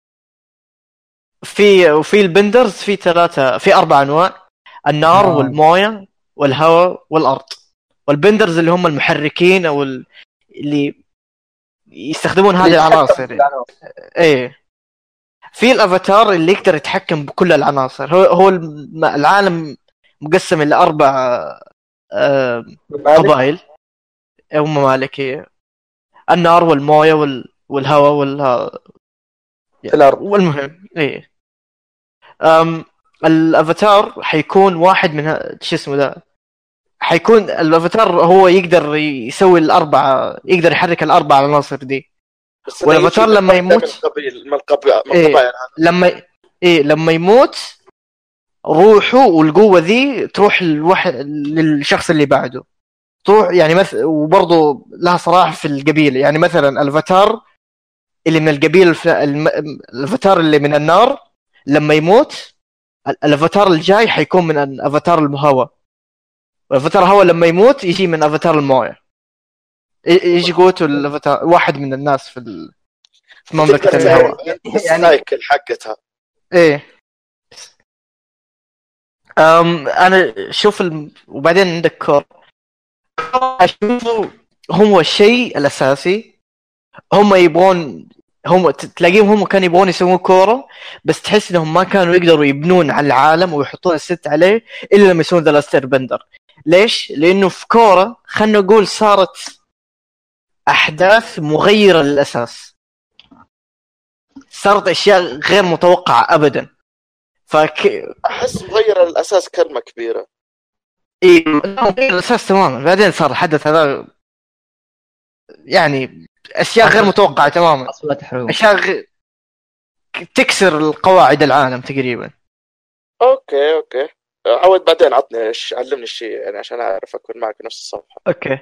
في وفي البندرز في ثلاثة في أربع أنواع النار آه. والموية والهواء والأرض. والبندرز اللي هم المحركين أو اللي يستخدمون هذه العناصر. إيه في الأفاتار اللي يقدر يتحكم بكل العناصر. هو هو العالم مقسم إلى أربع آه قبائل أو ممالك. النار والموية وال والهواء والها الأرض. والمهم إيه أم الافاتار حيكون واحد من ه... شو اسمه ده حيكون الافاتار هو يقدر يسوي الاربعه يقدر يحرك الاربع عناصر دي. والافاتار لما يموت من قبيل من القبائل إيه لما ايه لما يموت روحه والقوه ذي تروح الواحد للشخص اللي بعده تروح يعني مثلا. وبرضه لها صراحه في القبيله يعني مثلا الافاتار اللي من القبيله الف... الم... الافاتار اللي من النار لما يموت الافاتار الجاي حيكون من افاتار الهواء. والافاتار الهواء لما يموت يجي من افاتار المويه. يجي قوته الافاتار واحد من الناس في ال... في مملكه الهواء يعني السايكل حقتها. ايه أم انا شوف الم... وبعدين عندك كور اشوفه هو الشيء الاساسي. هم يبغون هم تلاقيهم هم كانوا يبغون يسوون كورة بس تحس انهم ما كانوا يقدروا يبنون على العالم ويحطون الست عليه الا لما يسوون ذا لاستر بندر. ليش؟ لانه في كورة خلنا نقول صارت احداث مغيرة للاساس صارت اشياء غير متوقعة ابدا. فك احس مغيرة للاساس كلمة كبيرة. ايه الاساس تماما. بعدين صار الحدث هذا يعني اشياء غير متوقعة تماما. اشياء غ... تكسر القواعد العالم تقريبا. اوكي اوكي عود بعدين عطني ايش علمني الشيء يعني عشان اعرف اكون معك نفس الصفحه. اوكي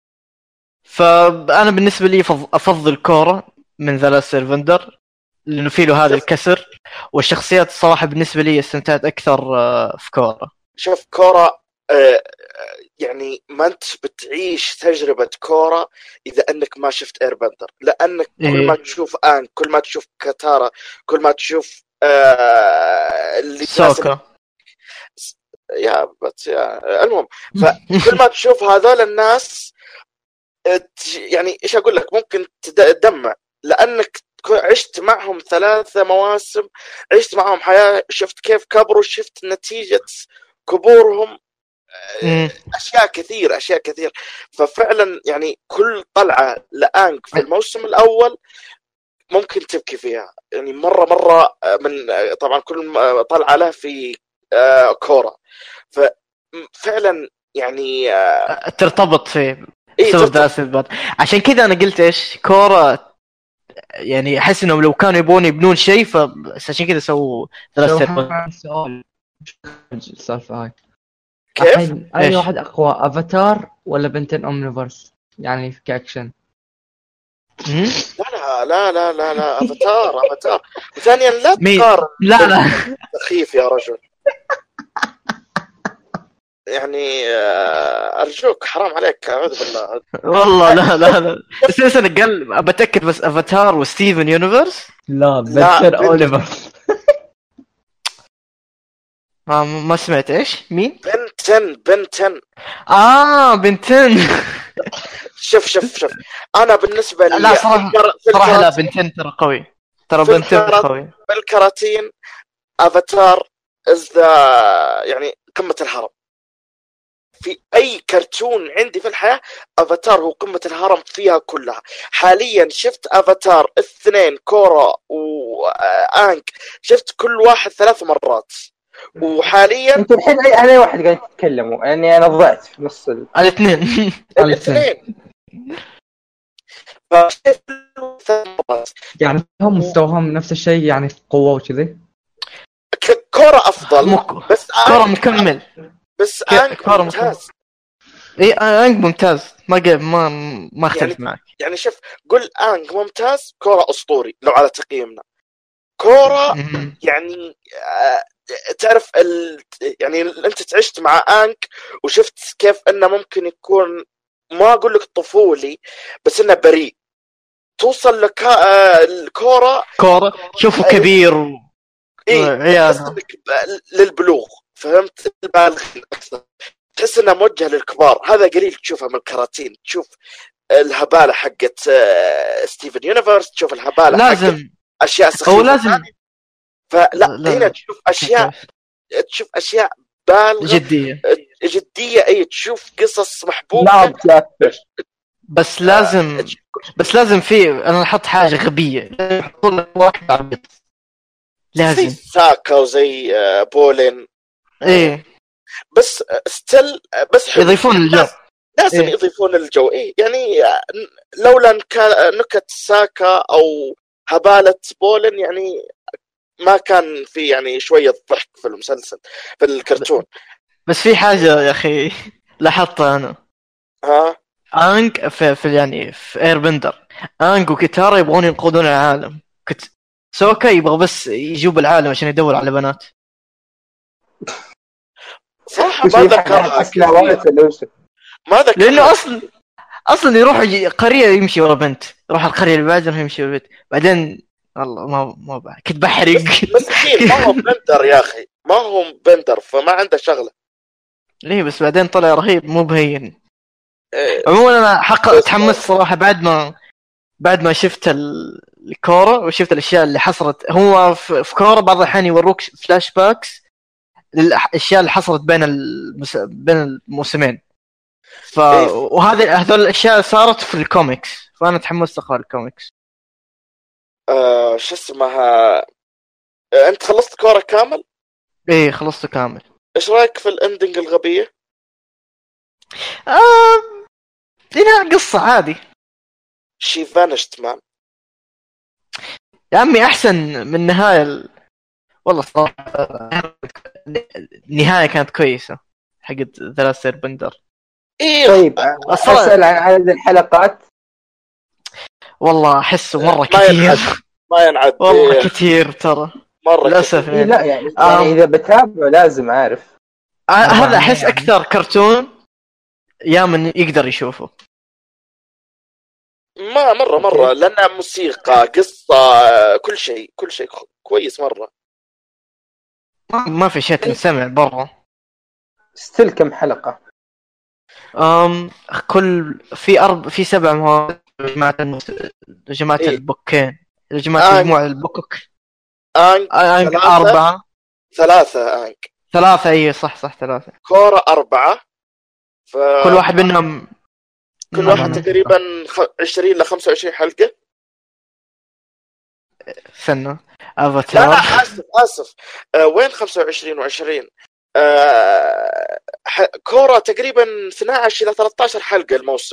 فانا بالنسبه لي افضل كورة من ذا لاست ايربندر لانه فيه له هذا الكسر والشخصيات الصراحه بالنسبه لي استمتعت اكثر في كورة. شوف كورة يعني ما انت بتعيش تجربة كورة اذا انك ما شفت ايربندر لانك إيه. كل ما تشوف ان كل ما تشوف كاتارا كل ما تشوف آه اللي سوكا يا بس يا المهم فكل ما تشوف هذول الناس يعني ايش اقول لك ممكن تدمع لانك عشت معهم ثلاثة مواسم عشت معهم حياة شفت كيف كبروا شفت نتيجة كبورهم مم. اشياء كثير اشياء كثير. ففعلا يعني كل طلعه لانج في الموسم الاول ممكن تبكي فيها يعني مره مره. من طبعا كل طلعه له في كورا ففعلا يعني ترتبط فيه إيه بسبب دراسة البعد. عشان كذا انا قلت ايش كورا يعني احس انهم لو كانوا يبون يبنون شيء فعشان كذا سووا دراسة البعد. سؤال السالفه هاي كيف الحين اي إيش؟ واحد اقوى افاتار ولا بنتن اومنيفرس يعني في كاكشن؟ مم؟ لا لا لا لا لا افاتار افاتار. وثانيا لا مين؟ تقارن لا لا سخيف يا رجل يعني آه، ارجوك حرام عليك اعوذ بالله. والله لا لا لا بس انا قال بتاكد بس افاتار وستيفن يونيفرس. لا لا، بنتن بنت- اونيفرس. ما ما سمعت ايش مين. بنتن بنتن اه بنتن. شوف شوف شوف انا بالنسبه لي لا صراحه في الكرا- في صراحه لا الكراتين- بنتن ترى قوي ترى في بنتن الكرات- قوي. في الكراتين افاتار از ذا يعني قمه الهرم. في اي كرتون عندي في الحياه افاتار هو قمه الهرم فيها كلها. حاليا شفت افاتار الاثنين كورا وانك شفت كل واحد ثلاث مرات. وحاليا انتوا الحين اي على واحد قاعد تتكلموا يعني انا ضعت في نص ال... الاثنين. الاثنين فشفت ثلاث مرات. يعني هم مستواهم نفس الشيء يعني في قوه وكذي. ك- كورا افضل مك... بس كورة انك مكمل. بس ك- انك كورة ممتاز. اي انك ممتاز ما قل... ما ما اختلف يعني- معك. يعني شوف قل انك ممتاز كورا اسطوري لو على تقييمنا. كورا مم. يعني آه، تعرف ال... يعني انت عشت مع انك وشفت كيف انه ممكن يكون ما اقول لك طفولي بس انه بريء. توصل لك آه، الكورة كورة شوفوا كبير و... ايه عيال. تحس انك ب- للبلوغ فهمت البالغين اكثر. تحس انه موجه للكبار. هذا قليل تشوفه من الكراتين. تشوف الهبالة حقت آه، ستيفن يونيفرس تشوف الهبالة حقت لازم اشياء سخيفة. هو لازم فلا لا- هنا تشوف اشياء تشوف اشياء بالغه جدية جديه. اي تشوف قصص محبوبه. لا بتاكل بس لازم بس لازم في انا احط حاجة غبية يحطوا لك واحد عبيط زي لازم ساكا وزي آه، بولين ايه بس ستيل بس حلو. يضيفون الجو. لازم إيه. يضيفون الجو. إيه يعني آه، لولا نك- نكت ساكا او هبالة بولين يعني ما كان في يعني شويه ضحك في المسلسل في الكرتون. بس في حاجة يا اخي لاحظتها انا. ها انج في, في يعني في اير بندر انج وكيتارا يبغون ينقذون العالم. كت... سوكا يبغى بس يجوب العالم عشان يدور على بنات. صراحه وش ما هي ذكرها حاجات أكلها ولا كثير. تلوث. ما ذكرها لانه اصلا اصلا يروح يجي قرية يمشي ورا بنت يروح القرية اللي بعدها يمشي ورا بنت بعدين والله ما ما بعرف. كنت بحرق مسكين ما هو بندر يا اخي ما هو بندر فما عنده شغله. ليه بس بعدين طلع رهيب مو بهين. إيه، عموما انا حق بس- تحمست صراحة بعد ما بعد ما شفت ال- الكورة وشفت الاشياء اللي حصلت. هو في في كورة بعض الاحيان يوروك فلاش باكس للاشياء اللي حصلت بين المس... بين الموسمين. ف إيه. وهذه هذول الاشياء صارت في الكوميكس فانا تحمست اقرا الكوميكس. آه شو اسمها آه، انت خلصت كورة كامل؟ ايه خلصته كامل. ايش رايك في الاندنج الغبيه؟ آه... لنا قصة عادي شي فانشت مان. يا عمي احسن من نهاية ال... والله صراحة النهاية كانت كويسة حقت ثلاث سير بندر. ايه طيب الصراحة- اسال عن عدد الحلقات. والله احسه مرة ما كثير ينعد. ما ينعد والله إيه، كثير ترى مره للاسف إيه يعني. لا يعني, آه. يعني اذا بتابعه لازم اعرف. آه هذا احس يعني. اكثر كرتون يا من يقدر يشوفه. ما مره مره لانها موسيقى قصه كل شيء كل شيء كويس مره. ما, ما في شيء تنسمع برا. ستيل كم حلقه؟ أم كل في أرب في سبع مواد جماعة المس... جماعة إيه. البوكين جماعة آه. مجموعة البوكوك انك آنك ثلاثة. أربعة ثلاثه انك ثلاثة اي صح صح ثلاثة. كورة أربعة. ف... كل واحد منهم كل ما واحد أنا- تقريبا عشرين إلى خمسة وعشرين حلقة. سنة لا افاتار. لا آسف آسف آه وين خمسة وعشرين وعشرين؟ آه ح... كورة تقريبا اثنا عشر إلى ثلاثة عشر حلقة الموسم.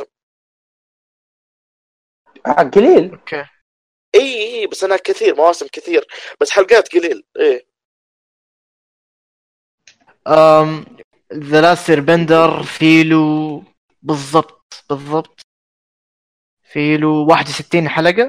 آه، قليل. اوكي. اي اي بس انا كثير مواسم كثير بس حلقات قليل. ايه أم ذا لاست ايربندر فيلو بالضبط بالضبط فيلو واحد وستين حلقة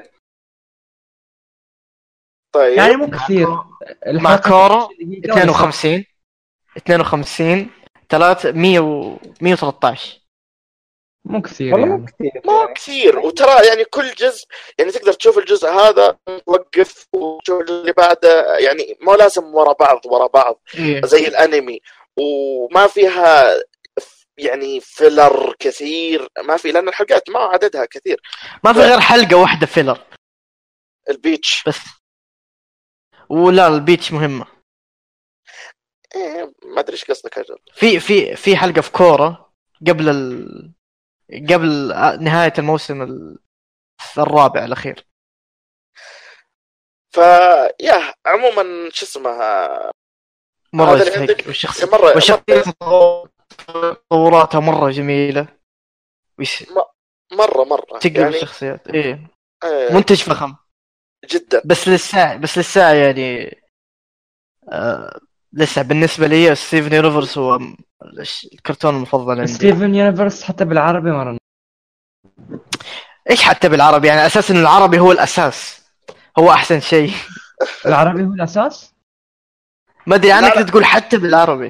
طيب يعني مو كثير. مع الحلقة كورة دقيقة ولا اثنين وخمسين اثنين وخمسين ثلاثة مية و مية وثلاثة عشر. مو كثير والله مو يعني. كثير ما يعني. كثير. وترى يعني كل جزء يعني تقدر تشوف الجزء هذا توقف وتشوف الجزء اللي بعده، يعني ما لازم ورا بعض ورا بعض إيه. زي الانمي. وما فيها يعني فيلر كثير، ما في، لان الحلقات ما عددها كثير. ما في غير حلقة واحدة فيلر البيتش بس. ولا البيتش مهمة. إيه ما ادري ايش قصدك اجل. في في في حلقة في كورة قبل ال... قبل نهاية الموسم ال- الرابع الأخير. فيا عموما شو اسمه مرة هذا اللي يستحق. عندك. والشخصية مرة والشخصية تطوراتها مرة جميلة. ويش... مرة مرة تقلب يعني الشخصيات. إيه إيه منتج فخم جدا. بس لسه بس لسه يعني آه لسه بالنسبة لي ستيفن يونيفرس هو الكرتون المفضل عندي. ستيفن يونيفرس حتى بالعربي مرة. ايش حتى بالعربي يعني اساس ان العربي هو الاساس، هو احسن شيء. العربي هو الأساس. ما ادري لا عنك لا. تقول حتى بالعربي.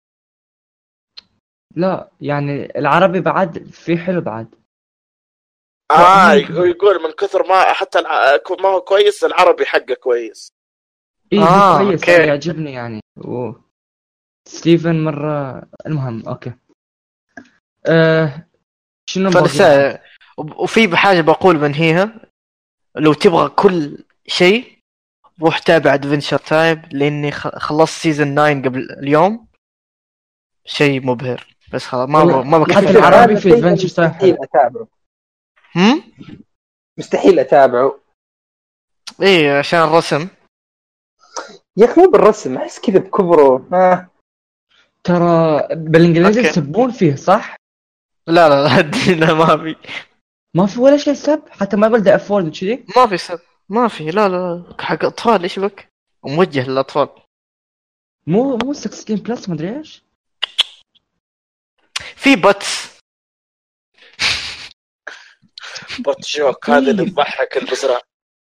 لا يعني العربي بعد في حلو بعد. اه يقول من كثر ما حتى الع... ما هو كويس العربي حقه كويس. إيه آه، هو كويس أوكي. يعني يعجبني يعني. و... ستيفن مرة المهم أوكي. أه... شنو باقي؟ فلسه وفي بحاجة بقول بنهيها، لو تبغى كل شيء روح تابع ادفنشر تايم لاني خ- خلصت سيزن تسعة قبل اليوم. شيء مبهر بس خلاص ما والله ب... ما حتى بكفي العربي العربي. في Adventure Time مستحيل حلو. اتابعه. هم مستحيل اتابعه ايه عشان الرسم. يا اخي مو بالرسم، احس كذا بكبره. آه. ترى بالإنجليزي أوكي. يسبون فيه صح؟ لا لا لا لا ما في ما في ولا شيء سب حتى ما بلد أفورد وكذي. ما في سب ما في لا لا حق اطفال ايش بك وموجه للاطفال. مو مو ستة عشر بلس ما أدري إيش. في باتس بوتشوك هذا اللي تضحك البزرع.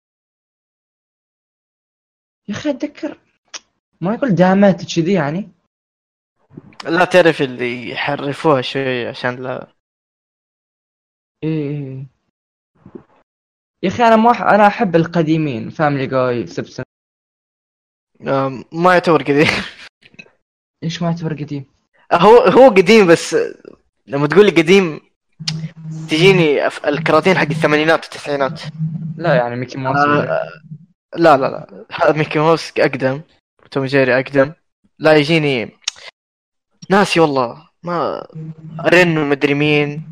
يا أخي أتذكر ما يقول دامات كذي يعني. لا تعرف اللي يحرفوها شوي عشان لا. إيه يا أخي أنا ما أح... أنا أحب القديمين فاميلي جاي سبسن. آم، ما يعتبر قديم. إيش ما يعتبر قديم؟ هو هو قديم بس لما تقول لي قديم تجيني أف- الكراتين حق الثمانينات والتسعينات. لا يعني ميكي ماوس آه، ولا- لا لا لا هذا ميكي ماوس أقدم، توم جيري أقدم. لا يجيني ناسي والله ما رن ومدري مين.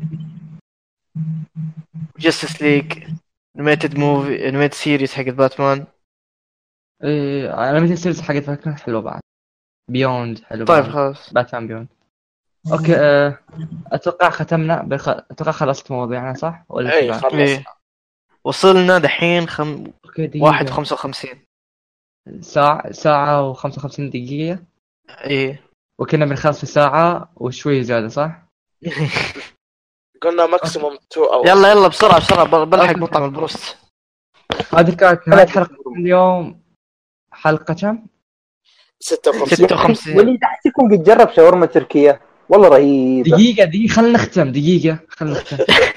جاستس ليج انيميتد موفي انيميتد سيريز حق باتمان. إيه أنا مثل السيريز حقت فكرة حلوة بعد. بيوند حلو طيب بعد. خلاص باتمان بيوند. أوكي أه... أتوقع ختمنا بخ... أتوقع خلصت مواضيعنا صح ولا في اي بعد؟ خلص. إيه. وصلنا دحين خم... أوكي دقيقة. واحد خمسة وخمسين. ساعة ساعة وخمسة وخمسين دقيقة ايه وكنا بنخلص في ساعة وشوي زيادة صح؟ قلنا ماكسيموم تو او يلا يلا بسرعة بسرعة ب- بلحق بطعم البروست. هذه كانت نهاية حلقة اليوم. حلقة كم؟ ستة وخمسين. ستة وخمسين. وليد احسكم قد جرب شاورما تركية والله رهيبة. دقيقة دقيقة خلنا نختم دقيقة خلنا نختم.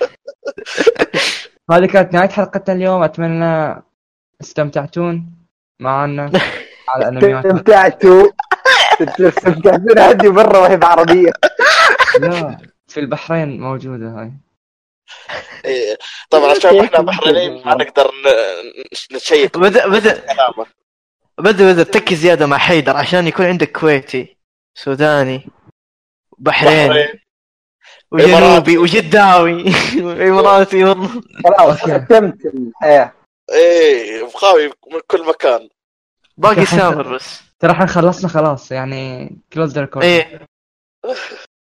هذه كانت نهاية حلقتنا اليوم. أتمنى استمتعتون معنا على أنميات. استمتعتوا استمتعتوا عندي مرة وهي بعربية. لا في البحرين موجودة هاي. إيه. طبعا عشان احنا بحرينيين ما نقدر ن- نشيك بدأ بدأ كلامه. بدأ بدأ تكي زيادة مع حيدر عشان يكون عندك كويتي. سوداني، بحرين، بحرين، وجنوبي، وجداوي، وإماراتي والله. خلاص ختمت الحياة. ايه بخاوي من كل مكان. باقي سامر بس. ترى احنا خلصنا خلاص يعني كلوز ذا ريكورد. ايه